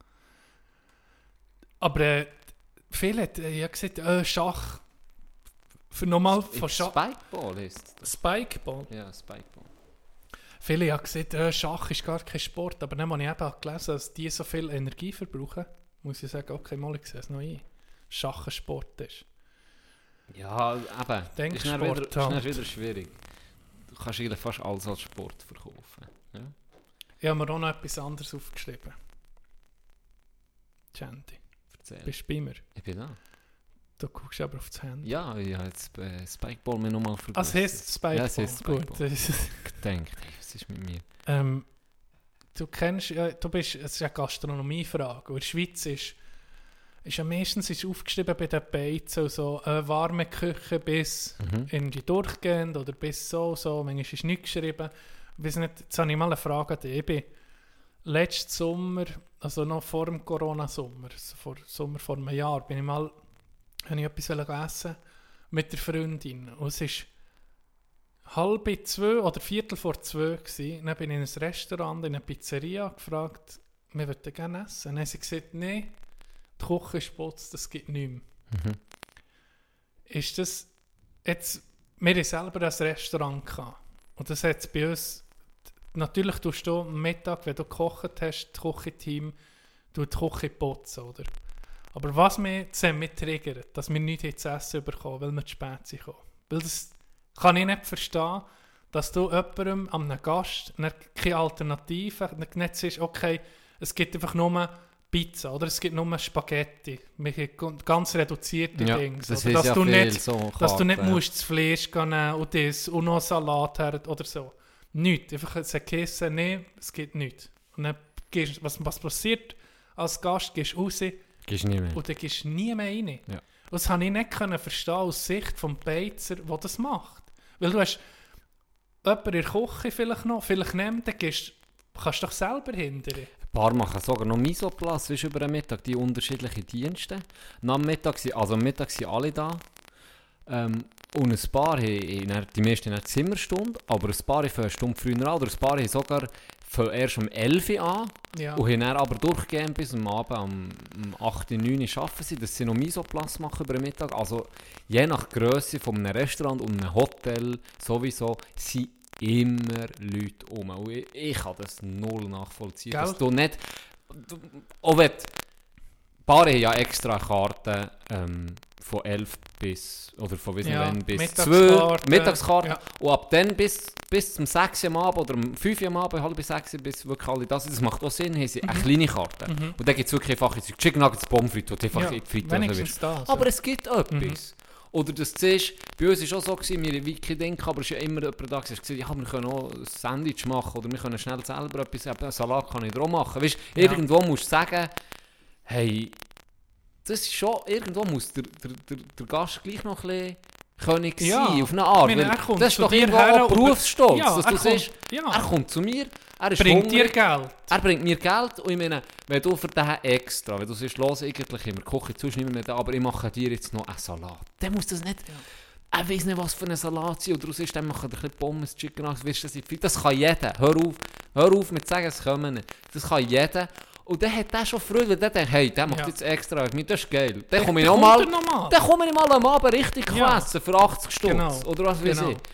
Aber viele haben ja gesagt, Schach. Für nochmal von Schach. Spikeball ist das. Spikeball? Ja, Spikeball. Viele haben gesagt, Schach ist gar kein Sport. Aber dann habe ich eben gelesen, dass die so viel Energie verbrauchen. Muss ich sagen, okay, mal, ich sehe es noch ein. Schach ein Sport ist. Ja, eben. Denksport ist dann wieder schwierig. Du kannst eigentlich fast alles als Sport verkaufen. Ja? Ich habe mir auch noch etwas anderes aufgeschrieben. Chandy. Erzähl. Bist du bei mir? Ich bin da. Du guckst aber auf das Handy. Ja, ich habe jetzt Spikeball mir nochmal vergessen. Es heisst Spikeball? Ja, es heisst Spikeball. Gut. Ich gedacht, hey, was ist mit mir? Du kennst, ja, es ist eine Gastronomiefrage. Und in der Schweiz ist ja meistens aufgeschrieben bei den Beizen so warme Küche bis irgendwie durchgehend oder bis so. Manchmal ist nichts geschrieben. Ich weiss nicht, jetzt habe ich mal eine Frage an dich. Ich bin letzten Sommer, also noch vor dem Corona-Sommer, also Sommer vor einem Jahr, habe ich etwas essen mit der Freundin. Und es war 1:30 oder 1:45 gewesen. Dann bin ich in ein Restaurant, in eine Pizzeria gefragt, wir würden gerne essen. Dann haben sie gesagt, nein, die Küche ist putzt, das gibt nichts mehr. Ist das jetzt, wir hatten selber ein Restaurant gehabt. Und das hat es bei uns, natürlich tust du am Mittag, wenn du gekocht hast, das Küchenteam, die Küche putzen, oder? Aber was mich triggert, dass wir nichts zu essen bekommen, weil wir zu spät sind. Weil das kann ich nicht verstehen, dass du jemandem, einem Gast, keine Alternative, nicht sagst, okay, es gibt einfach nur Pizza oder es gibt nur Spaghetti. Ganz reduzierte Dinge. Das oder dass, du nicht, so dass du nicht musst das Fleisch nehmen und das und noch Salat her oder so. Nichts. Einfach sagen, nein, es gibt nichts. Und dann gehst, was passiert als Gast, gehst du raus, gehst nie mehr. und dann gehst du nie mehr rein. Ja. Das habe ich nicht verstehen aus Sicht des Beizer, der das macht. Weil du hast jemanden in der Küche vielleicht nehmen, dann kannst du doch selber hindern. Ein paar machen sogar noch Misoplatz über den Mittag, die unterschiedlichen Dienste. Am Mittag sind alle da. Und ein paar haben die meisten eine Zimmerstunde, aber ein paar fangen eine Stunde früher an. Oder ein paar haben sogar erst um 11 Uhr an und haben dann aber durchgehend bis am Abend um 8, 9 Uhr arbeiten sie, dass sie noch Misoplatz machen über den Mittag. Also je nach Grösse von einem Restaurant und einem Hotel sowieso sind immer Leute um. Und ich kann das null nachvollziehen. Dass du nicht... Auch wenn... Paar haben ja extra Karten von 11 bis... Oder von wann bis 2. Mittagskarten. Ja. Und ab dann bis zum 6 Uhr am Abend oder um 5 Uhr am Abend, halb bis 6 Uhr, bis wirklich alle das macht auch Sinn, haben sie eine kleine Karte. Und dann gibt es wirklich einfach Chicken Nuggets, Pommes frites, wo du einfach in die Fritteuse wirst. Aber es gibt etwas. Oder das siehst, bei uns war es auch so, wir haben wirklich denken, aber es ist ja immer jemand da, der gesagt, ja, wir können auch ein Sandwich machen oder wir können schnell selber etwas, einen Salat kann ich auch machen. Weißt, irgendwo musst du sagen, hey, das ist schon, irgendwo muss der Gast gleich noch ein bisschen König sein, auf eine Art. Weil das ist doch irgendwo auch Berufsstolz, dass du siehst, er kommt zu mir, er ist bringt hungrig, dir Geld. Er bringt mir Geld und ich meine, wenn du für den extra, wenn du sagst, los, eigentlich immer koche ich nicht mehr, aber ich mache dir jetzt noch einen Salat, dann muss das nicht... Er weiss nicht, was für ein Salat ist, oder du sagst, dann machen wir ein bisschen Pommes, Chicken Nuggets, das kann jeder. Hör auf mit zu sagen, es kommen nicht. Das kann jeder. Und dann hat der schon Freude, weil der denkt, hey, der macht jetzt extra, das ist geil. Dann komme ich mal am Abend richtig essen für 80 Stutz. Genau. Oder was weiß ich.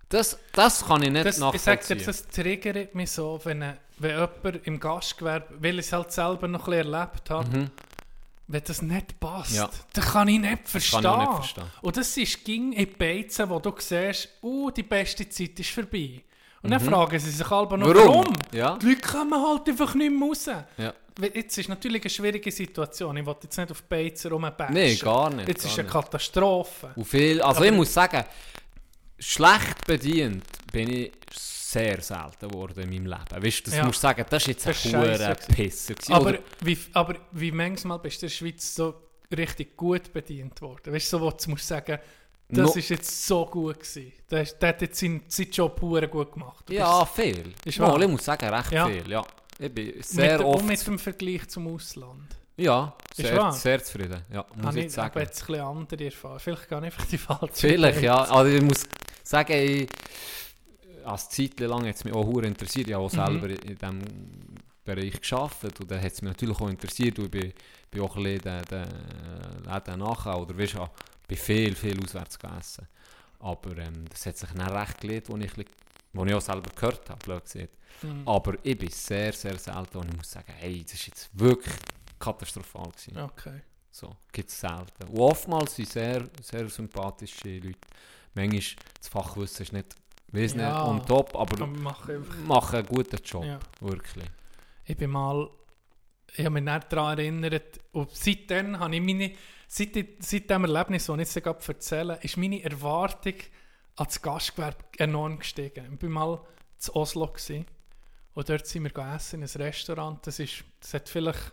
Das kann ich nicht nachvollziehen. Ich sage dir, das triggert mich so, wenn jemand im Gastgewerbe, weil ich es halt selber noch ein bisschen erlebt habe, wenn das nicht passt, dann kann ich nicht verstehen. Und das ist ging in Beizen, wo du siehst, die beste Zeit ist vorbei. Und dann fragen sie sich alle noch, warum? Ja. Die Leute kommen halt einfach nicht mehr raus. Ja. Jetzt ist natürlich eine schwierige Situation. Ich will jetzt nicht auf Beizen rumbashen. Nein, gar nicht. Jetzt ist eine Katastrophe. Und viel, also ich muss sagen, schlecht bedient bin ich sehr selten geworden in meinem Leben. Weißt du, das musst du sagen, das ist jetzt ein hoher Pisser gewesen. Aber wie manchmal bist du in der Schweiz so richtig gut bedient worden? Weißt du, so, wo du musst sagen, das ist jetzt so gut gewesen. Der hat jetzt seinen Job pur gut gemacht. Ja, viel. Ich muss sagen, recht viel. Ja. Ich bin sehr oft... Und mit dem Vergleich zum Ausland. Ja, sehr zufrieden. Ja, muss ich sagen. Ich habe jetzt ein bisschen andere Erfahrungen. Vielleicht gar nicht einfach die falsche. Vielleicht, ja. Also ich muss sagen, ich als Zeit lang hat es mich auch sehr interessiert. Ich habe auch selber in diesem Bereich gearbeitet und dann hat es mich natürlich auch interessiert. Und ich bin auch ein bisschen den Läden nachher. Oder weißt du, bei viel auswärts gegessen. Aber das hat sich dann recht gelegt, wo ich auch selber gehört habe, blöd gesagt. Aber ich bin sehr, sehr selten und ich muss sagen, hey, das ist jetzt wirklich katastrophal gewesen. Okay. So, gibt es selten. Und oftmals sind sehr, sehr sympathische Leute. Manchmal, das Fachwissen ist nicht, weiss nicht on top, aber machen einen guten Job. Ja. Wirklich. Ich habe mich nicht daran erinnert, und seitdem habe ich seit dem Erlebnis, das ich jetzt gerade erzähle, ist meine Erwartung an das Gastgewerbe enorm gestiegen. Ich war mal in Oslo gewesen, und dort sind wir essen in einem Restaurant. Das hat vielleicht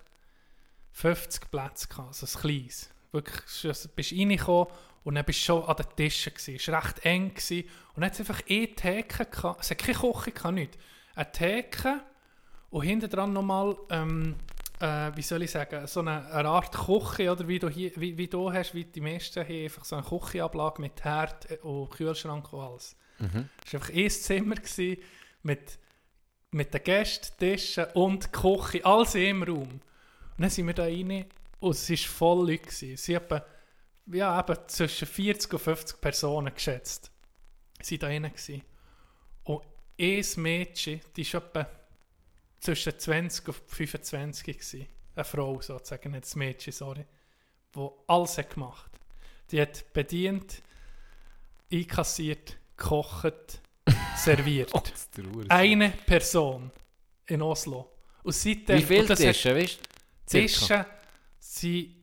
50 Plätze gehabt, also ein kleines. Wirklich, du bist reingekommen und dann bist du schon an den Tischen gewesen. Es war recht eng gewesen. Und dann hat es einfach Theke gehabt. Es hat keine Küche gehabt, nichts. Eine Theke und hinten dran nochmal, wie soll ich sagen, so eine Art Küche, oder wie du hast, wie die meisten hier, einfach so eine Küchenablage mit Herd und Kühlschrank und alles. Es war einfach ein Zimmer gewesen, mit den Gästen, Tischen und Küche, alles in einem Raum. Und dann sind wir da rein und es war voll Leute gewesen. Es waren etwa zwischen 40 und 50 Personen geschätzt. Sie waren da rein. Und ein Mädchen, die war etwa zwischen 20 und 25 gewesen. Eine Frau sozusagen, nicht das Mädchen, sorry. Die alles hat gemacht. Die hat bedient, einkassiert, gekocht, serviert. Eine Person in Oslo. Und seitdem, wie viele Tische, weißt du? Tische sind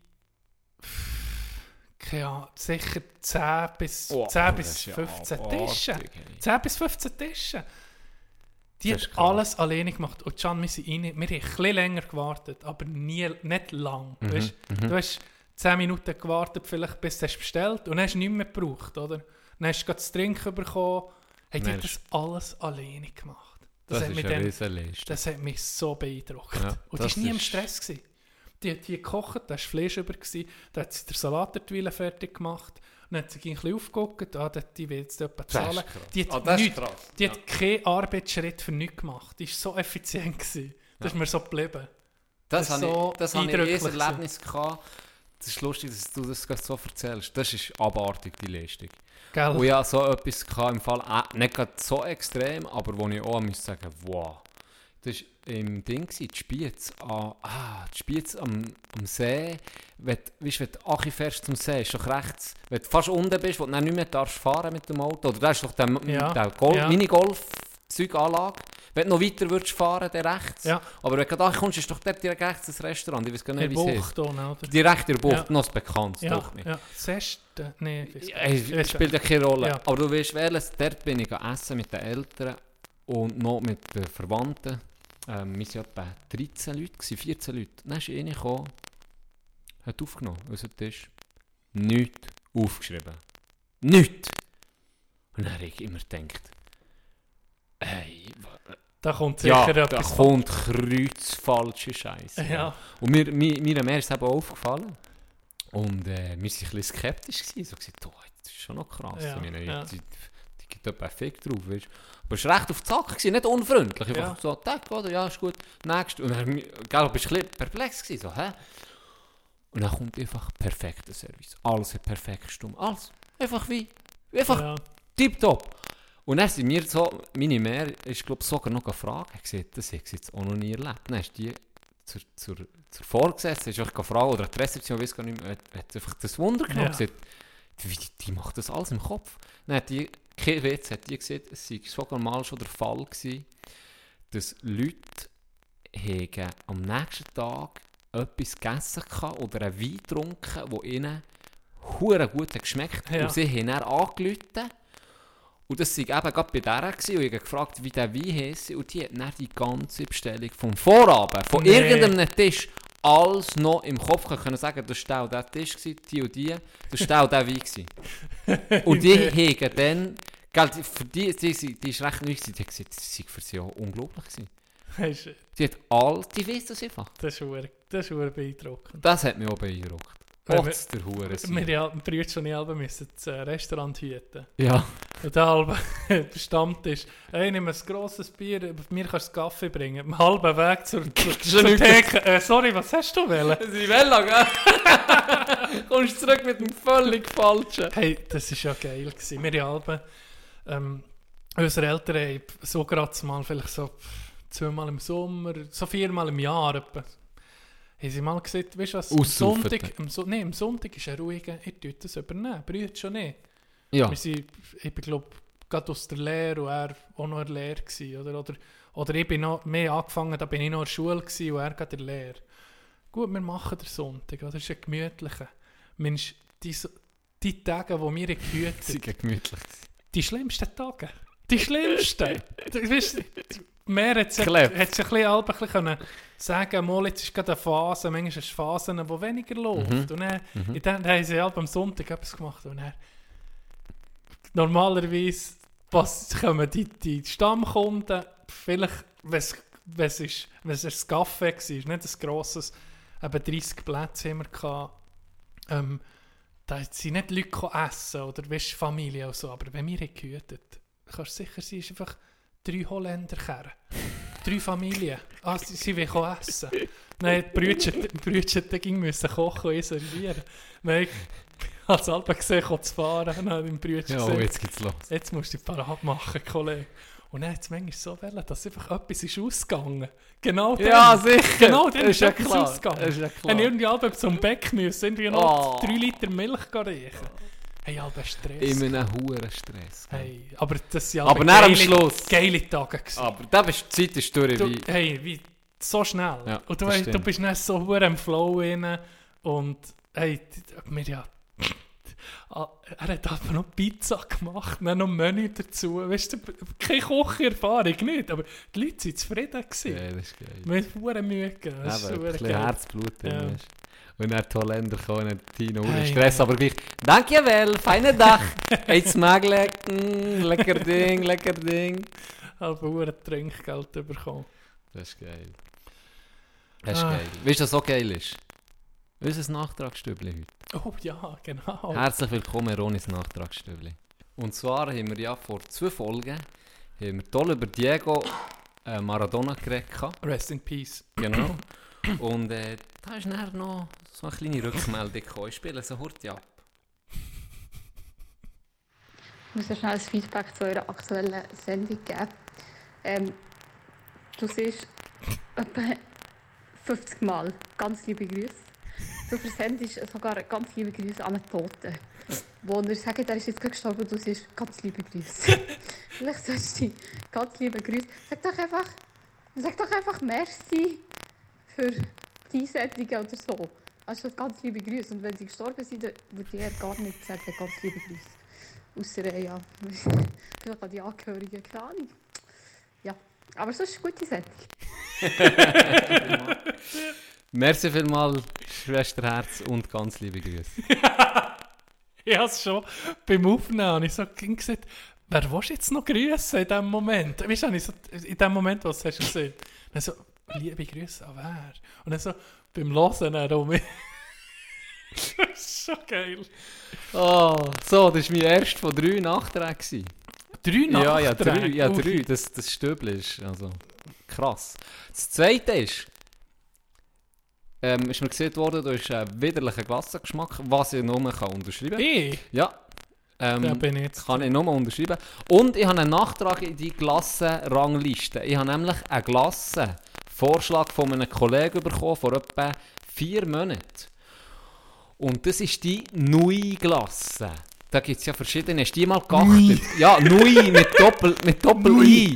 sicher 10 bis 15 Tische. 10 bis 15 Tische. Die hat alles alleine gemacht. Und Can, wir sind rein. Wir haben ein bisschen länger gewartet, aber nicht lang. Du hast 10 Minuten gewartet, vielleicht bis du es bestellt und dann hast du nichts mehr gebraucht, oder? Dann hast du das Trinken bekommen. Hey, die hat das alles alleine gemacht. Das ist eine Riesenliste. Das hat mich so beeindruckt. Ja, und die war nie im Stress gewesen. Die hat hier gekocht, da war Fleisch über, da hat sie den Salat fertig gemacht, dann hat sie ein bisschen aufgeguckt, die will jetzt jemand zahlen. Die hat keinen Arbeitsschritt für nichts gemacht. Die war so effizient gewesen. Das ist mir so geblieben. Das hatte ich ein Erlebnis gehabt. Das ist lustig, dass du das so erzählst. Das ist abartig, die Leistung. Gell? Und ja, so etwas im Fall, nicht gerade so extrem, aber wo ich auch muss sagen, wow. Das war im Ding, die Spiez. Die Spiez am See. Wenn du Achi fährst zum See, ist doch rechts. Wenn du fast unten bist, wo du dann nicht mehr darfst fahren mit dem Auto. Oder da ist doch der Minigolf-Zeuganlage. Wenn du noch weiter würdest fahren, dann rechts. Ja. Aber wenn du da kommst, ist doch dort direkt rechts das Restaurant. Ich weiß gar nicht, wie es heißt. Direkt in der Bucht, noch das Bekanntes. Ja. Seste? Nein. Es spielt ja keine Rolle. Ja. Aber du weißt, dort bin ich essen mit den Eltern und noch mit den Verwandten. Wir waren etwa 13 Leute, 14 Leute. Dann ist einer gekommen, hat aufgenommen, unser Tisch. Nichts aufgeschrieben. Nichts! Und dann habe ich immer gedacht, hey, da kommt sicher etwas. Da kommt kreuzfalsche Scheiße. Ja. Und mir ist es eben aufgefallen. Und wir waren ein bisschen skeptisch gewesen. So gesagt, oh, das ist schon noch krass. Ja. Die gibt etwa Fick drauf, weißt. Aber es war recht auf die Sache gewesen, nicht unfreundlich. Einfach so, Tag, oder? Ja, ist gut. Nächst. Und dann bist du ein bisschen perplex gewesen. So, hä? Und dann kommt einfach perfekter Service. Alles hat perfekt stumm. Alles. Einfach tipptopp. Und dann sind wir so, meine Mär ist, glaube ich, sogar noch eine Frage. Das habe ich jetzt auch noch nie erlebt. Dann ist die zur Vorgesetzten, ist einfach gefragt, oder die Rezeption, weiß gar nicht mehr, hat einfach das Wunder genommen. Ja. Die macht das alles im Kopf. Dann hat die, kein Witz, hat die gesagt, es sei sogar mal schon der Fall gewesen, dass Leute am nächsten Tag etwas gegessen oder einen Wein getrunken, der ihnen verdammt gut geschmeckt hat. Ja. Und sie haben dann angerufen Und das war eben gerade bei der gewesen, und ich habe gefragt, wie der Wein heisst. Und die hat dann die ganze Bestellung vom Vorabend, von irgendeinem Tisch, alles noch im Kopf können sagen, das war der Tisch, die und die, das war der Wein gewesen. Und die haben dann, gell, für die ist recht neu gewesen, die hat gesagt, das war für sie auch unglaublich gewesen. Die hat alles, die weiss das einfach. Das ist beeindruckend. Das hat mich auch beeindruckt. Trotz der Hure. Wir Brüder schon nicht müssen das Restaurant hüten. Ja. Und der halbe Stammtisch. Hey, nimm ein grosses Bier, mir kannst du Kaffee bringen. Am halben Weg zur Theke. Sorry, was hast du wollen? Das ist Welle, gell? Kommst zurück mit dem völlig Falschen. Hey, das war ja geil gewesen. Wir halben, unsere Eltern haben so gerade mal, vielleicht so 2-mal im Sommer, so 4-mal im Jahr etwa. Haben sie mal gesagt, weißt du was, am Sonntag ist ein ruhiger, ich tue das übernehmen, brüht schon nicht. Ja. Wir sind, ich glaube, gerade aus der Lehre und er auch noch in der Lehre gewesen, oder ich bin noch mehr angefangen, da bin ich noch in der Schule gewesen und er gerade in der Lehre. Gut, wir machen den Sonntag, das ist ein gemütlicher. Mensch, die Tage, die wir gehütet sind gemütlich. Die schlimmsten Tage. Die schlimmsten. Weißt du, mehr hat sich ein bisschen sagen, mal, jetzt ist gerade eine Phase, manchmal ist es Phasen, die weniger läuft. Und dann haben sie am Sonntag etwas gemacht. Und dann, normalerweise kommen die Stammkunden, vielleicht, wenn es ein Kaffee war, nicht ein grosses, eben 30 Plätze haben wir gehabt, da sind nicht Leute essen oder weißt, Familie und so, aber wenn wir gehütet, kannst du sicher sein, ist einfach 3 Holländer kehren. 3 Familien. Sie wollen essen. Nein, die Brüder müssen kochen und servieren. Nein, ich habe es halb gesehen, zu fahren. Dann im Brüder gesagt, jetzt geht's los. Jetzt musst du die parat machen, Kollege. Und dann hat es manchmal so wollen, dass einfach etwas ist ausgegangen. Genau dann. Ja, sicher. Genau dann ist ja etwas klar. ausgegangen. Ist ja klar. Wenn ich irgendwie halb zum Beck müssen, irgendwie noch 3 Liter Milch reichen. Hey, halber Stress. In einem hohen Stress. Hey, aber das sind aber am Schluss. Geile Tage gewesen. Aber da bist die Zeit ist durch wie... Hey, wie so schnell. Ja, und du bist nicht so hure im Flow rein. Und hey, er hat einfach noch Pizza gemacht, dann noch Menü dazu. Weißt du, keine Kocherfahrung, nicht, aber die Leute waren zufrieden gewesen. Ja, das ist geil. Wir haben hure Mühe gegeben. Das ist ein bisschen Herzblut drin. Ja. Und dann die Holländer kommen, Tino, Stress, aber gleich, danke wel, feine Dach, jetzt Maglecken, lecker Ding. Aber hure Trinkgeld bekommen. Das ist geil. Das ist geil. Weißt du, was so geil ist? Unser Nachtragsstübli heute. Oh ja, genau. Herzlich willkommen, Ronis Nachtragsstübli. Und zwar haben wir ja vor 2 Folgen toll über Diego Maradona geredet. Rest in Peace. Genau. Und da ist dann noch so eine kleine Rückmeldung gekommen. Ich spiele so kurz ab. Ich muss ja schnell ein Feedback zu eurer aktuellen Sendung geben. Du siehst etwa 50 Mal ganz liebe Grüße. Du versendest sogar ganz liebe Grüße an einen Toten. Wo er sagt, er ist jetzt gerade gestorben und du siehst ganz liebe Grüße. Vielleicht sollst du ganz liebe Grüße. Sag doch einfach merci für die Einsendungen oder so. Also ganz liebe Grüße. Und wenn sie gestorben sind, dann würde ich gar nicht sagen, ganz liebe Grüße. Ausser, ja, vielleicht an die Angehörigen, keine Ahnung. Ja, aber sonst ist eine gute Sendung. Merci vielmals, Schwesterherz, und ganz liebe Grüße. Ich habe es schon beim Aufnehmen und ich so gesagt, wer willst du jetzt noch grüßen in diesem Moment? Weißt du, so, in dem Moment, was hast du gesehen? Dann so, liebe Grüße an wer? Und dann so, beim Hören herum. Das ist schon geil. Oh, so, das war mein erster von 3 Nachträgen. 3 Nachträge? Ja, 3. Das Stübli ist also krass. Das zweite ist mir gesagt worden, du hast einen widerlichen Glassengeschmack, was ich nur unterschreiben kann. Ich? Ja. Da bin ich jetzt. Kann ich nur unterschreiben. Und ich habe einen Nachtrag in die Glassenrangliste. Ich habe nämlich einen Glassenvorschlag von einem Kollegen bekommen, vor etwa 4 Monaten. Und das ist die Nui-Glasse. Da gibt es ja verschiedene. Hast du die mal geachtet? Ja, Nui mit Doppel-I.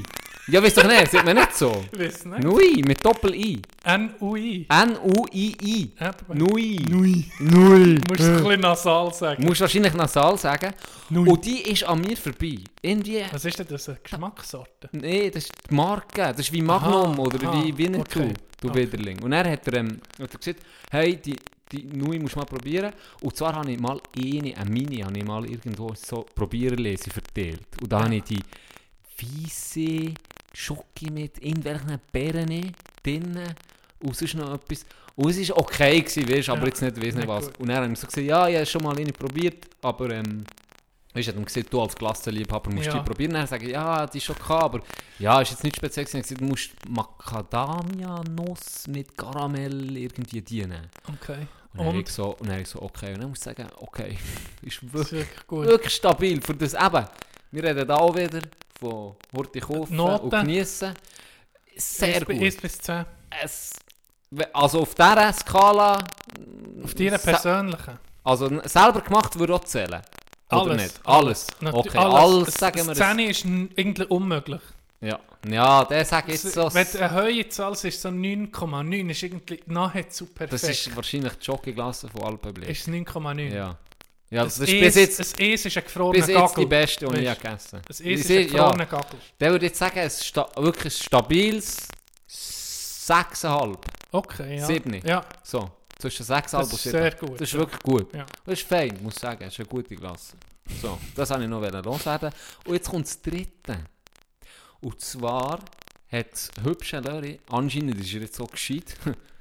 Ja, weißt doch nicht, sieht man nicht so. Ich weiß nicht. Nui, mit Doppel-I. N-U-I. N-U-I-I. Nui. Nui. Nui. Du musst es ein bisschen nasal sagen. Du musst wahrscheinlich nasal sagen. Nui. Und die ist an mir vorbei. Irgendwie... Was ist denn das, eine Geschmackssorte? Nee, das ist die Marke. Das ist wie Magnum Aha, oder aha, wie nicht okay. du Widerling. Und er hat er gesagt, hey, die Nui musst du mal probieren. Und zwar habe ich mal eine Mini, habe ich mal irgendwo so Probierlese verteilt. Und da habe ich die weisse Schoki mit irgendwelchen Beeren drinnen und sonst noch etwas. Und es war okay gewesen, weißt, aber jetzt nicht, weiss nicht was. Gut. Und dann habe ich so gesagt, ja, ich habe schon mal eine probiert, aber weißt, hat ihm gesagt, du als Klassenliebhaber musst die probieren. Dann sage ich, ja, die ist schon okay, aber ja, ist jetzt nicht speziell gewesen. Ich habe gesagt, du musst Macadamia-Nuss mit Karamell irgendwie dienen. Okay. Und dann habe ich so, okay. Und dann muss ich sagen, okay, ist Das ist wirklich, wirklich gut. wirklich stabil. Für das eben, wir reden da auch wieder von Horti kaufen Noten. und genießen. Sehr gut. 1 bis 10. Also auf dieser Skala... Auf deiner persönlichen. Also selber gemacht würde auch zählen. Oder Alles. nicht? Alles. Natürlich, Okay, alles sagen wir das. das. 10 ist irgendwie unmöglich. Ja, der sage ich jetzt so... Wenn eine Höhezahl ist so 9,9, ist irgendwie nahezu perfekt. Das ist wahrscheinlich die Schokiklasse von Alpenblick. Ist 9,9. Ja. Ja, das ist Ein bis jetzt ist ein gefrorener bis jetzt die Gagel. beste, die ich Weißt, gegessen habe. Das ist ein gefrorener Gagel. Der würde jetzt sagen, es ist wirklich ein stabiles 6,5. Okay, ja. 7. Ja, So, zwischen 6,5 das und ist 7. sehr gut. Das ist wirklich gut. Ja. Das ist fein, muss ich sagen. Das ist eine gute Klasse. So, das wollte ich noch loswerden. Und jetzt kommt das dritte. Und zwar hat hübsche Löri, anscheinend ist er jetzt so gescheit,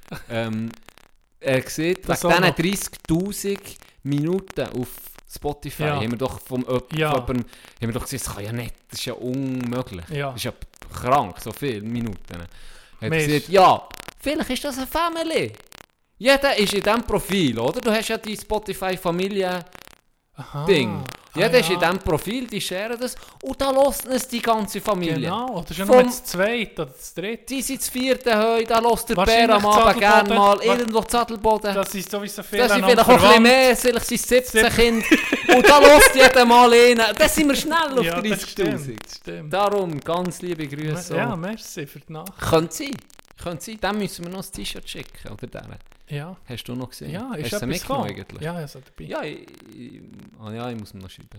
er sieht, Das wegen auch diesen 30'000 Minuten auf Spotify Ja. haben wir doch Ja. haben wir doch gesagt, das kann ja nicht, das ist ja unmöglich. Ja. Das ist ja krank, so viele Minuten. Hat er Mensch. gesagt, ja, vielleicht ist das eine Family. Jeder ist in diesem Profil, oder? Du hast ja die Spotify-Familie... Aha. Ding. Jeder ist in ja. diesem Profil, die sharen das und da lässt es die ganze Familie. Genau, oder schon Vom- nur das zweite oder das dritte. Die sind das vierte Heu, da lässt der Wahrscheinlich Bär am Abend gerne Zadelboden. mal Wa- irgendwo Zadelboden. Das ist sowieso viel Das sind vielleicht auch ein bisschen verwandt. mehr, vielleicht sind es 17 Kinder und da lässt jeder mal rein. Da sind wir schnell auf Ja, das 30'000. stimmt. Das stimmt. Darum ganz liebe Grüße. Ja, merci für die Nacht. Könnte sein. Dann müssen wir noch ein T-Shirt schicken, oder deren? Ja, Hast du noch gesehen? ja, Hast ist du sie etwas mitgenommen gekommen? eigentlich? Ja, also dabei. Ja, ich muss mir noch schreiben.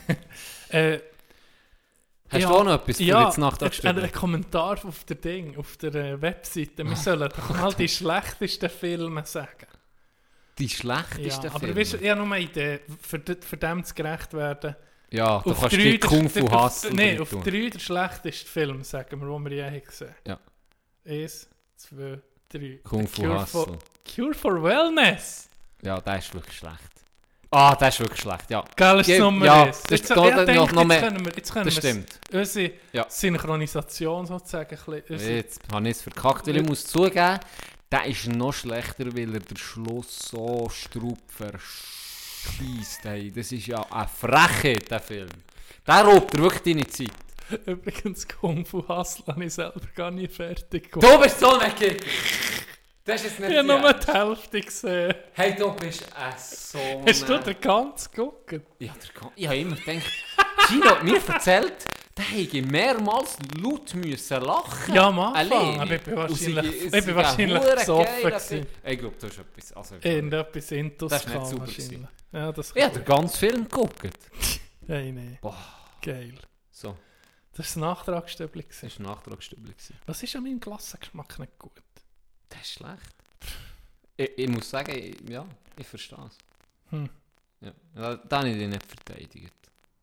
Hast Ja, du auch noch etwas für ja, jetzt Nachtragsstübli? ein Kommentar auf der Ding, auf der Webseite. Wir sollen doch mal die schlechtesten Filme sagen. Die schlechtesten Ja, aber Filme? weißt du, ich habe nur eine Idee, für dem zu gerecht werden. Ja, du Auf kannst 3 die Kung Fu hassen. Nein, auf 3 der schlechteste Film, sagen wir, den wir je haben gesehen. Ja. 1, 2, 3. Kung Fu Cure Hustle. Cure for Wellness. Ja, der ist wirklich schlecht. Ah, der ist wirklich schlecht, ja. Geiles Ge- Nummer ja, 1. das Jetzt, ist ich da denke, noch mehr. jetzt können Das wir stimmt. unsere Ja. Synchronisation sozusagen ein bisschen, Jetzt habe ich es verkackt, weil ich muss zugeben, der ist noch schlechter, weil er den Schluss so strupp verschießt. Hey. Das ist ja eine Frechheit, der Film. Der raubt dir wirklich deine Zeit. Übrigens, Kung Fu Hustle habe ich selber gar nicht fertig Du bist so ein Kick! Das ist nicht Ich habe nur die Hälfte gesehen. Hey, du bist so Hast du den ganz geguckt? Ja, ich habe immer gedacht, Gino hat mir erzählt, der hätte mehrmals laut müssen lachen. Ja, am Anfang. Alleine. Aber ich bin Und sie- wahrscheinlich, sie- ich bin sie- wahrscheinlich hure besoffen geiler gewesen. Film. Ich glaube, du hast etwas... Also, Irgendetwas Intus Das ist nicht gehabt super wahrscheinlich. gewesen. Ja, das ich habe den ganzen Film geguckt. Hey, nee. Boah. Geil. So, Das war das Nachtragsstübli. das war ein Nachtragsstübli. Was ist an meinem Klassengeschmack nicht gut? Das ist schlecht. Ich muss sagen, ich verstehe es. Hm. Ja. Da habe ich dich nicht verteidigt.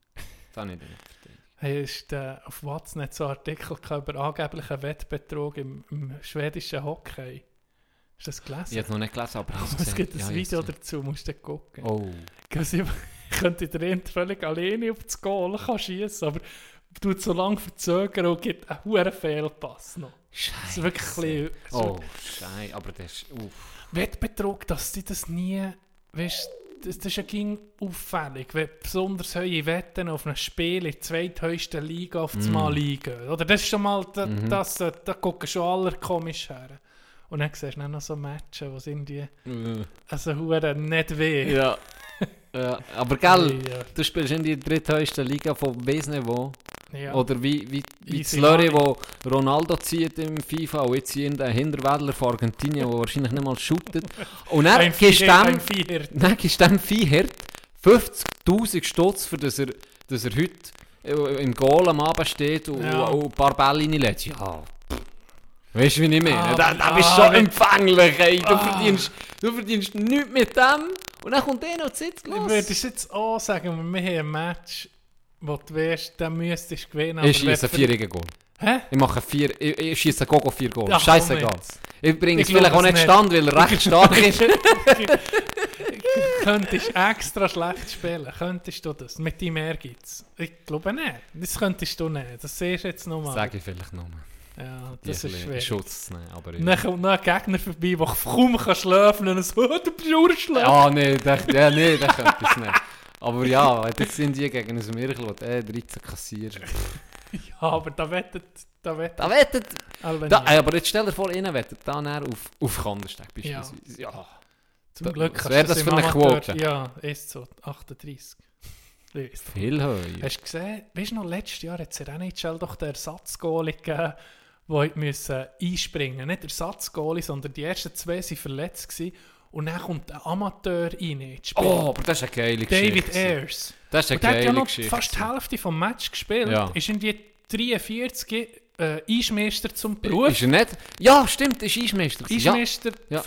Hey, ist auf WhatsApp so ein Artikel gehabt über angeblichen Wettbetrug im schwedischen Hockey? Hast du das gelesen? Ich habe es noch nicht gelesen, aber ich habe Es gibt ein Ja, Video ich habe dazu, musst du gucken. Oh. Ich könnte drin völlig alleine auf das Goal schießen, aber tut so lange verzögern und gibt einen hohen Fehlpass noch. Das ist Scheiße. wirklich ein bisschen, Oh, Scheiße. Aber das ist... Wettbetrug, dass sie das nie, weißt, das ist ja ging auffällig, wenn besonders hohe Wetten auf einem Spiel in der zweithöchsten Liga auf das Mal liegen. Oder das ist schon mal, da gucken schon alle komisch her. Und dann siehst du dann noch so Matches, wo es irgendwie, also hure nicht weh. Ja. Ja, aber gell, Ja. du spielst in die dritthöchsten Liga von weiss nicht wo Ja. Oder wie das Easy Slurry, money. wo Ronaldo zieht im FIFA und jetzt hier der Hinterwäldler von Argentinien, der wahrscheinlich nicht mal shootet. Und dann gibst du dem Viehhirt 50'000 Stutz, für dass er heute im Goal am Abend steht und ein paar Bälle reinlässt. Ja, weißt du, wie ich meine? Da bist du so empfänglich, ey. Du verdienst nichts mit dem und dann kommt der noch Sitz los. Ich würde jetzt auch sagen, wir haben ein Match, wo du weißt, dann müsstest du gewinnen. Ich schieße 4 Goal. Hä? Ich mache 4, ich schieße Gogo 4 Goal. Ja, Scheißegal. Ich bringe es Ich glaube vielleicht auch es nicht nicht. stand, weil er recht stark ist. Könntest extra schlecht spielen? Könntest du das? Mit deinem Ehrgeiz? Ich glaube nicht. Das könntest du nicht. Das siehst du jetzt nochmal. Sage ich vielleicht noch mal. Ja, das ist schwierig. Schutz nehmen, aber Dann kommt noch ein Gegner vorbei, der kaum schlafen kann und so, du bist urschlafen. ja, nee, das könnte ich es nicht. Aber ja, jetzt sind die gegen ein Mirkel, der 13 kassiert. Ja, aber da wettet... Da wettet... Albanier. Aber jetzt stell dir vor, innen wettet da näher auf Kandersteg beispielsweise. Ja. Zum Glück Was kannst wäre du das im für eine Amateur- Quote? Ja, ist so. 38. Ist. Viel höher. Hast du gesehen, weißt du noch, letztes Jahr hat es in NHL doch den Ersatzgoalie gegeben, die müssen einspringen mussten. Nicht Ersatzgoalie, sondern die ersten 2 waren verletzt gewesen. Und dann kommt ein Amateur rein ins Spiel. Oh, aber das ist eine geile Geschichte. David Ayers. Das ist eine Und der hat ja geile noch Geschichte. fast die Hälfte vom Match gespielt. Ja. Ist in die 43 Eismeister zum Beruf. Ist er nicht? Ja, stimmt, ist Eismeister. Eismeister Ja.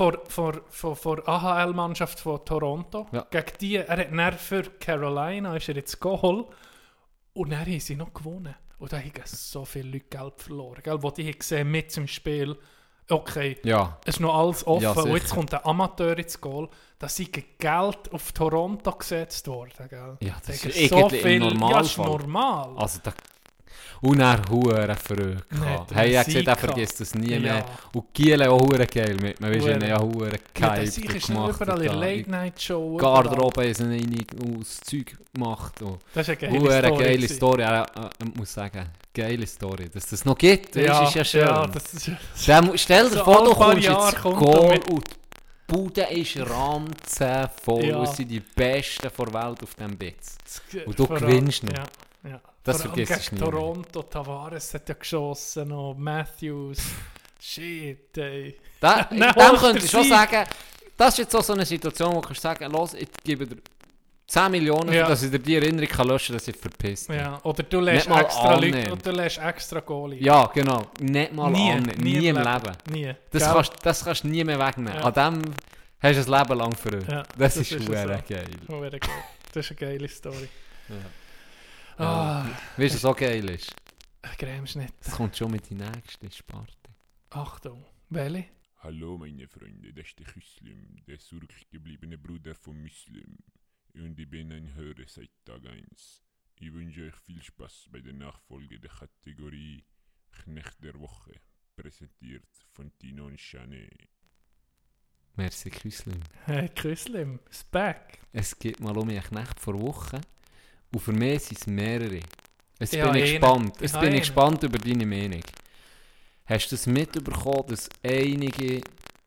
vor AHL-Mannschaft von Toronto. Ja. Gegen die, er hat dann für Carolina ist er jetzt Goal. Und dann haben sie noch gewonnen. Und da haben so viele Leute Geld verloren. Gell? Wo die haben gesehen mit zum Spiel, okay, Ja. es ist noch alles offen. Ja, und jetzt sicher. kommt ein Amateur ins Goal. Da sind Geld auf Toronto gesetzt worden. Gell? Ja, das Da ist haben irgendwie im Ja, ist Normalfall. normal. Also da... Und er hure verrückt. Nicht Hey, ich habe Sieg gesehen, er gehabt. vergisst das nie Ja. mehr. Und Giele auch hure geil mit mir. Weißt du, Hure. ja hure Ja, gehypt der Sieg ist gemacht. überall in da. Late-Night-Show. Garderobe ist aus Zeug gemacht. Und Das ist eine geile hure Story. geile gewesen. Story. Ich muss sagen, geile Story. Dass das noch gibt, das ist ja schön. Ja, das ist, Stell dir So vor, du alle paar kommst Jahre jetzt kommt Goal er mit- und die Bude ist ranzenvoll. Ja. Es sind die Besten der Welt auf diesem Bitz. Und du vor allem- gewinnst noch. Ja, ja. Das Vor allem vergisst du gegen nie mehr. Toronto, Tavares hat ja geschossen, noch Matthews. Shit, ey. Da, Nein, dem holt könnte er ich schon Sieg. sagen, das ist jetzt auch so eine Situation, wo du kannst sagen, los, ich gebe dir 10 Millionen, Ja. dass ich dir die Erinnerung kann löschen kann, dass ich verpisst bin. Ja, oder du lässt Nicht mal extra Leute, annehmen. oder du lässt extra Goalie. Ja, genau. Nicht mal nie, annehmen. Nie im Leben. Nie. Das Gell? kannst du nie mehr wegnehmen. Ja. An dem hast du ein Leben lang verloren. Ja, das das ist ist schwer so. geil. Hure geil. Das ist eine geile Story. Ja. Ah, Weißt du, was so geil ist? Cremeschnitt. Das kommt schon mit die nächste Sparte. Achtung. Welche? Hallo meine Freunde, das ist der Küslim, der zurückgebliebene Bruder von Muslim. Und ich bin ein Hörer seit Tag 1. Ich wünsche euch viel Spaß bei der Nachfolge der Kategorie Knecht der Woche, präsentiert von Tino und Chanet. Merci, Küslim. Hey, Küslim. Ist back. Es gibt mal um einen Knecht vor Wochen. Und für mich sind es mehrere. Jetzt Ja, bin ich einen. gespannt. Ich Jetzt habe bin ich einen. gespannt über deine Meinung. Hast du es mitbekommen, dass einige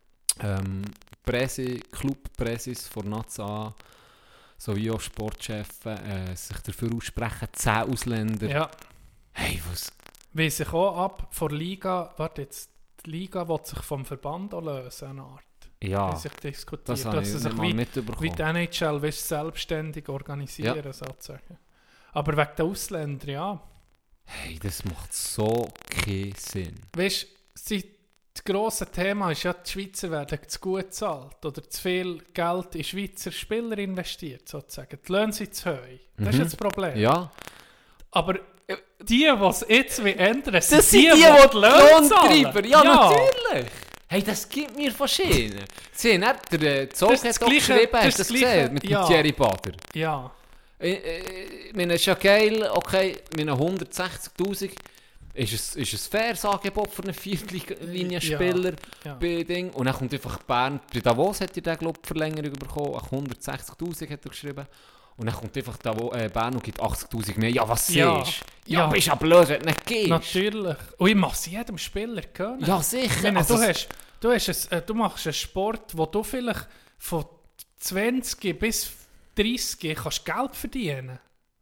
Clubpresses von Naza sowie auch Sportchefs sich dafür aussprechen, 10 Ausländer... Ja. Hey, was? Weiss ich auch ab von der Liga, warte jetzt, die Liga will sich vom Verband auch lösen, eine Art. Ja, Wie sich diskutiert, das habe dass ich sie nicht sich mal wie mitbekommen. die NHL weißt, selbstständig organisieren, sozusagen. Aber wegen der Ausländer, ja. Hey, das macht so keinen Sinn. Weißt du, das grosse Thema ist ja, die Schweizer werden zu gut gezahlt oder zu viel Geld in Schweizer Spieler investiert, sozusagen. Die Löhne sind zu hoch. Das ist ja das Problem. Ja. Aber die es jetzt ändern, Das sind die Lohntreiber. Ja, Ja. natürlich. Hey, das gibt mir verschieden. Sie haben der Zog Das ist hat das doch Gleiche- geschrieben, das hast ist du das das Gleiche- gesehen? Mit dem ja. Thierry Bader. Ja. Ich meine, es ist ja geil, okay, mit einem 160'000 ist es faires Angebot für einen Viertlinienspieler Ja. bei Ding. Und dann kommt einfach Bern, bei Davos hat er den, glaube ich, Verlängerung bekommen, 160'000 hat er geschrieben. Und dann kommt einfach Bern und gibt 80'000 mehr. Ja, was Ja. siehst du? Ja, Ja. bist ja blöd, wenn du nicht gehst. Natürlich. Und ich mache es jedem Spieler können. Ja, Ich sicher. meine, Also, du machst einen Sport, wo du vielleicht von 20 bis 30 kannst Geld verdienen.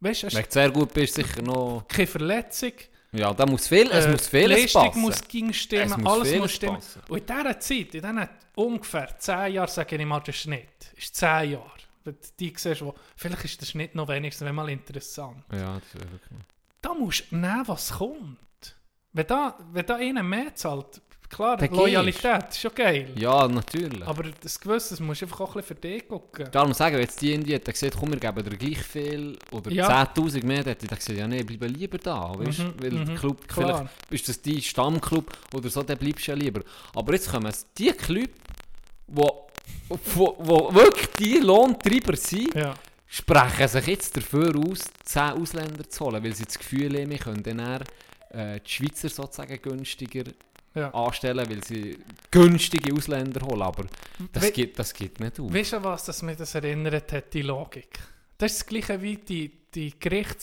Weißt du, Wenn du sehr gut bist, sicher noch... keine Verletzung. Ja, da muss viel, es muss vieles Leistung passen. muss ging stimmen, Es muss alles vieles muss stimmen. passen. Und in dieser Zeit, in diesen ungefähr 10 Jahren, sage ich mal, der Schnitt ist 10 Jahre. Wenn du die siehst, vielleicht ist der Schnitt noch wenigstens, wenn mal interessant. Ja, das wäre wirklich... Da musst du nehmen, was kommt. Wenn da einer mehr zahlt, klar, Dann Loyalität ist schon geil. Ja, natürlich. Aber das Gewisse, das musst du einfach auch ein bisschen für dich gucken. Darum sagen, wenn jetzt die Indie hat gesagt, komm, wir geben dir gleich viel oder Ja. 10'000 mehr, dann hätte ich gesagt, ja nee, bleib lieber da, weißt? Weil der Club, klar. vielleicht ist das dein Stammclub oder so, dann bleibst du ja lieber. Aber jetzt kommen die Club, wo wirklich die Lohntreiber sind, Ja. sprechen sich jetzt dafür aus, 10 Ausländer zu holen, weil sie das Gefühl haben, wir können dann eher, die Schweizer sozusagen günstiger Ja. anstellen, weil sie günstige Ausländer holen, aber das We- geht nicht auf. Weißt du, was das mir das erinnert hat, die Logik? Das ist das gleiche wie die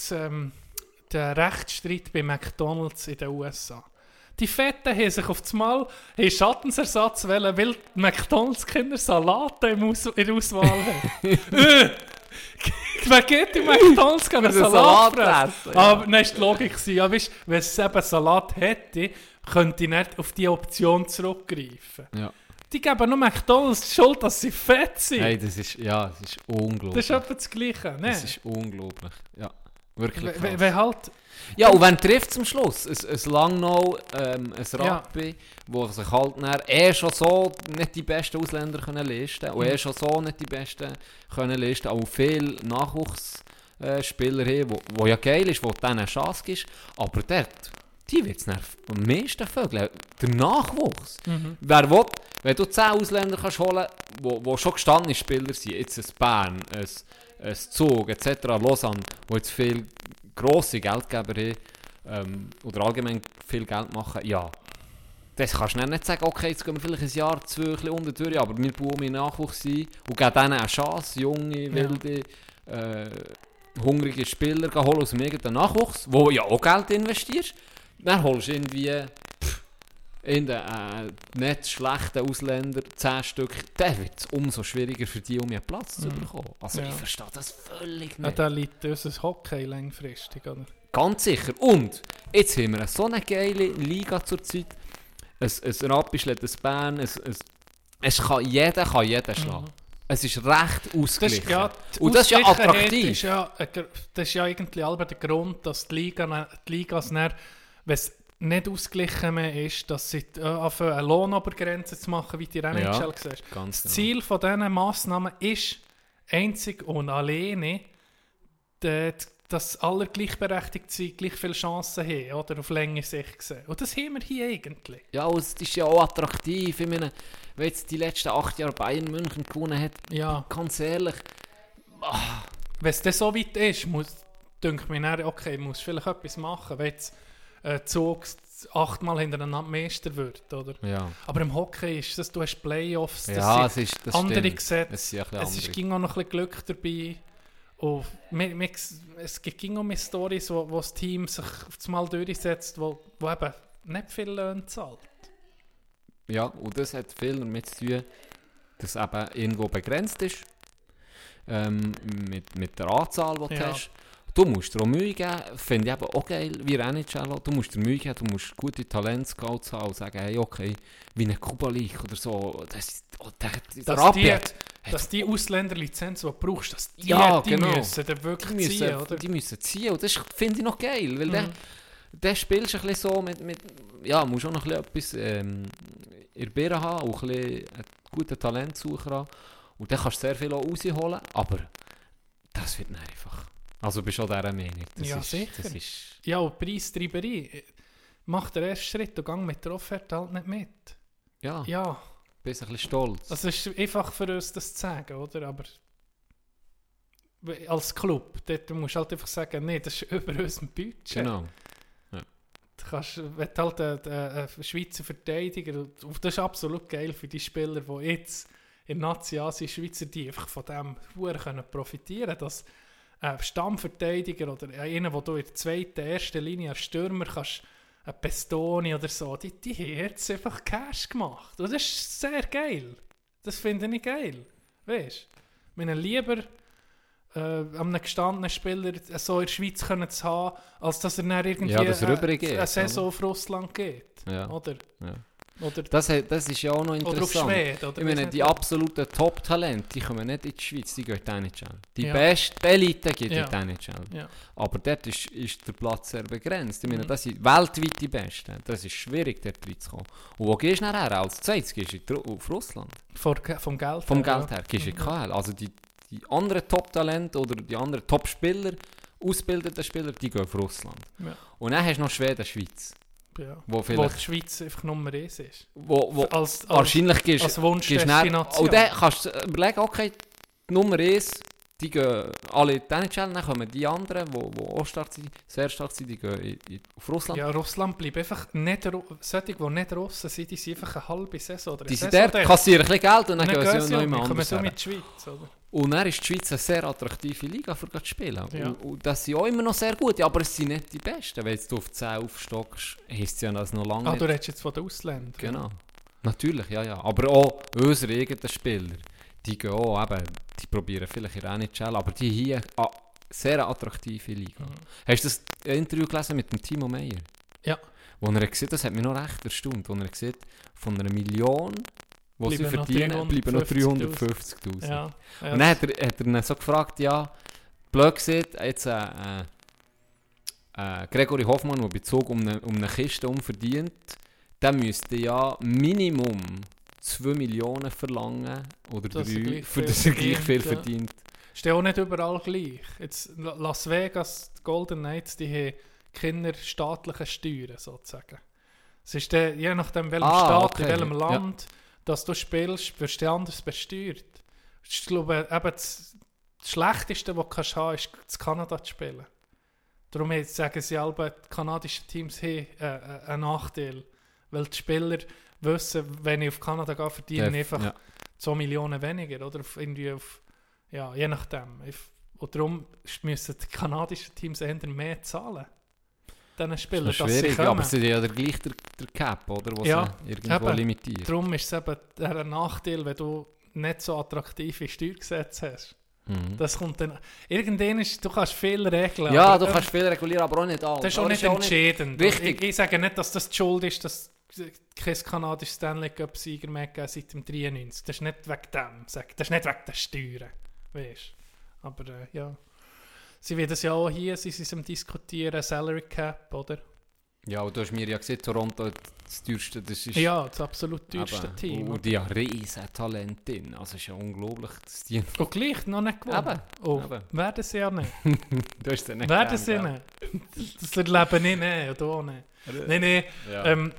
der Rechtsstreit bei McDonalds in den USA. Die Fetten haben sich auf das Mal Schattensersatz wählen, weil die McDonalds-Kinder Salate in der Auswahl haben. Wer geht in McDonalds einen Salat fressen? fressen, ja. Aber dann war die Logik. Ja, weißt, wenn es eben Salat hätte, könnte ich nicht auf diese Option zurückgreifen. Ja. Die geben nur McDonalds die Schuld, dass sie fett sind. Hey, das ist unglaublich. Das ist etwa das Gleiche. Ne? Das ist unglaublich. Ja, wirklich krass. Wenn halt, Ja, und wenn trifft zum Schluss ein Langnau, ein Rappi, wo sich halt dann schon so nicht die besten Ausländer können leisten und schon so nicht die besten können leisten, auch viele Nachwuchsspieler haben, wo ja geil ist, wo denen eine Chance gibt, aber dort, die wird es am meisten vögeln. Der Nachwuchs. Wer will, wenn du 10 Ausländer kannst holen kannst, die schon gestandene Spieler sind, jetzt ein Bern, ein Zug etc., Lausanne, wo jetzt viele grosse Geldgeber haben, oder allgemein viel Geld machen, ja, das kannst du dann nicht sagen, okay, jetzt gehen wir vielleicht ein Jahr, 2 ein bisschen unter durch, aber wir bauen mit Nachwuchs ein und geben denen eine Chance, junge, wilde, hungrige Spieler holen aus dem eigenen Nachwuchs, wo ja auch Geld investierst. Dann holst du irgendwie in den nicht schlechten Ausländer 10 Stück, dann wird es umso schwieriger für die, um einen Platz zu bekommen. Also Ja. ich verstehe das völlig ja, nicht. da liegt unser Hockey langfristig, oder? Ganz sicher. Und jetzt haben wir so eine geile Liga zurzeit. Ein Rappi schlägt ein Bern, es kann jeder schlagen. Es ist recht ausgeglichen. Und das ist ja attraktiv. Das ist ja eigentlich alle der Grund, dass die Ligas dann, wenn es nicht ausgeglichen mehr ist, dass sie anfangen, eine Lohnobergrenze zu machen, wie die NHL Ja, siehst. ganz Das genau. Ziel von diesen Massnahmen ist einzig und alleine, dass alle gleichberechtigt sind, gleich viele Chancen haben, oder auf längere Sicht gesehen. Und das haben wir hier eigentlich. Ja, und es ist ja auch attraktiv. Ich meine, wenn jetzt die letzten 8 Jahre Bayern München gewonnen hat, Ja. ganz ehrlich, Wenn es dann so weit ist, denke ich mir dann, okay, muss vielleicht etwas machen, wenn jetzt Zug 8-mal hintereinander Meister wird, oder? ja, Aber im Hockey ist das, du hast Playoffs, das ja sind es ist das andere stimmt. Gesetze, Es sind ja ein es bisschen ging auch noch ein bisschen Glück dabei. Und es ging auch mit Storys, wo das Team sich auf das Mal durchsetzt, wo eben nicht viel Löhne zahlt. Ja, und das hat viel damit zu tun, dass es eben irgendwo begrenzt ist. Mit der Anzahl, die du Ja. hast. Du musst dir auch Mühe geben, finde ich eben auch geil, wie NHL. Du musst dir Mühe geben, du musst gute Talentscouts haben und sagen, hey, okay, wie ein Kubalik oder so. Dass die Ausländerlizenz, die du brauchst, dass die Ja, genau. müssen dann wirklich ziehen, oder? Die müssen ziehen und das finde ich noch geil, weil dann spielst du ein bisschen so mit ja, musst auch noch ein bisschen etwas in der Birne haben, auch ein bisschen einen guten Talentsucher haben und dann kannst du sehr viel auch rausholen, aber das wird dann einfach, also bist du auch dieser Meinung, das Ja, ist, sicher. das ist, Ja, und Preistreiberei. Mach den ersten Schritt und gang mit der Offerte halt nicht mit. ja, Ja, bist ein bisschen stolz. also es ist einfach für uns das zu sagen, oder? Aber als Club, dort musst du halt einfach sagen, nee, das ist über unserem Budget. Genau. Du kannst, wenn du halt einen Schweizer Verteidiger, und das ist absolut geil für die Spieler, die jetzt in Nazi sind, Schweizer, die einfach von dem Huren können profitieren, dass ein Stammverteidiger oder einer, der du in der zweiten, ersten Linie als Stürmer kannst, ein Pestoni oder so, die haben jetzt einfach Cash gemacht. Und das ist sehr geil. Das finde ich geil. Weißt du? Ich meine, lieber einem gestandenen Spieler so in der Schweiz können zu haben, als dass er dann irgendwie Ja, dass er rübergeht, eine Saison oder? auf Russland geht. Ja. Oder? Ja. Oder Das ist ja auch noch Oder auf interessant. Schweden. Oder Ich meine, weiss die nicht wo. absoluten Top-Talente, die kommen nicht in die Schweiz, die gehen in die NHL. Die Ja. beste Elite geht Ja. in die NHL. Ja. Aber dort ist der Platz sehr begrenzt. Ich meine, Mhm. das sind weltweit die Besten. Das ist schwierig, dort reinzukommen. Und wo gehst du nachher? Als zweites gehst du auf Russland. Vom Geld Vom her, Geld her gehst du in Mhm. KL. Also die anderen Top-Talente oder die anderen Top-Spieler, ausgebildeten Spieler, die gehen auf Russland. Ja. Und dann hast du noch Schweden, Schweiz. Ja. Wo Wo vielleicht... die Schweiz einfach Nummer 1 ist. Wo Als wahrscheinlich gehst als gehst Wunschdestination. und dann kannst du überlegen, okay, die Nummer 1, die gehen alle in die NHL, dann kommen die anderen, die auch stark sind, sehr stark sind, die gehen auf Russland. Ja, Russland bleibt einfach nicht... Solche, die nicht Russen sind, die sind einfach eine halbe Saison oder eine Die sind Saison dort, kassieren ein bisschen Geld und dann Dann gehen gehen sie noch immer kommen anders so her. mit der Schweiz, oder? Und dann ist die Schweiz eine sehr attraktive Liga für zu spielen. Ja. Und das sind auch immer noch sehr gut, aber es sind nicht die Besten. Wenn du auf 10 aufstockst, heisst es ja das noch lange Ah, nicht. du redest jetzt von den Ausländern. Genau. Natürlich, ja, ja. Aber auch unsere eigenen Spieler, die gehen auch eben, die probieren vielleicht in der NHL, aber die hier, sehr attraktive Liga. Mhm. Hast du das Interview gelesen mit dem Timo Meyer? Ja. Wo er gesagt, das hat mich noch recht erstaunt, wo er gesagt, von 1 Million, die sie Bleiben noch verdienen, bleiben noch 350'000. 350'000. Ja. Und dann hat er ihn so gefragt, ja, blöd gesagt, jetzt Gregory Hoffmann, der Bezug um eine Kiste verdient, der müsste ja Minimum 2 Millionen verlangen oder Dass er 3, gleich für viel das er gleich viel verdient, verdient. Ist ja auch nicht überall gleich. Jetzt Las Vegas, die Golden Knights, die haben keine staatlichen Steuern sozusagen. Es ist dann, je nachdem, welchem Staat, okay. in welchem Ja. Land, dass du spielst, wirst du anders besteuert. Ich glaube, eben das Schlechteste, was du kannst haben, ist in Kanada zu spielen. Darum sagen sie alle, die kanadischen Teams haben einen Nachteil. Weil die Spieler wissen, wenn ich auf Kanada gehe, verdiene ich einfach 2 Millionen weniger. Oder irgendwie ja, je nachdem. Und darum müssen die kanadischen Teams eher mehr zahlen. Diesen Spielern, Das ist dass sie schwierig, kommen. aber es ist ja gleich der Cap, oder, was Ja, irgendwo eben. limitiert. Darum ist es eben ein Nachteil, wenn du nicht so attraktive Steuergesetze hast. Mhm. Das kommt dann... Irgendwann ist... Du kannst viel regeln. Ja, aber du kannst viel regulieren, aber auch nicht alles. das ist auch Aber nicht es entscheidend. richtig. Ich sage nicht, dass das die Schuld ist, dass kein kanadisches Stanley Cup-Sieger mehr gegeben seit dem 93. Das ist nicht wegen dem. Das ist nicht wegen der Steuern. Weißt du? Aber ja... Sie werden es ja auch hier, sie sind am Diskutieren, Salary Cap, oder? Ja, und du hast mir ja gesehen, Toronto das teuerste, das ist... Ja, das absolut teuerste eben. Team. Und die haben riesen Talent drin. Also es ist ja unglaublich, dass die... Und gleich noch nicht gewonnen. Eben, Oh, eben. werden sie ja nicht. Du hast es nicht Werden gern, sie gell? nicht. Das erleben ich nicht, oder auch nicht. Nein. Ja.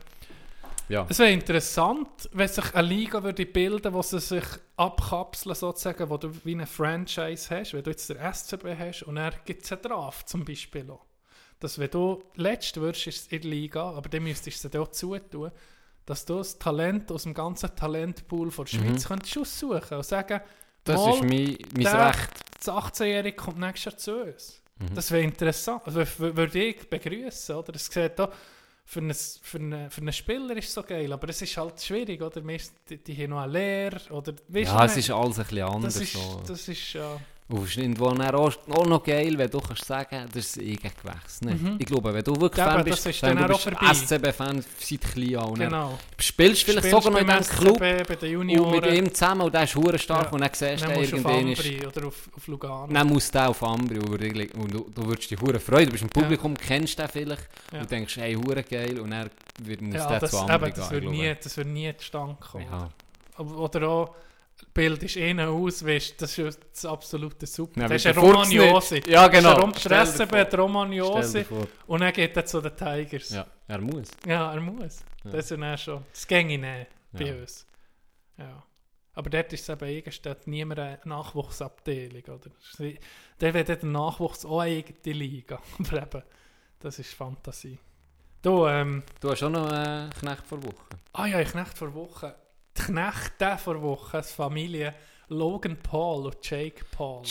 Ja. Es wäre interessant, wenn sich eine Liga würde bilden, wo sie sich abkapseln sozusagen, wo du wie eine Franchise hast, wenn du jetzt der SCB hast und dann gibt es einen Draft zum Beispiel auch. Dass wenn du letzt wirst in der Liga, aber dann müsstest du sie auch zutun, dass du das Talent aus dem ganzen Talentpool von der Schweiz könntest aussuchen und sagen, Das mal, ist mein der- Recht. das 18-Jährige kommt nächstes Jahr zu uns. Mhm. Das wäre interessant. Also, würde ich begrüßen, oder? Es sieht auch, für einen Spieler ist es so geil, aber es ist halt schwierig, oder? Die haben noch eine Lehre, oder... Weißt Ja, du es nicht? ist alles ein bisschen anders. das ist, so. das ist ja... Und es ist irgendwo dann auch noch geil, wenn du kannst sagen, das ist ein Eigengewächs. Nicht? Mhm. Ich glaube, wenn du wirklich Ja, Fan aber bist, das ist wenn dann du auch bist vorbei. SCB-Fan seit klein an und dann Genau. spielst vielleicht Spielst sogar noch in beim diesem Club SCB, bei den und Junioren, mit ihm zusammen und der ist hure stark Ja. und dann siehst du, dann der musst du auf irgendwann ist... Ambri oder auf Lugano. Dann muss der auf Ambri und du würdest dich hure freuen. Du bist im Publikum, kennst den vielleicht Ja. und denkst, hey, hure geil und dann muss Ja, der das, zu Ambri eben, das gehen. wird nie zustande kommen. Ja. Oder auch, bildest innen aus, weißt, das ist ja das absolute Super. Ja, das ist mit ein der Fuchs Romagnosi. nicht. Ja, genau. Der Stell dir SCB vor. hat Romagnosi Stell dir vor. und dann geht er zu den Tigers. Ja, er muss. Ja, er muss. Ja. Das ist dann schon. Das ginge nicht bei Ja. uns. Ja. Aber dort ist es eben Eigenstadt niemand eine Nachwuchsabteilung. Oder? Der wird der Nachwuchs auch eine eigene Liga. Aber eben, das ist Fantasie. Du, Du hast auch noch einen Knecht vor Woche. ja, ich Knecht vor Woche. Die Knechte vor Woche, die Familie Logan Paul und Jake Paul.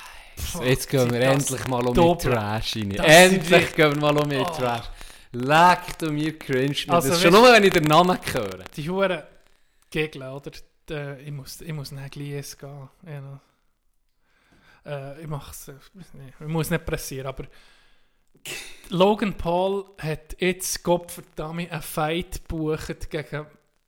Jetzt gehen wir das endlich mal um Doppel. mit Trash rein. Das Endlich sind gehen wir mal um mit Oh. Trash. Leck du mir cringe. Also, Das ist schon weißt- nur, wenn ich den Namen höre. Die Huren Gegner, oder? Ich muss nicht gleich gehen. Ja. Ich mache es, ich muss nicht pressieren, aber Logan Paul hat jetzt Gottverdammt einen Fight gebucht gegen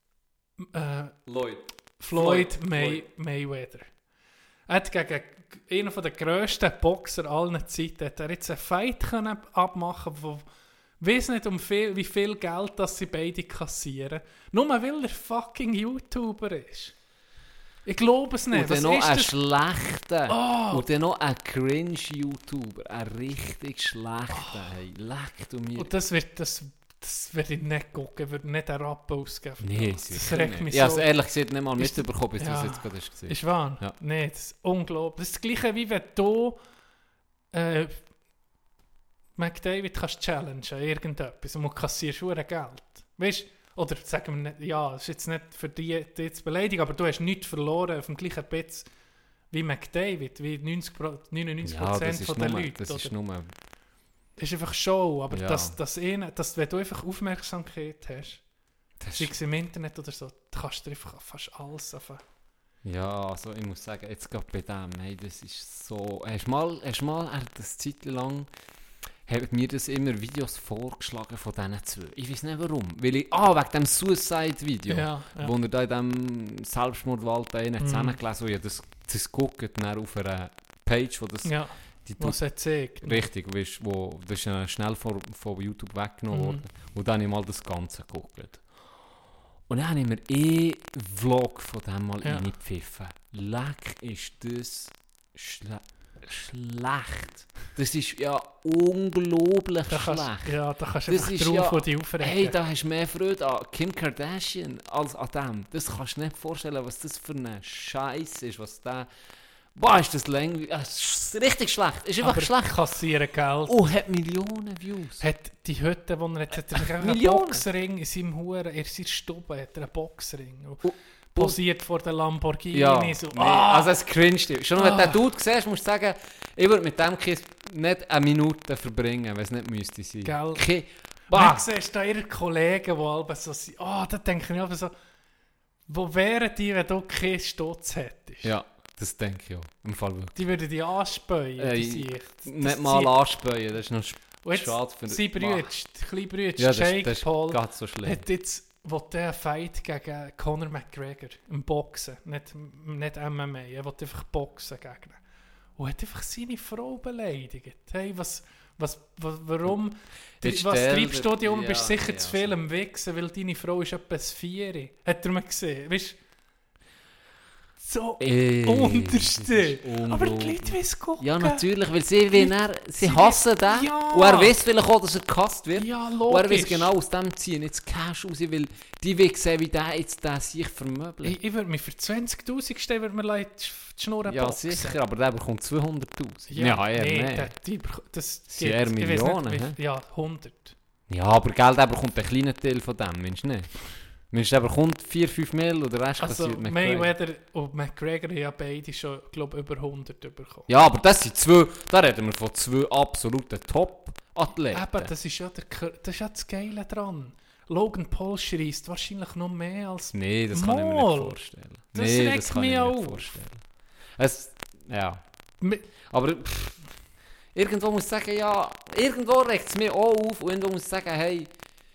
Floyd Mayweather. Er hat gegen einen der grössten Boxer aller Zeiten hat er jetzt einen Fight können abmachen, wo weiss nicht wie viel Geld das sie beide kassieren. Nur weil er fucking YouTuber ist. Ich glaube es nicht. Und dann noch ein schlechter. Und dann noch ein Cringe-YouTuber. Ein richtig schlechter. Hey, leck du mir. Und das würde ich nicht gucken. Ich würde nicht einen Rappen ausgeben. Nee, das regt mich so. Ja, so. also ehrlich gesagt nicht mal mitbekommen, bis du es jetzt gerade gesehen hast. Ist wahr? Ja. Nein, das ist unglaublich. Das ist das Gleiche, wie wenn du McDavid kannst challengen irgendetwas und du kassierst schon Geld. Weißt du? Oder sagen wir nicht, ja, das ist jetzt nicht für die zu beleidigen, aber du hast nichts verloren auf dem gleichen Betz wie McDavid, wie 99% von den Leuten. Das ist nur... ist einfach Show, aber Ja. dass wenn du einfach Aufmerksamkeit hast, sei es im Internet oder so, dann kannst du dir einfach fast alles anfangen. Ja, also ich muss sagen, jetzt gerade bei dem, hey, das ist so... Hast du mal das Zeit lang... hat mir das immer Videos vorgeschlagen von diesen zwei. Ich weiß nicht warum. Weil ich, wegen dem Suicide-Video, Ja. wo er da in diesem Selbstmordwald zusammengelesen hat, das guckt dann auf einer Page, wo das... Ja, die was er zeigt. Richtig, weißt, das ist ja schnell von YouTube weggenommen worden. Und dann habe ich mal das Ganze geguckt. Und dann habe ich mir Vlog von dem mal reingepfiffen. Leck, ist das schlecht. Das ist ja unglaublich schlecht. Ja, da kannst du Das einfach ist drauf und die aufregen. Hey, da hast du mehr Freude an Kim Kardashian als an dem. Das kannst du nicht vorstellen, was das für ein Scheiß ist, was da... Boah, ist das länglich... Es ist richtig schlecht. Ist einfach aber schlecht. Kassieren Geld. Oh, hat Millionen Views. Hat die Hütte, wo er jetzt hat er einen Millionen. Boxring in seinem Huren, in seiner Stube hat er einen Boxring. Und Oh. posiert vor der Lamborghini. Ja, so, nee, also es cringe. Schon wenn du den Dude siehst, musst du sagen, ich würde mit dem Kiss nicht eine Minute verbringen, wenn es nicht müsste sein. Gell? Okay. Du siehst da ihre Kollegen, die alle so sind, da denke ich aber so, wo wären die, wenn du keinen Stutz hättest? Ja, das denke ich auch. Im Fall wirklich. Die würden die anspähen, die Sicht. Nicht mal anspähen, das ist noch schade für sein Brüder, kleine Brüder, ja, Jake das Paul, ist so schlimm. hat jetzt der einen Fight gegen Conor McGregor im Boxen, nicht MMA, er will einfach Boxen gegen ihn. Und hat einfach seine Frau beleidigt. Hey, warum? Was treibst du dir um? Ja, Bist sicher ja, zu viel am Wichsen, weil deine Frau ist etwa 4. Hat er mal gesehen? Weißt du? So unterste. Aber die Leute wissen gucken. Ja, natürlich, weil sie hassen den. Ja. Und er weiß vielleicht auch, dass er gehasst wird. Ja, Und er weiß logisch. genau, aus dem ziehen jetzt Cash raus, weil die will sehen, wie der jetzt sich vermöbelt. Ich würde mich für 20'000 stellen, würde mir die Schnurren Ja, boxen. sicher, aber der bekommt 200'000. Ja, eher nicht. Das sind eher Millionen, ich weiss nicht, ja, 100. Ja, aber Geld bekommt einen kleinen Teil von dem, meinst du nicht? Meinst du, er bekommt 4-5 Mil oder der Rest Also passiert Mayweather und McGregor haben ja beide schon, glaube ich, über 100 bekommen. Ja, aber das sind zwei, da reden wir von zwei absoluten Top-Athleten. Eben, das ist ja das Geile dran. Logan Paul schreist wahrscheinlich noch mehr als... Nee, das kann ich mir nicht Mal. vorstellen. Das Nee, regt das kann mich ich mir auf. nicht vorstellen. Ja. Mi- Aber irgendwo muss ich sagen, ja, irgendwo regt es mich auch auf und irgendwo muss ich sagen, hey,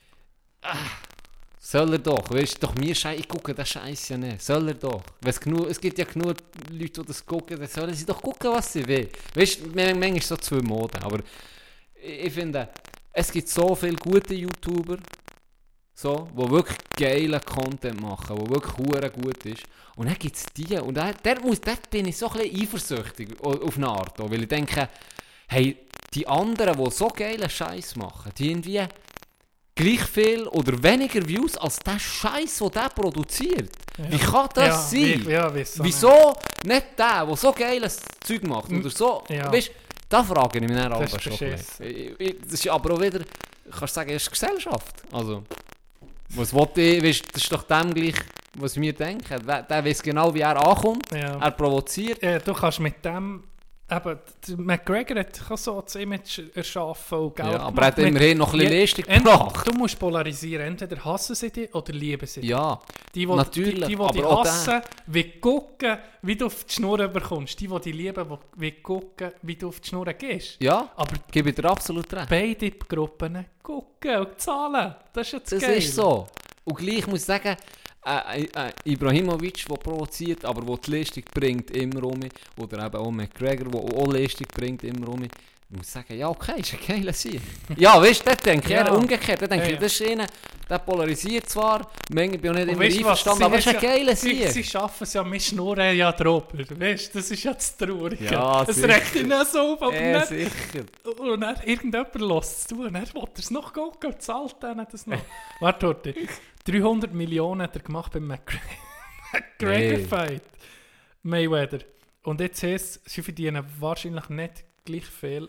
soll er doch, weißt du, doch mir ich gucke den Scheiß ja nicht, soll er doch. Es gibt ja genug Leute, die das gucken, dann sollen sie doch gucken, was sie will. Weißt du, manchmal ist so zwei Moden, aber ich finde, es gibt so viele gute YouTuber, so, die wirklich geilen Content machen, die wirklich hure gut ist. Und dann gibt es die, und dort bin ich so ein bisschen eifersüchtig auf eine Art, weil ich denke, hey, die anderen, die so geilen Scheiß machen, die irgendwie gleich viel oder weniger Views als der Scheiß, den der produziert. Ja. Wie kann das sein? Wieso Nicht der so geiles Zeug macht oder so? Ja. Weißt, da frage ich mich dann Das aber ist schon. beschissen. Das ist aber auch wieder, kannst du sagen, es ist Gesellschaft. Also, was will ich, weißt, das ist doch dem gleich, was wir denken. Der weiß genau, wie er ankommt, Ja. er provoziert. Du kannst mit dem Aber der McGregor hat so das Image erschaffen und Geld Ja, aber er gemacht hat immerhin noch ein bisschen Leistung gebracht. Du musst polarisieren, entweder hassen sie dich oder lieben sie dich. Ja, Die natürlich, die aber dich auch hassen, wie gucken, wie du auf die Schnur bekommst. Die dich lieben, wie gucken, wie du auf die Schnur gehst. ja, Aber gebe ich dir absolut recht. beide Gruppen gucken und zahlen. Das ist jetzt Das geil. ist so. Und gleich muss ich sagen, Ibrahimovic, der provoziert, aber der die Leistung bringt, immer rum. Oder eben auch McGregor, der auch Leistung bringt, immer rum. Ich muss sagen, ja okay, ist ein geiler Sieg. Ja, weißt du, da denke ich eher umgekehrt. Da denke ich, das ist einer, der polarisiert zwar, manchmal bin ich auch nicht immer einverstanden, aber es ist ein geiler Sieg. Sie schaffen es ja, wir schnurren ja drüber. Weißt du, das ist ja das Traurige. Ja, es sicher. regt ihn nicht so auf, aber nicht. Sicher. Und dann irgendjemand lässt es tun. Und dann will er es noch gucken und zahlt dann das noch. Warte, Horti. 300 Millionen hat er gemacht beim McGregor-Fight. Mayweather. Und jetzt heisst es, sie verdienen wahrscheinlich nicht gleich viel.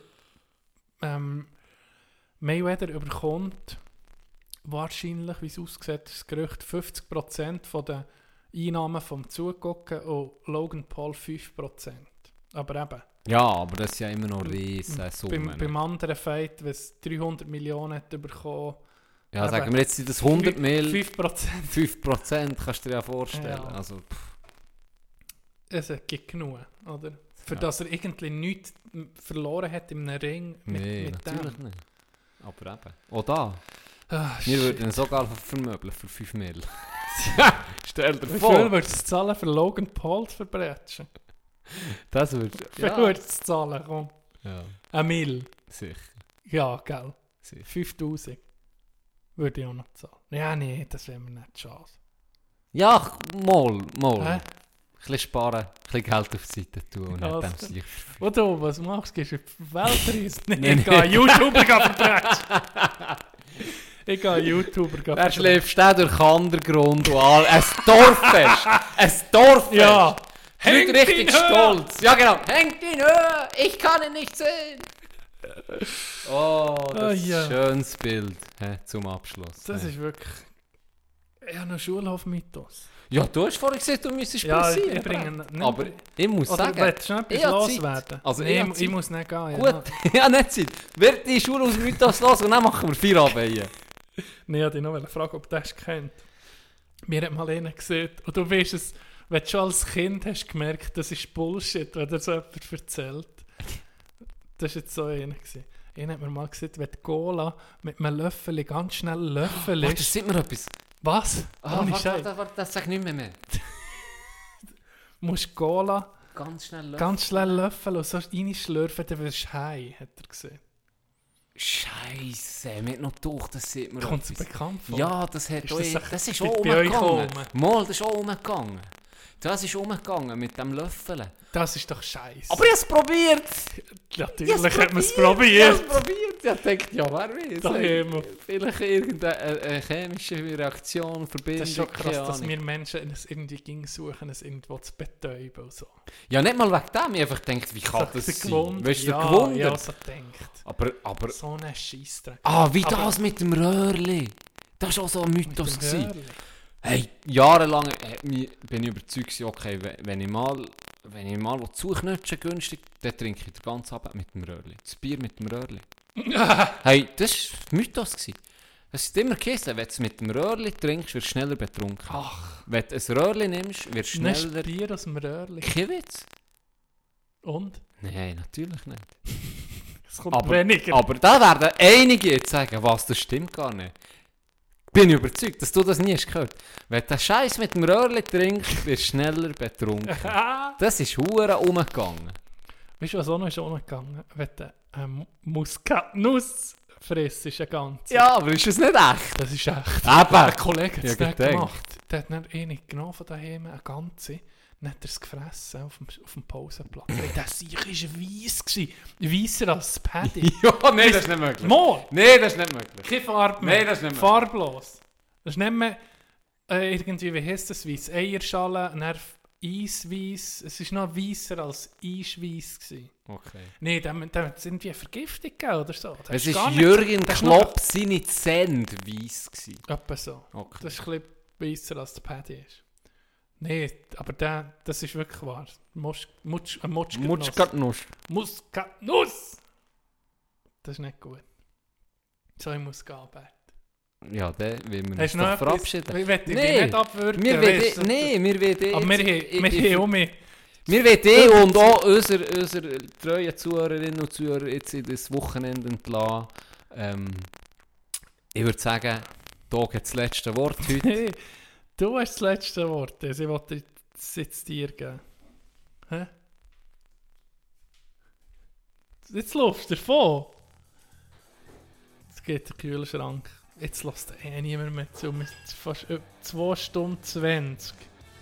Mayweather überkommt wahrscheinlich, wie es aussieht, das Gerücht 50% von den Einnahmen vom Zugucken und Logan Paul 5%. Aber eben. Ja, aber das ist ja immer noch riesen Summen. Beim anderen Fight, wenn es 300 Millionen hat bekommen. Ja, sagen wir jetzt, sind das 100 Mil, 5%. 5% kannst du dir ja vorstellen. Ja. Also, Es gibt genug, oder? Für Ja. dass er irgendwie nichts verloren hat in einem Ring nee, mit natürlich dem. nicht. Aber eben. Auch da. Ah, Wir shit. würden ihn sogar vermöbeln für 5 Mil. Stell dir Wie viel vor. würdest du zahlen, für Logan Paul zu verbrechen? Das würde... Wie viel würdest du zahlen? Komm. Ja, 1 Mil. sicher. Ja, gell. sicher. 5000. Würde ich auch noch zahlen. Ja, nee, das wäre mir nicht schade. Ja, mal. Hä? Ein bisschen sparen, ein bisschen Geld auf die Seite tun und Ja, nicht dem das- Sieg. Und du, was machst du? Gehst du auf die Weltreise? Nee, Nee, ich gehe YouTuber verbrechen. Ich gehe YouTuber Wer verbrechen. schläft der durch den Untergrund und all... Ein Dorffest! Ein Dorffest! Ja. Die Leute Hängt richtig ihn höher! stolz. Ja genau. Hängt ihn höher! Ich kann ihn nicht sehen! Oh, das ist ja. ein schönes Bild zum Abschluss. Das ist wirklich... Ja, noch Schulhof-Mythos. Ja, du hast vorhin gesagt, du müsstest Ja, pressieren. ich bringe nicht. Aber ich muss Oder sagen... willst du noch ich etwas habe Zeit. loswerden? Also, nee, ich habe ich Zeit. muss nicht gehen. Ja. Gut, ja, nicht Zeit. Wird die Schule aus Mythos los und dann machen wir 4 Abweihen. Nee, ich wollte dich noch fragen, ob du das kennt. Mir hat mal einer gesagt, und du weißt es, wenn du schon als Kind hast gemerkt, das ist Bullshit, wenn dir so jemand erzählt. Das war jetzt so einer. Gewesen. Einer hat mir mal gesagt, wenn du Cola mit einem Löffel ganz schnell Löffel Warte, ist. sag mir etwas. Was? Ohne Scheiß. Warte, das sag ich nicht mehr. Musst Cola Ganz schnell löffeln. ganz schnell Löffel und so reinschlürfen, dann wirst du high, hat er gesagt. Scheisse, mir hat noch durch, das sieht mir Kommt es etwas. bekannt vor? Ja, das hat Ist auch, das das ist bei- auch bei euch umgegangen. auch Mal, das ist auch umgegangen. Das ist umgegangen mit dem Löffeln. Das ist doch scheiße. Aber ich habe es probiert. Natürlich hat man es Ich habe probiert. es probiert. Ich dachte, ja, wer weiß. Daheim. Vielleicht irgendeine chemische Reaktion, Verbindung. Das ist schon keine krass, dass Ahnung. wir Menschen es irgendwie ging suchen, es irgendwo zu betäuben und so. Ja, nicht mal wegen dem. Ich habe einfach gedacht, wie kann das der sein? Gewunder. Weißt du, der Ja, Gewunder? ja, so denkt. Aber... So ein Scheissdreck. Wie Aber- das mit dem Röhrli. Das war auch so ein Mythos. Mit dem gewesen. Hörli. Hey, jahrelang bin ich überzeugt gewesen, okay, wenn ich mal zuknutschen günstig, dann trinke ich den ganzen Abend mit dem Röhrli. Das Bier mit dem Röhrli. Hey, das war Mythos gewesen. Es ist immer geheißen, wenn du es mit dem Röhrli trinkst, wirst du schneller betrunken. Ach, Wenn du ein Röhrli nimmst, wirst du ein schneller... Bier aus dem Röhrli. Kein Witz? Und? Nein, natürlich nicht. Es kommt weniger. Aber da werden einige jetzt sagen, was, das stimmt gar nicht. Bin ich überzeugt, dass du das nie hast gehört. Wenn du den Scheiß mit dem Röhrli trinkst, wirst du schneller betrunken. Das ist hure umgegangen. Weißt du, was auch noch ist umgegangen? Wenn du Muskatnuss frisst, ist ein ganz. Ja, aber ist das nicht echt? Das ist echt. Eben. Ein Kollege hat es Ja, nicht gedacht. gemacht. Der hat nicht eine genommen von daheim, eine ganze. Dann hat er es gefressen auf dem Pausenplatz. Hey, der Sieg war weiss. Weisser als das Paddy. Ja, nein, das ist nicht möglich. Mal! Nein, das ist nicht möglich. Keine Farbe mehr. Nein, das ist nicht mehr. Farblos. Das ist nicht mehr irgendwie, wie heisst das, weiss? Eierschale, dann Eisweiss. Es war noch weisser als Eisweiss. Okay. Nein, da hat es irgendwie eine Vergiftung gegeben oder so. Das Es ist war gar nicht- Jürgen das ist Klopp seine Zähne weiss gewesen. noch- Etwa so. Okay. Das ist ein bisschen weisser als der Paddy ist. Nein, aber das ist wirklich wahr. Muskatnuss. Muskatnuss! Das ist nicht gut. So, ich muss gehen, Bert. Ja, dann will wir uns Hast du doch noch verabschieden. Ich will dich Nee, nicht abwürgen. Wir weisst du? wollen Aber wir haben mich. Wir wollen und auch unsere treuen Zuhörerinnen und Zuhörer jetzt in das Wochenende entlassen. Ich würde sagen, da gibt das letzte Wort heute. Nee, du hast das letzte Wort. Also ich wollte es jetzt dir geben. Hä? Jetzt läufst du davon. Jetzt geht der Kühlschrank. Jetzt lässt niemand mehr zu. Wir sind fast 2 Stunden 20.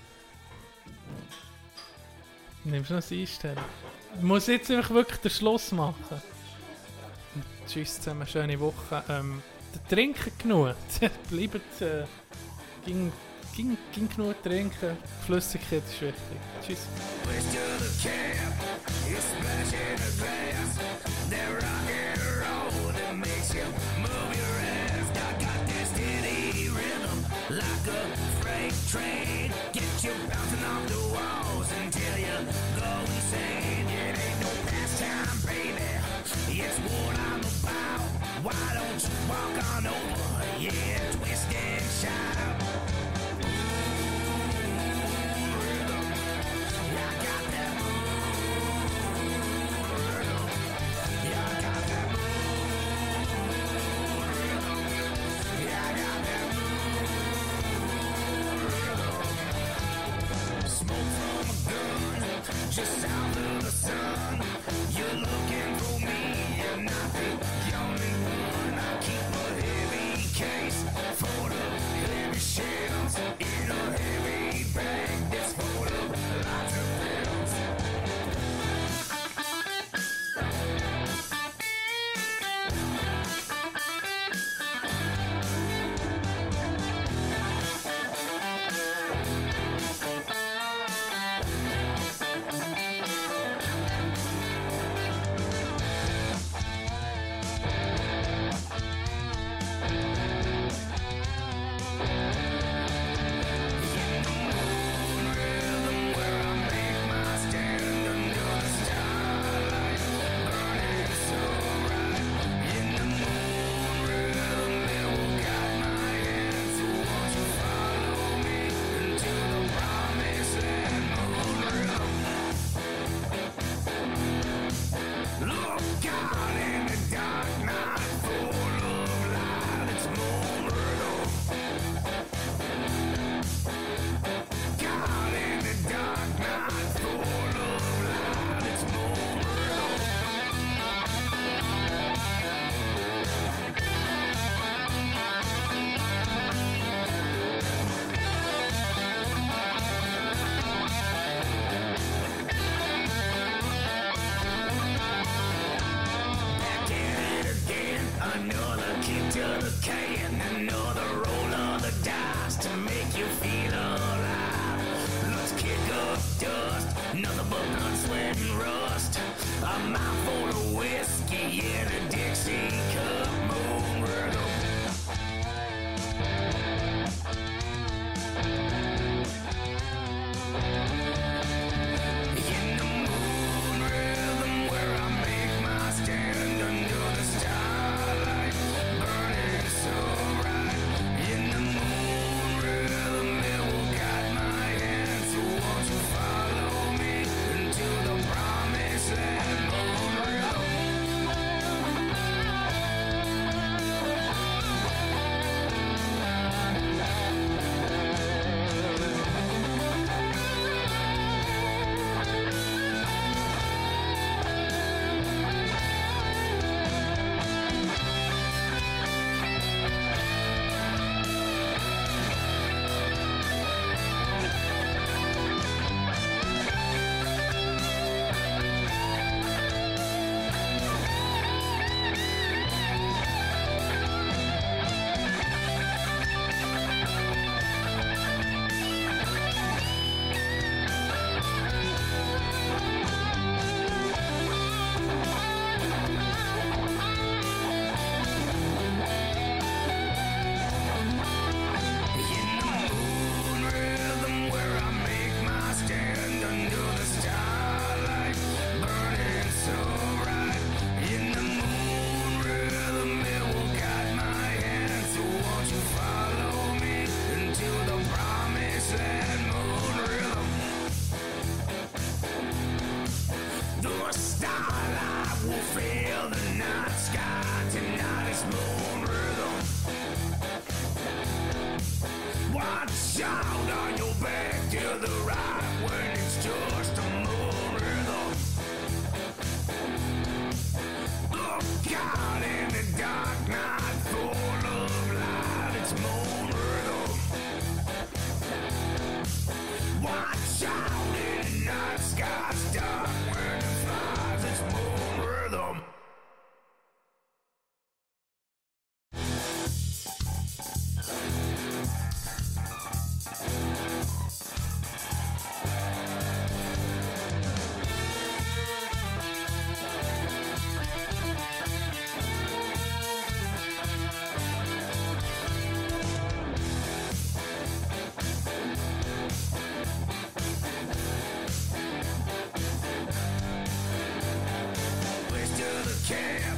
Nimmst du noch eine Einstellung? Ich muss jetzt einfach wirklich den Schluss machen. Tschüss zusammen, schöne Woche. Trinken genug. Bleibt ging genug trinken. Flüssigkeit ist wichtig. Tschüss. Like a freight train, get you bouncing off the walls until you go insane. It ain't no pastime, baby. It's what I'm about. Why don't you walk on over? Yeah, twist and shout. I got that just south of the sun. You're looking for me, and I think you're the one. I keep a heavy case full of heavy shells in a heavy bag that's full of lots of pills. Another kick to the can, another roll of the dice to make you feel alive. Let's kick up dust, nothing but blood, sweat, and rust. A mouthful of whiskey in a Dixie cup, moon rhythm. In the moon rhythm where I make my stand under the starlight, burning so bright. In the moon rhythm it will guide my hand, so won't you follow me into the promised land? Moon rhythm. out on your back to the right when it's just a moon rhythm. Look out in the dark night full of light, it's moon rhythm. Watch out in the night sky's dark when it flies, it's moon rhythm. Can